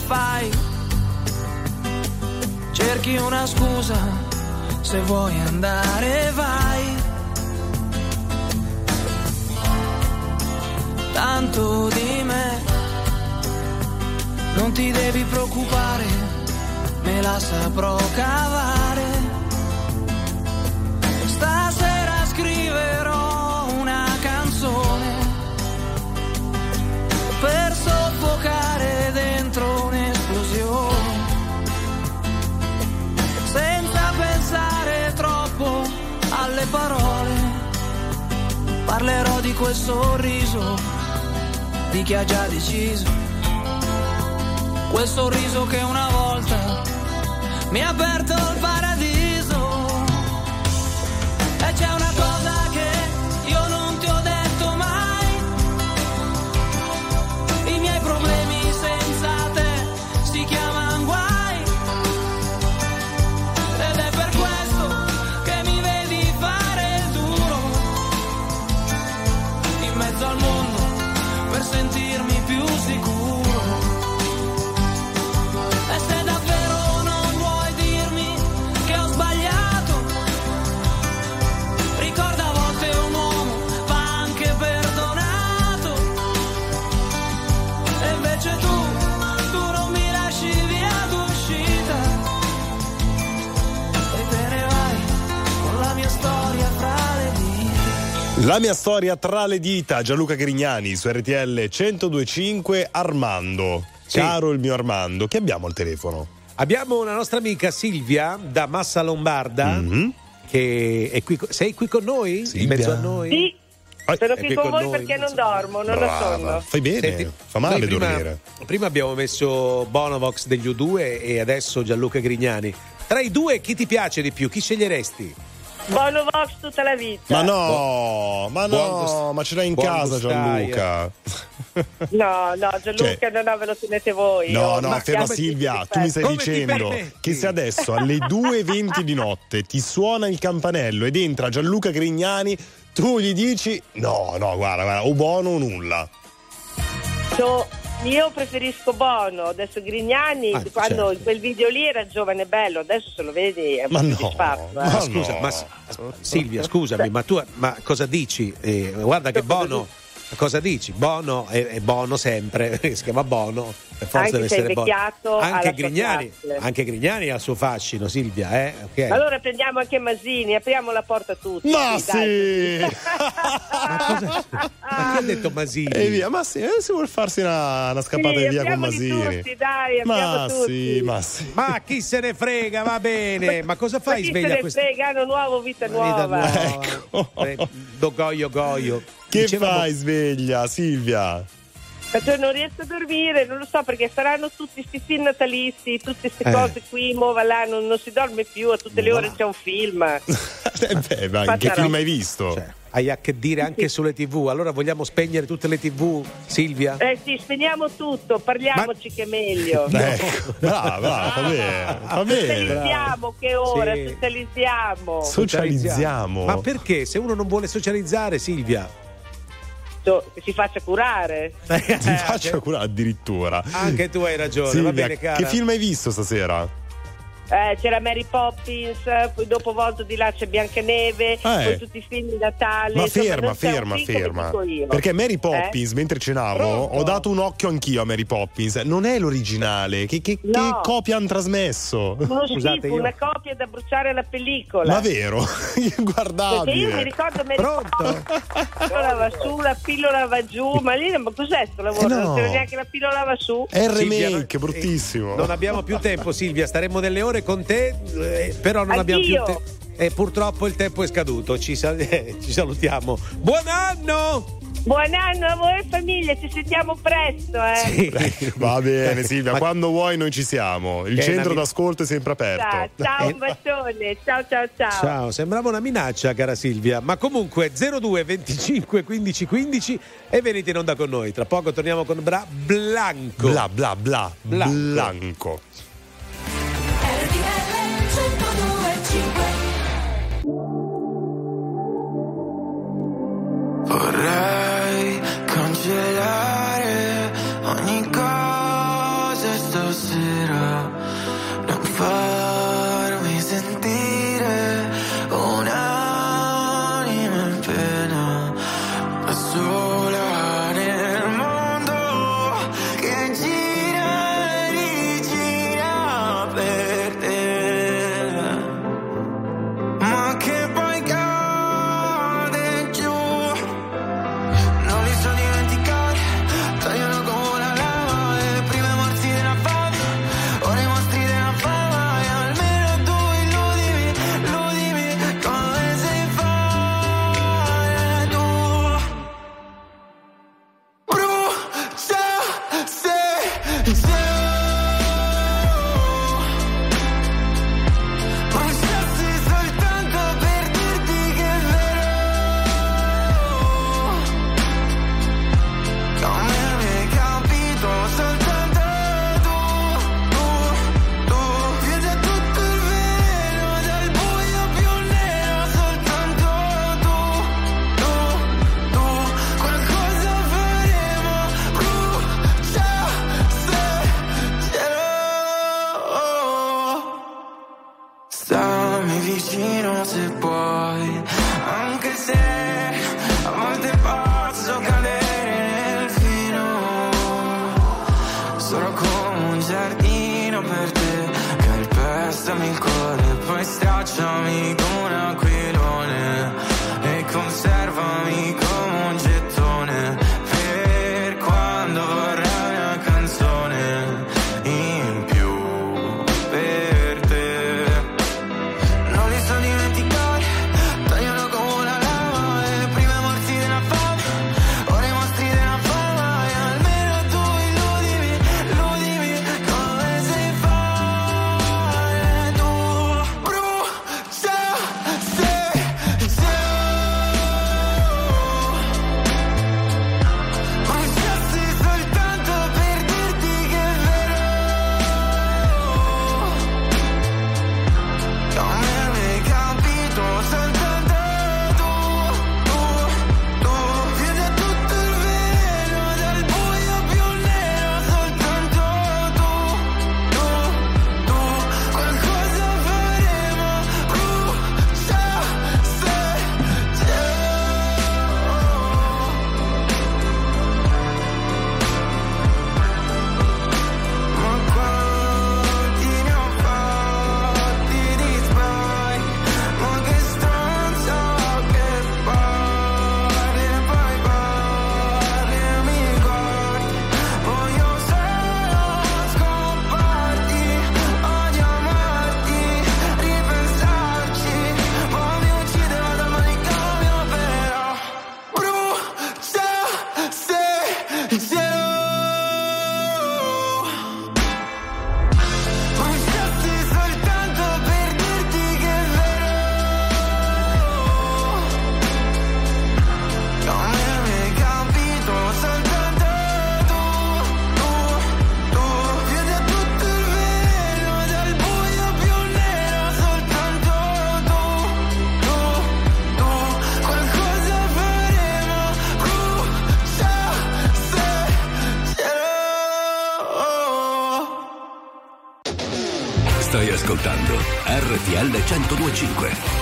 fai. Cerchi una scusa, se vuoi andare vai. Tanto di me non ti devi preoccupare, me la saprò cavare. Stasera scriverò una canzone per soffocare dentro un'esplosione, senza pensare troppo alle parole. Parlerò di quel sorriso, di chi ha già deciso, quel sorriso che una volta mi ha aperto il paradiso. E c'è una cosa che io non ti ho detto mai, i miei problemi senza te si chiamano guai, ed è per questo che mi vedi fare il duro in mezzo al mondo per sentirmi più sicuro. E se davvero non vuoi dirmi che ho sbagliato, ricorda, a volte un uomo va anche perdonato. E invece tu non mi lasci via d'uscita e te ne vai con la mia storia fra le dita. La mia storia tra le dita, Gianluca Grignani su RTL 102.5. Armando, sì. Caro il mio Armando, che abbiamo al telefono? Abbiamo una nostra amica Silvia da Massa Lombarda, che è qui. Sei qui con noi? Silvia. In mezzo a noi? Sì, sono È qui con voi noi, perché non dormo, non lo sonno. Fai bene, Senti, fa male noi dormire. Prima abbiamo messo Bonovox degli U2 e adesso Gianluca Grignani. Tra i due chi ti piace di più? Chi sceglieresti? Bonovox tutta la vita. Ma no, ma ce l'hai in buon casa gustaia. Gianluca. No, Gianluca, no, ve lo tenete voi. No, Ma ferma siamo Silvia, tutti tu mi stai Come ti dicendo permetti? che se adesso alle 2:20 di notte ti suona il campanello ed entra Gianluca Grignani, tu gli dici no, guarda, o buono o nulla. Io preferisco Bono, adesso Grignani, quando in quel video lì era giovane e bello, adesso se lo vedi è un po' disfatto. Silvia, scusami, ma cosa dici? Guarda che Bono, cosa dici? Bono è Bono sempre, si chiama Bono, per forza Anche deve se è essere Bono. invecchiato, ha la sua classe. Anche Grignani ha il suo fascino, Silvia, ok. Allora prendiamo anche Masini, apriamo la porta a tutti. Ma sì! Dai. Ma chi ha detto Masini? E via, ma sì, se vuol farsi una scappata Sì, via con apriamoli Masini. tutti, dai, apriamo tutti. Ma sì. Ma chi se ne frega, va bene. Ma cosa fai chi sveglia se ne questa frega, anno nuovo, vita nuova. Ecco. Do goio. Che Dicevamo- fai sveglia, Silvia? Perché non riesco a dormire, non lo so, perché saranno tutti sti film natalizi, tutte queste cose qui, va là, non si dorme più, a tutte le ore c'è un film. Ma che film hai visto? Hai a che dire anche sulle TV. Allora vogliamo spegnere tutte le TV, Silvia? Sì, spegniamo tutto, parliamoci che è meglio. Ecco, brava, va bene. Socializziamo, che ora, Sì. Socializziamo. Ma perché? Se uno non vuole socializzare, Silvia? Che si faccia curare. Ti faccio curare addirittura. Anche tu hai ragione, Silvia, va bene, cara. che film hai visto stasera? C'era Mary Poppins, poi dopo volto di là c'è Biancaneve, poi tutti i film di Natale. Ma insomma, non c'è un film ferma. come dico io. Perché Mary Poppins, mentre cenavo, Pronto? ho dato un occhio anch'io a Mary Poppins. Non è l'originale. Che copia hanno trasmesso? Uno schifo, una copia da bruciare alla pellicola. Ma vero? Guardabile. Perché io mi ricordo Mary Poppins, la pillola va su, la pillola va giù, ma lì ma cos'è sto lavoro? no. Non c'era neanche la pillola va su. È il Silvia, remake, bruttissimo. Non abbiamo più tempo, Silvia. Staremmo delle ore con te, però non abbiamo più tempo. E purtroppo il tempo è scaduto. Ci salutiamo. Buon anno! Buon anno a voi famiglia, ci sentiamo presto. Va bene, Silvia, quando vuoi noi ci siamo. Il centro d'ascolto è sempre aperto. Ciao, un bacione. Ciao. Ciao, sembrava una minaccia, cara Silvia. Ma comunque 02 25 15 15 e venite in onda con noi. Tra poco torniamo con Blanco. Blanco. Vorrei cancellare ogni cosa spaccami il cuore, poi stracciami come un aquilone e conservami come un gettone per quando vorrai una canzone in più per te. Non li so dimenticare, tagliano come una lama e prima morti della fame, ora i mostri della fama, e almeno tu illudimi come si fa. Tu brucia se bruciassi soltanto per dirti che è vero, come avevi capito soltanto tu chiudi a tutto il velo dal buio più nero, soltanto tu qualcosa faremo, brucia se ma quanti ne ho fatti di sbagli, ma che stronza che parli e poi parli e mi guardi, voglio solo scomparti, odio amarti, ripensarci, poi mi uccide, vado al manicomio però, brucia se bruciassi soltanto per dirti che è vero, come avevi capito soltanto tu chiudi a tutto il velo dal buio più nero, soltanto tu qualcosa faremo, brucia se Stai ascoltando RTL 102.5.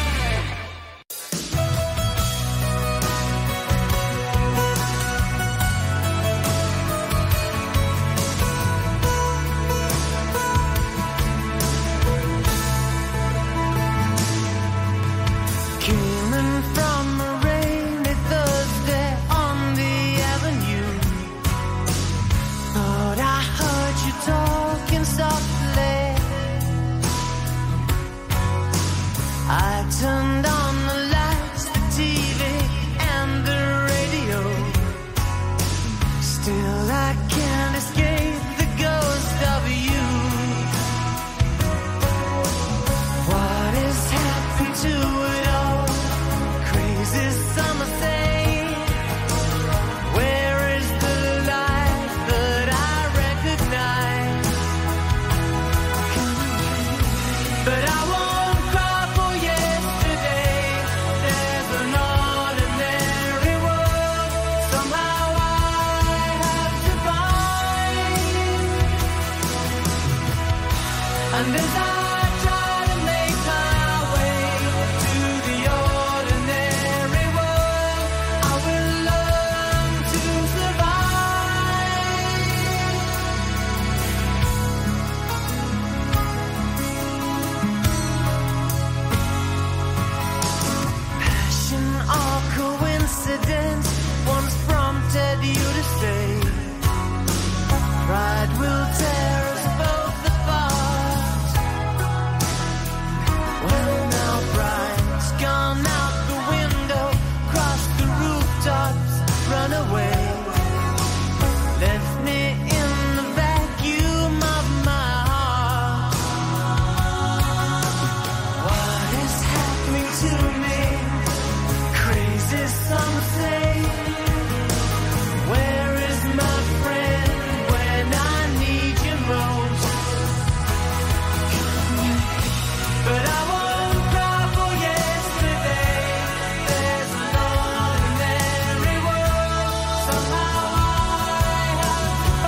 Came in from a rainy Thursday on the avenue. Thought I heard you talking softly. I turned on the lights, the TV, and the radio. Still I can't escape the ghost of you. What is happening to it all? Crazy summer thing. Where is the life that I recognize? But I won't cry for yesterday. There's an ordinary world. Somehow I have to find. And as I try to make my way to the ordinary world, I will learn to survive. Passion or coincidence once prompted you to say, pride will tear us both apart. Well, now pride's gone out the window, crossed the rooftops, run away, left me in the vacuum of my heart. What is happening to me? Crazy something. Where is my friend when I need you most? But I won't cry for yesterday. There's an ordinary world. Somehow I have to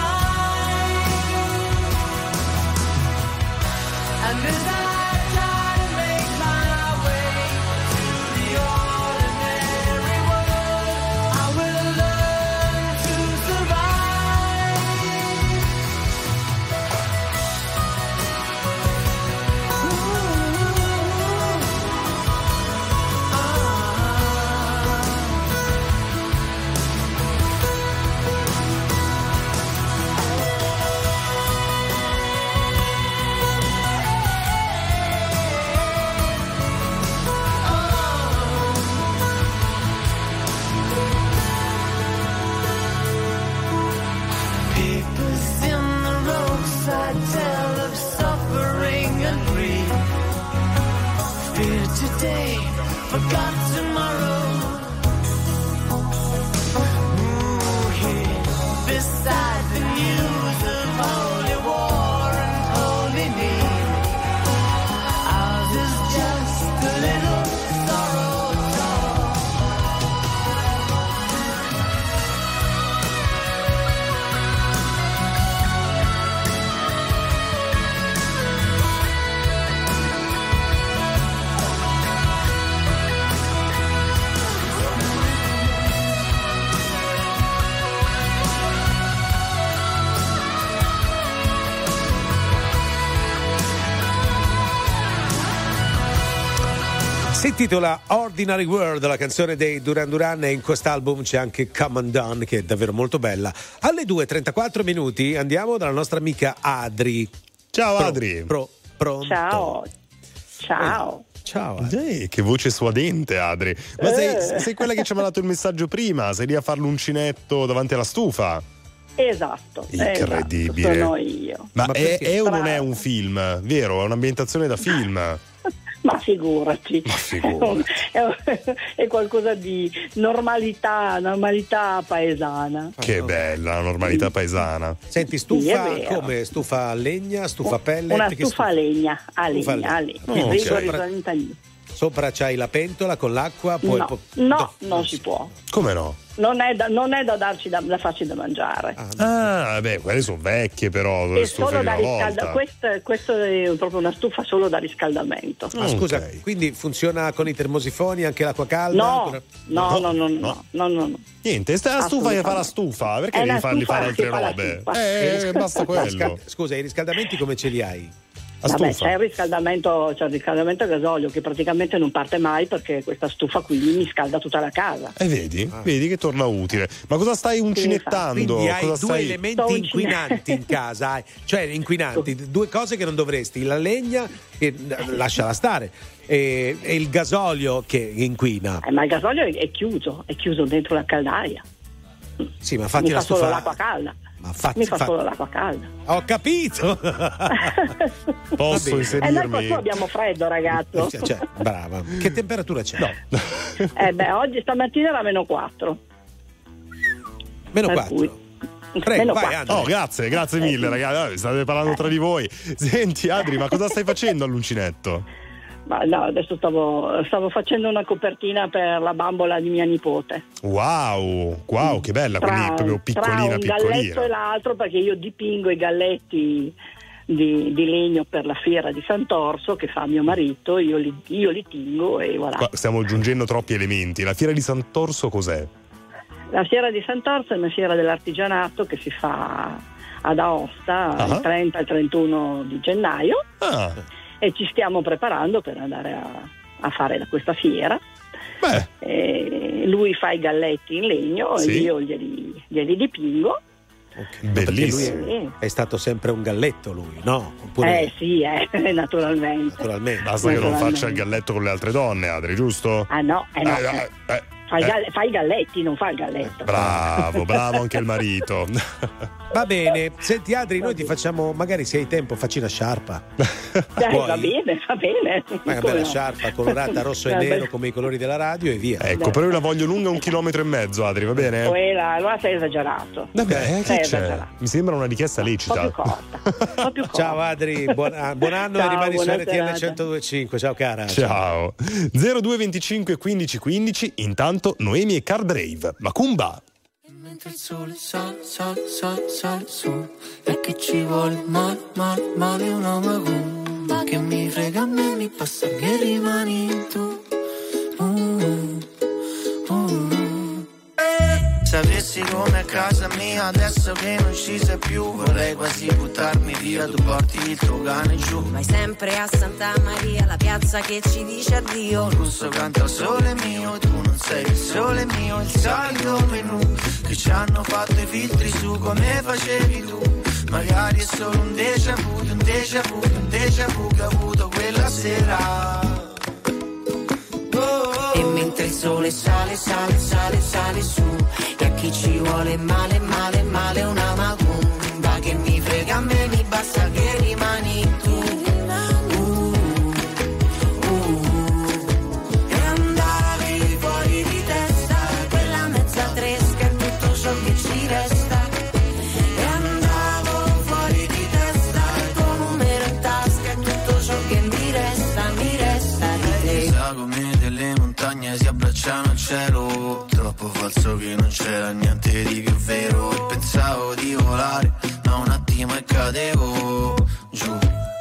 today, forgot tomorrow. Ooh, here, beside the news of holy war and holy need, ours is just a little sorrow song. Si intitola Ordinary World, la canzone dei Duran Duran, e in quest'album c'è anche Come Undone, che è davvero molto bella. Alle 2:34 minuti andiamo dalla nostra amica Adri. Ciao Adri. Pronto? Ciao. Ciao. Ciao. Che voce suadente, Adri. Ma sei quella che ci ha mandato il messaggio prima? Sei lì a fare l'uncinetto davanti alla stufa? Esatto. Incredibile. Sono io. Ma è o non è un film? Vero? È un'ambientazione da film? Ma figurati. È qualcosa di normalità paesana. Che bella la normalità paesana. Senti, stufa come? Stufa a legna, stufa a pellet? Una stufa a legna, a legna. Sopra c'hai la pentola con l'acqua, poi no, non si può. Come no? Non è da darci da farci da mangiare. Beh, quelle sono vecchie però. È solo da riscaldamento. Questo è proprio una stufa solo da riscaldamento. Scusa, quindi funziona con i termosifoni anche l'acqua calda? No. Niente, sta la stufa che fa la stufa, perché devi fargli fare altre robe? Basta quello. Scusa, i riscaldamenti come ce li hai? Vabbè, c'è il riscaldamento a gasolio che praticamente non parte mai, perché questa stufa qui mi scalda tutta la casa. E vedi che torna utile. Ma cosa stai uncinettando? Quindi hai due elementi inquinanti in casa, cioè inquinanti, due cose che non dovresti: la legna, che lasciala stare, e il gasolio che inquina. Ma il gasolio è chiuso dentro la caldaia. Sì, ma fatti la stufa. Solo l'acqua calda. Mi fa solo l'acqua calda. Ho capito. Posso inserirmi? Noi qua abbiamo freddo, ragazzo. Brava. Che temperatura c'è? Oggi stamattina era -4. -4. Prego, vai, Adri. Grazie mille, ragazzi. State parlando tra di voi. Senti, Adri, ma cosa stai facendo all'uncinetto? Ma no, adesso stavo facendo una copertina per la bambola di mia nipote. Wow, che bella, quindi proprio piccolina. Tra un galletto e l'altro, perché io dipingo i galletti di legno per la fiera di Sant'Orso che fa mio marito, io li tingo e voilà. Qua stiamo aggiungendo troppi elementi. La fiera di Sant'Orso cos'è? La fiera di Sant'Orso è una fiera dell'artigianato che si fa ad Aosta il 30 e il 31 di gennaio. E ci stiamo preparando per andare a fare questa fiera. Lui fa i galletti in legno e io glieli dipingo. Bellissimo. Lui è stato sempre un galletto lui, no? Oppure... naturalmente. Basta che non faccia il galletto con le altre donne, Adri, giusto? No. Fa i galletti, non fa il galletto. Bravo anche il marito. Va bene, senti Adri, noi ti facciamo, magari se hai tempo, facci la sciarpa. Va bene. Una bella sciarpa colorata rosso e nero come i colori della radio e via. Ecco, però io la voglio lunga 1,5 km, Adri, va bene? Allora sei esagerato. Vabbè, che c'è? Mi sembra una richiesta lecita. Un po' più corta. Ciao Adri, buon anno. Ciao, e rimani su RTL 102.5. Ciao cara. Ciao. 0225 15 15. Intanto Noemi e Card Rave, Macumba. Mentre il sole sale su, e che ci vuole male una macumba, che mi frega a me, mi passa che rimani tu. Sapessi come a casa mia adesso che non ci sei più, vorrei quasi buttarmi via, tu porti il tuo cane giù. Vai sempre a Santa Maria, la piazza che ci dice addio. Il russo canta il sole mio, tu non sei il sole mio, il solito menù che ci hanno fatto i filtri su come facevi tu. Magari è solo un déjà vu che ho avuto quella sera. E mentre il sole sale su, e a chi ci vuole male una macumba, che mi frega a me, mi basta che rimani tu. falso che non c'era niente di più vero. E pensavo di volare, ma un attimo e cadevo giù.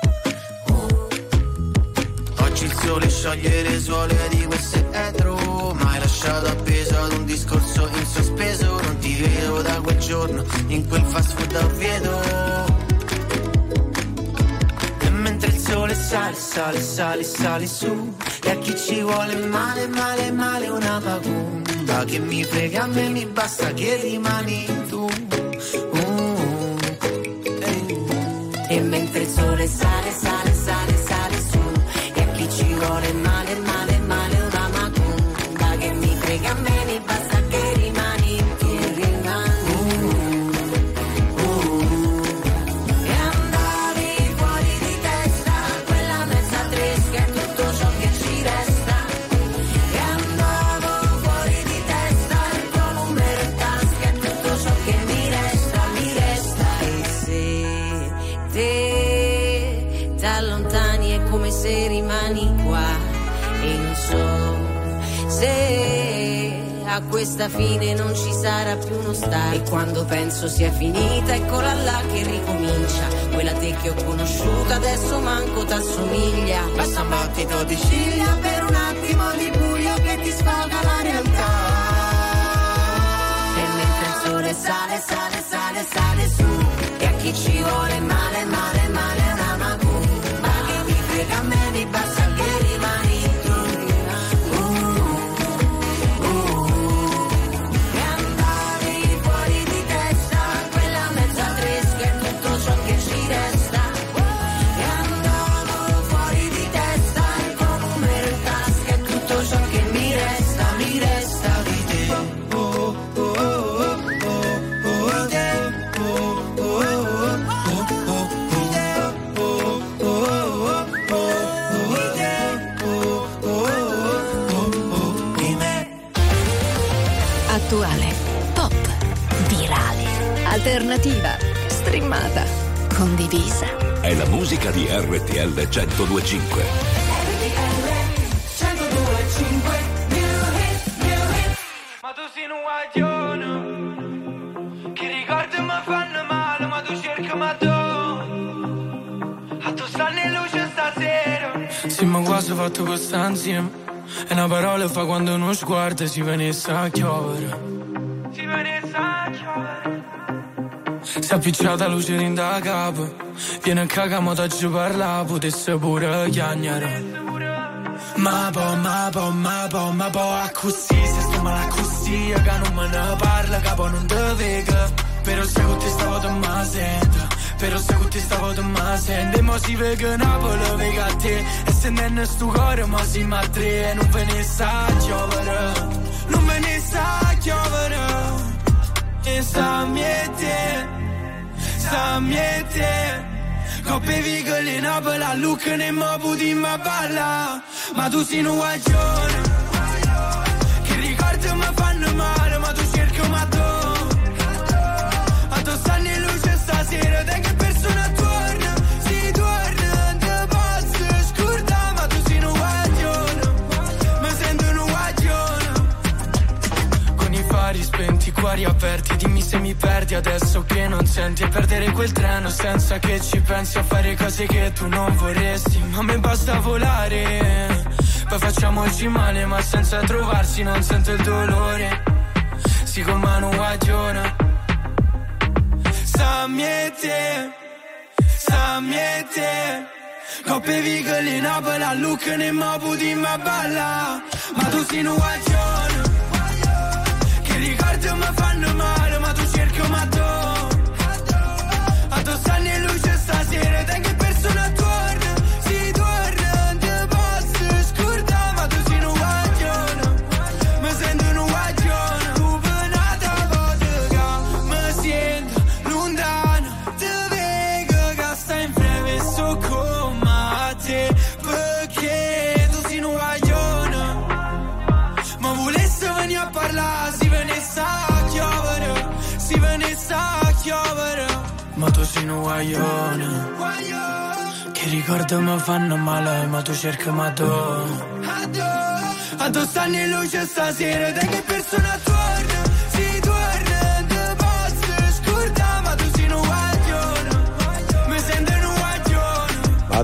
Oggi il sole scioglie le suole di queste etro, ma hai lasciato appeso ad un discorso in sospeso. Non ti vedo da quel giorno in quel fast food a Oviedo. E mentre il sole sale, sale, sale, sale su, e a chi ci vuole male, male, male una pagumba, che mi frega a me, mi basta che rimani tu. E mentre il sole sale, sale, sale, sale su, e a chi ci vuole male, male, male una macumba, che mi frega a me, mi basta che rimani tu, E andavi fuori di testa, quella mezza tresca è tutto ciò che ci resta. E andavo fuori di testa, il tuo numero in tasca è tutto ciò che mi resta, mi resta. E se te t'allontani è come se rimani qua, e non so se a questa fine non ci sarà più uno stare. E quando penso sia finita, eccola là che ricomincia, quella te che ho conosciuto adesso manco t'assomiglia. Basta un battito di ciglia per un attimo di buio che ti sfoga la realtà. E mentre il sole sale, sale, sale, sale su, e a chi ci vuole male, male, male una macumba, che mi frega a me, mi basta che rimani tu. E andavi fuori di testa, quella mezza tresca è tutto ciò che ci resta. E andavo fuori di testa, il tuo numero in tasca è tutto ciò che mi resta di te. Attuale, pop, virale, alternativa, streamata, condivisa. È la musica di RTL 102.5. Ma tu sei un guaglione, che ricordi mi fanno male, ma tu cerchi ma tu, a tu stanno in luce stasera. Sì, ma quasi fatto questa insieme, e una parola fa quando uno sguardo si venisse a chiovere. Si venisse a chiovere. Si è appicciata luce in da capo, viene a cagamo da giù parla, potesse pure chiagnare. Ma po' a così, se sto male così, che non me ne parla, capo non te vega. Però se con te stavo te ma sento, però se con te stavo te ma sento. E mo si vega Napoli, vega a te, e se non è sto cuore, ma si ma tre. Non ve ne sa chiovere, non ve ne sa chiovere. E sa miete, coppe vigole Napoli, a Lucca ne mo puti ma balla. Ma tu sei un guaglione, che ricordi mi fanno male, ma tu cerchi ma tu, a tu stanno in luce stasera, te che persona torna, si torna, te posso scordare, ma tu sei un guaglione, mi sento un guaglione. Con i fari spenti, cuori aperti, dimmi se mi perdi adesso che non senti, e perdere quel treno senza che ci pensi a fare cose che tu non vorresti. Ma a me basta volare, poi facciamoci male, ma senza trovarsi non sento il dolore. Si con mano guaglione, sa miete, coppe vigole Napoli, a Lucca ne mo puti ma balla. Ma tu sei un guaglione, che ricordi mi fanno male, ma tu cerchi ma tu, a tu stanno in luce stasera, te che persona torna, si torna, te posso scordare, ma tu sei un guaglione, mi sento un guaglione. Tu penata vodka, mi sento lontano, te vedo che stai in breve, so come te, perché tu sei un guaglione. Ma volesse venire a parlare, si venisse a chiovere, si venisse a chiovere. Ma tu sei un guaglione, che ricordi mi fanno male, ma tu cerchi ma tu, a tu stanno in luce stasera, te che persona torna,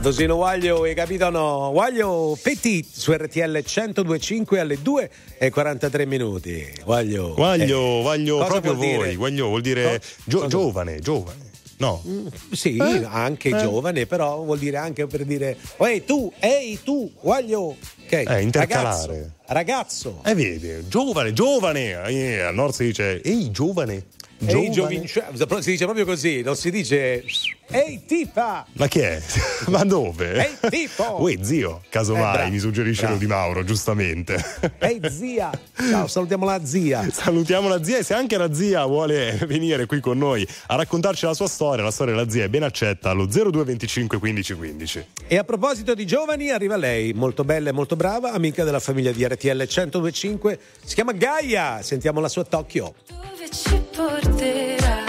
Tosino Waglio, hai capito no? Waglio Petit su RTL 102.5 alle 2:43 minuti. Waglio proprio voi. Dire? Waglio vuol dire giovane. No. Sì, anche giovane, però vuol dire anche per dire ehi tu, Waglio. Okay. Intercalare. Ragazzo. Vedi, giovane. Al nord si dice ehi giovane. Ehi si dice proprio così, non si dice ehi tipa. Ma chi è? Ma dove? Ehi tipo. Uè zio, casomai mi suggerisce lo Di Mauro, giustamente. Ehi zia. Ciao, salutiamo la zia. E se anche la zia vuole venire qui con noi a raccontarci la sua storia, la storia della zia è ben accetta allo 0225 15 15. E a proposito di giovani, arriva lei, molto bella e molto brava, amica della famiglia di RTL 102.5, si chiama Gaia, sentiamo la sua Tokyo. Dove ci porterà?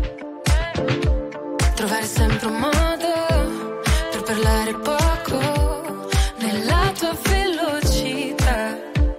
Trovare sempre un modo per parlare poco nella tua velocità.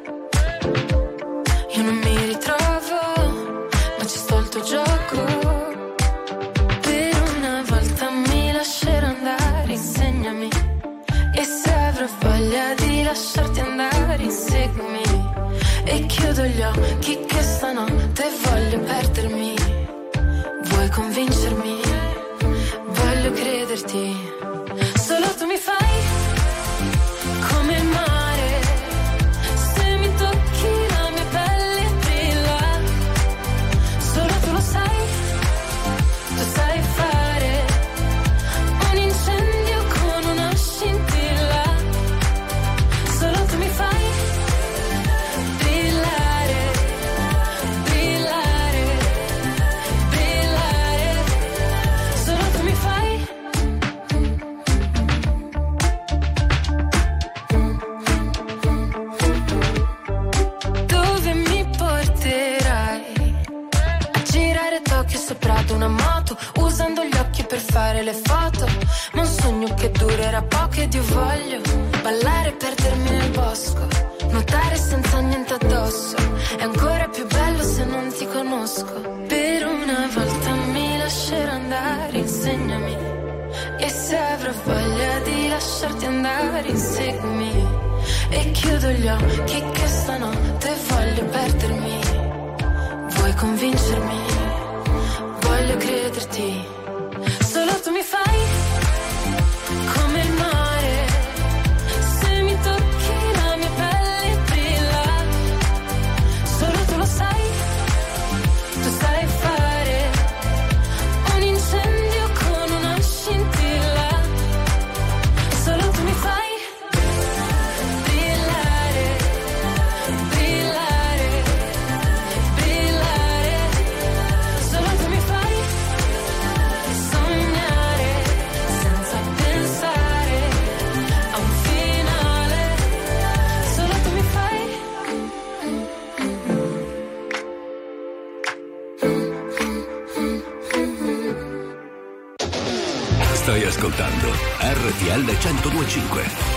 Io non mi ritrovo, ma ci sto il tuo gioco. Per una volta mi lascerò andare, insegnami. E se avrò voglia di lasciarti andare, inseguimi. E chiudo gli occhi che stanotte voglio perdermi. Vuoi convincermi? Voglio crederti. Solo tu mi fai come il mare. Se mi tocchi la mia pelle brilla. Solo tu lo sai. Tu sai fare un incendio con una scintilla. Solo tu mi fai sopra ad una moto, usando gli occhi per fare le foto. Ma un sogno che durerà poco ed io voglio ballare e perdermi nel bosco, nuotare senza niente addosso. È ancora più bello se non ti conosco. Per una volta mi lascerò andare, insegnami. E se avrò voglia di lasciarti andare, inseguimi. E chiudo gli occhi che stanotte voglio perdermi. Vuoi convincermi? Voglio crederti. Solo tu mi fai come il mare. Se mi tocchi la mia pelle brilla. Solo tu lo sai. Tu sai fare un incendio con una scintilla. Solo tu mi fai Stai ascoltando RTL 102.5.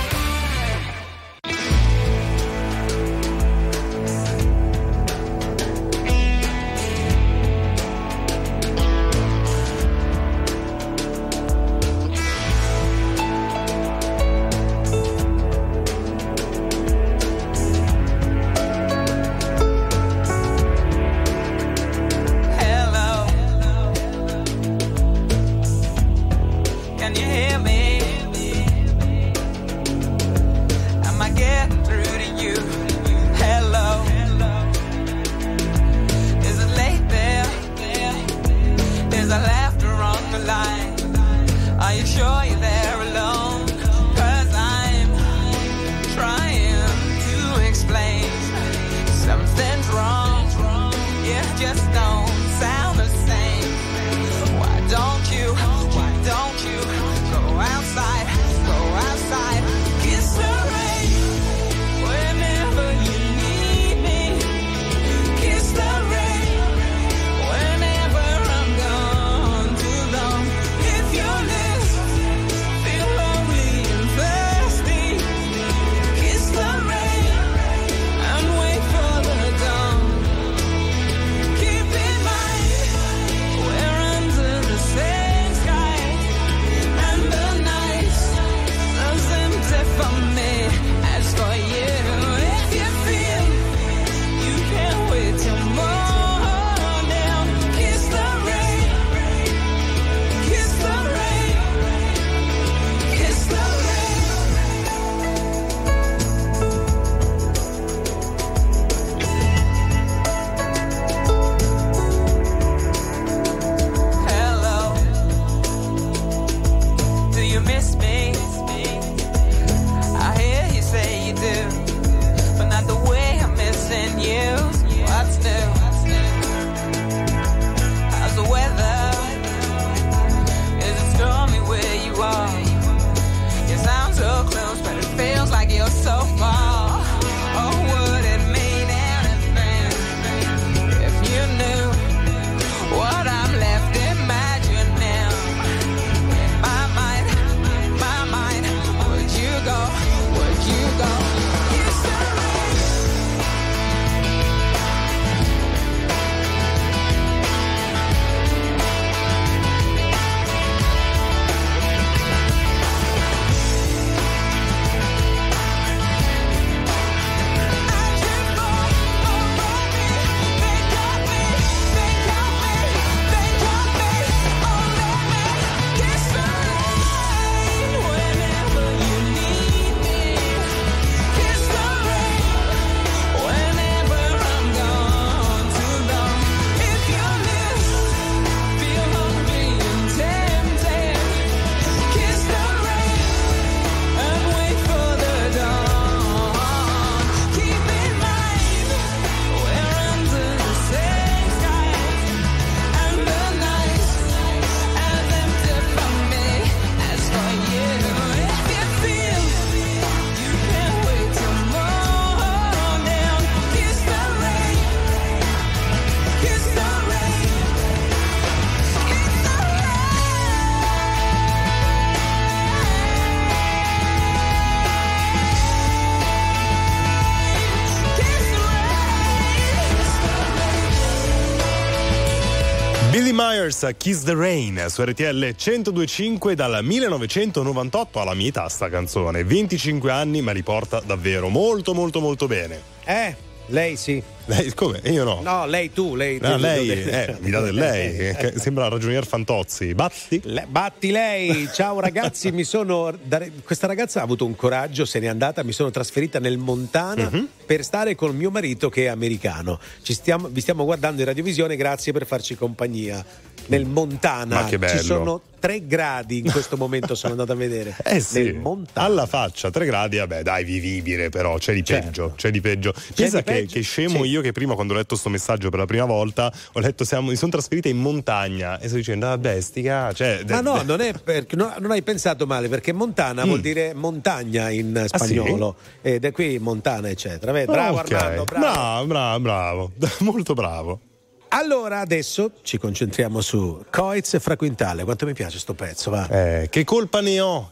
Billy Myers, Kiss the Rain, su RTL 102.5 dal 1998, alla mia età sta canzone, 25 anni, ma li porta davvero molto molto molto bene. Lei sì. Lei come? Io no. No, lei tu. Lei mi dà del lei. Sembra ragionier Fantozzi. Batti lei. Ciao ragazzi, questa ragazza ha avuto un coraggio, se n'è andata, mi sono trasferita nel Montana per stare con mio marito che è americano. Vi stiamo guardando in radiovisione, grazie per farci compagnia. Nel Montana. Ma che bello. Ci sono 3 gradi in questo momento, sono andato a vedere. Sì, nel Montana. alla faccia, 3 gradi, vabbè, dai, vivibile, però c'è di peggio, c'è di peggio. Pensa che scemo io che prima, quando ho letto sto messaggio per la prima volta, ho letto mi sono trasferita in montagna e sto dicendo vabbè, ma no, non è perché non hai pensato male, perché Montana vuol dire montagna in spagnolo, ed è qui Montana eccetera. Bravo Armando, bravo, molto bravo. Allora adesso ci concentriamo su Coez e Fra Quintale. Quanto mi piace sto pezzo, va? Che colpa ne ho?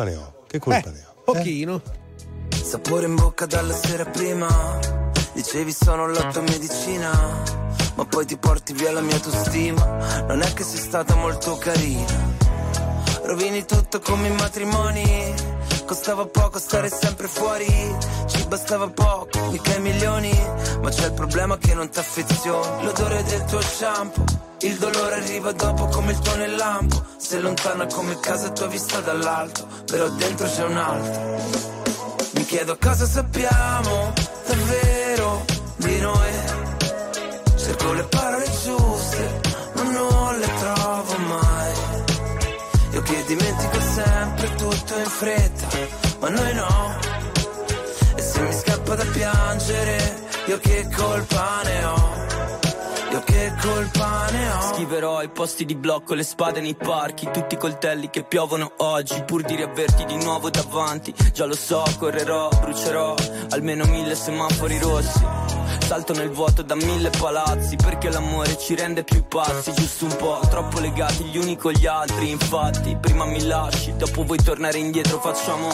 Pochino. Sapore in bocca dalla sera prima. Dicevi sono la tua medicina, ma poi ti porti via la mia autostima. Non è che sei stata molto carina. Rovini tutto come i matrimoni. Costava poco stare sempre fuori. Ci bastava poco, mica i milioni. Ma c'è il problema che non t'affezioni. L'odore del tuo shampoo, il dolore arriva dopo come il tuo nel lampo. Sei lontana come casa tua vista dall'alto, però dentro c'è un altro. Mi chiedo cosa sappiamo davvero di noi. Cerco le parole giuste, ma non le trovo mai. Io che dimentico sempre tutto in fretta, ma noi no. E se mi scappa da piangere, io che colpa ne ho? Io che colpa ne ho? Scriverò ai posti di blocco, le spade nei parchi, tutti i coltelli che piovono oggi, pur di riaverti di nuovo davanti. Già lo so, correrò, brucerò almeno 1000 semafori rossi. Salto nel vuoto da 1000 palazzi, perché l'amore ci rende più pazzi. Giusto un po', troppo legati gli uni con gli altri. Infatti, prima mi lasci, dopo vuoi tornare indietro, facciamo.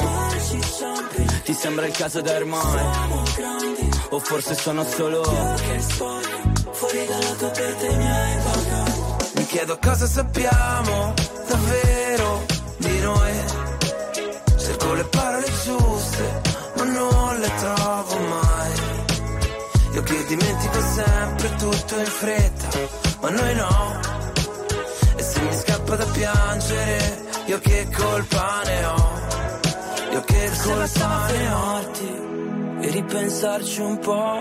Ti sembra il caso da ormai? O forse sono solo fuori dalla tua porta i miei bagagli. Mi chiedo cosa sappiamo davvero di noi. Cerco le parole giuste, ma non le trovo mai. Io che dimentico sempre tutto in fretta, ma noi no. E se mi scappa da piangere, io che colpa ne ho? Io che colpa ne ho? E ripensarci un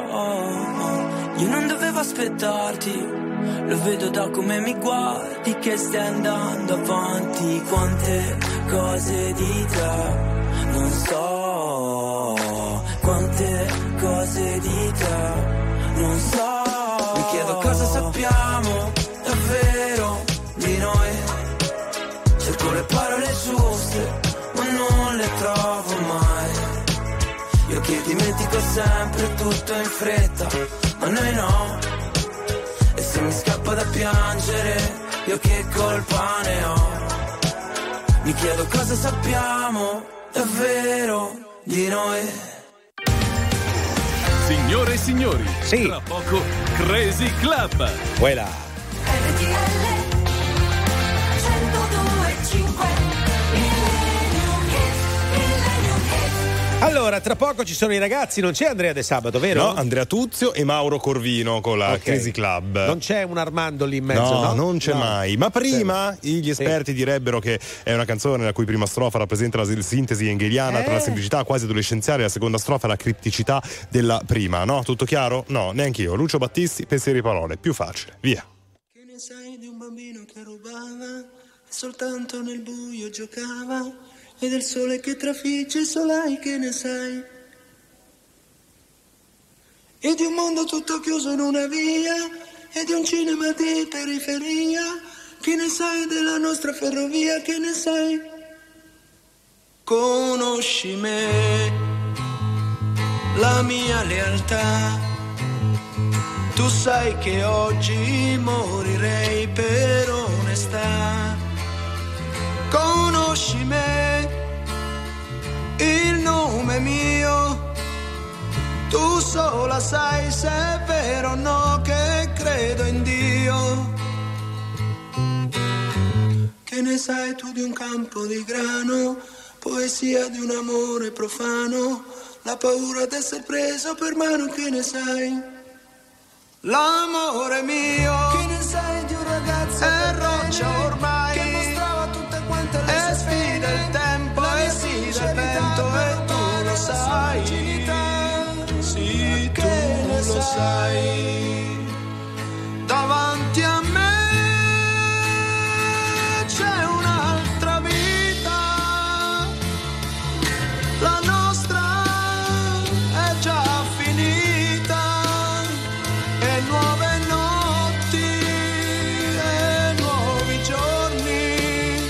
po'. Io non dovevo aspettarti, lo vedo da come mi guardi che stai andando avanti. Quante cose di te non so, quante cose di te non so. Mi chiedo cosa sappiamo davvero di noi. Cerco le parole giuste, ma non le trovo mai. Io che dimentico sempre tutto in fretta, ma noi no. E se mi scappa da piangere, io che colpa ne ho? Mi chiedo cosa sappiamo davvero di noi. Signore e signori, sì, tra poco Crazy Club. Voilà. Allora, tra poco ci sono i ragazzi, non c'è Andrea De Sabato, vero? No, Andrea Tuzio e Mauro Corvino con la Crazy Club. Non c'è un Armando lì in mezzo, no? No, non c'è mai. Ma prima gli esperti direbbero che è una canzone la cui prima strofa rappresenta la sintesi hegeliana tra la semplicità quasi adolescenziale e la seconda strofa la cripticità della prima. No? Tutto chiaro? No, neanche io. Lucio Battisti, pensieri e parole. Più facile. Via. Che ne sai di un bambino che rubava e soltanto nel buio giocava? E del sole che trafigge solai, che ne sai? E di un mondo tutto chiuso in una via, e di un cinema di periferia. Che ne sai della nostra ferrovia, che ne sai? Conosci me, la mia lealtà. Tu sai che oggi morirei per onestà. Conosci me, il nome mio, tu sola sai se è vero o no che credo in Dio. sai tu di un campo di grano, poesia di un amore profano, la paura d'essere preso per mano, che ne sai? L'amore mio, che ne sai di un ragazzo è roccia ormai, che mostrava tutte quante le sfide, il tempo e sfida il vento, e tu lo sai, sì, tu lo sai. Davanti a me c'è un'altra vita, la nostra è già finita, e nuove notti e nuovi giorni.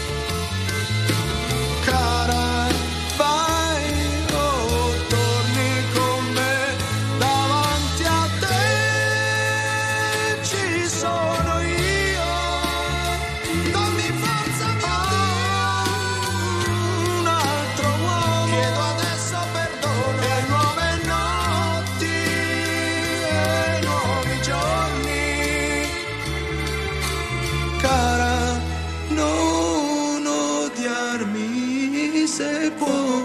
Cara, vai o torni con me, davanti a te ci sono io, dammi forza un altro uomo, chiedo adesso perdono, e nuove notti e nuovi giorni. Cara, non odiarmi se puoi.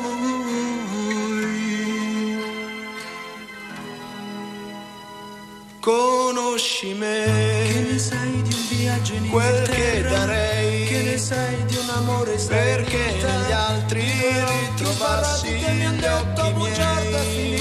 Conosci me, che ne sai di un viaggio in quel che darei, che ne sai di un amore perché negli altri ritrovassi gli occhi miei.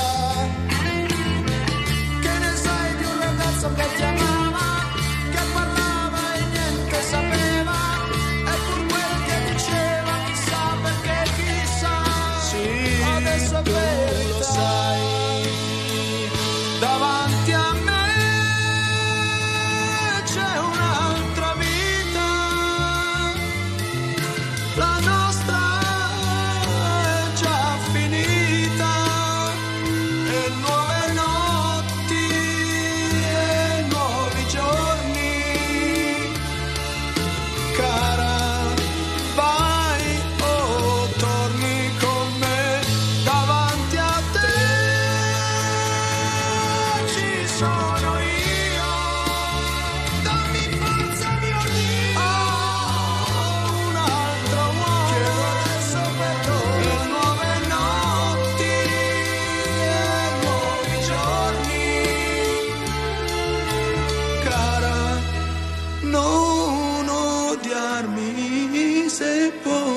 Che ne sai di un ragazzo che ti amava, che parlava e niente sapeva, e pur quel che diceva chissà perché chissà, sì, adesso è verità. Lo sai. Davanti a me c'è un'altra vita, la nostra è già finita, e nuove notti e nuovi giorni. Cara, vai o torni con me, davanti a te ci sono io, dammi forza mio Dio, un altro uomo, chiedo adesso perdono, e nuove notti e nuovi giorni. Cara, non odiarmi se puoi.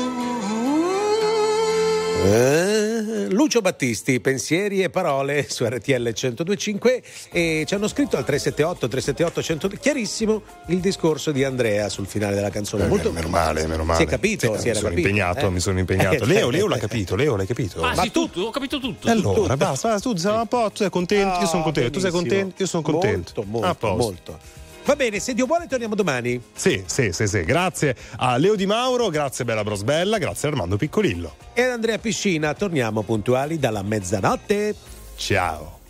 Lucio Battisti, pensieri e parole su RTL 102.5, e ci hanno scritto al 378 100, chiarissimo il discorso di Andrea sul finale della canzone. Molto meno male. Si è capito, Sì, si era capito. mi sono impegnato. Leo l'ha capito, l'hai capito? Ah, sì, tutto, ho capito tutto. Allora, basta, tu sei un po', tu sei contento, io sono contento, tu sei contento, io sono contento. Molto. Va bene, se Dio vuole torniamo domani. Sì. Grazie a Leo Di Mauro, grazie Bella Brosbella, grazie a Armando Piccolillo. E ad Andrea Piscina, torniamo puntuali dalla mezzanotte. Ciao.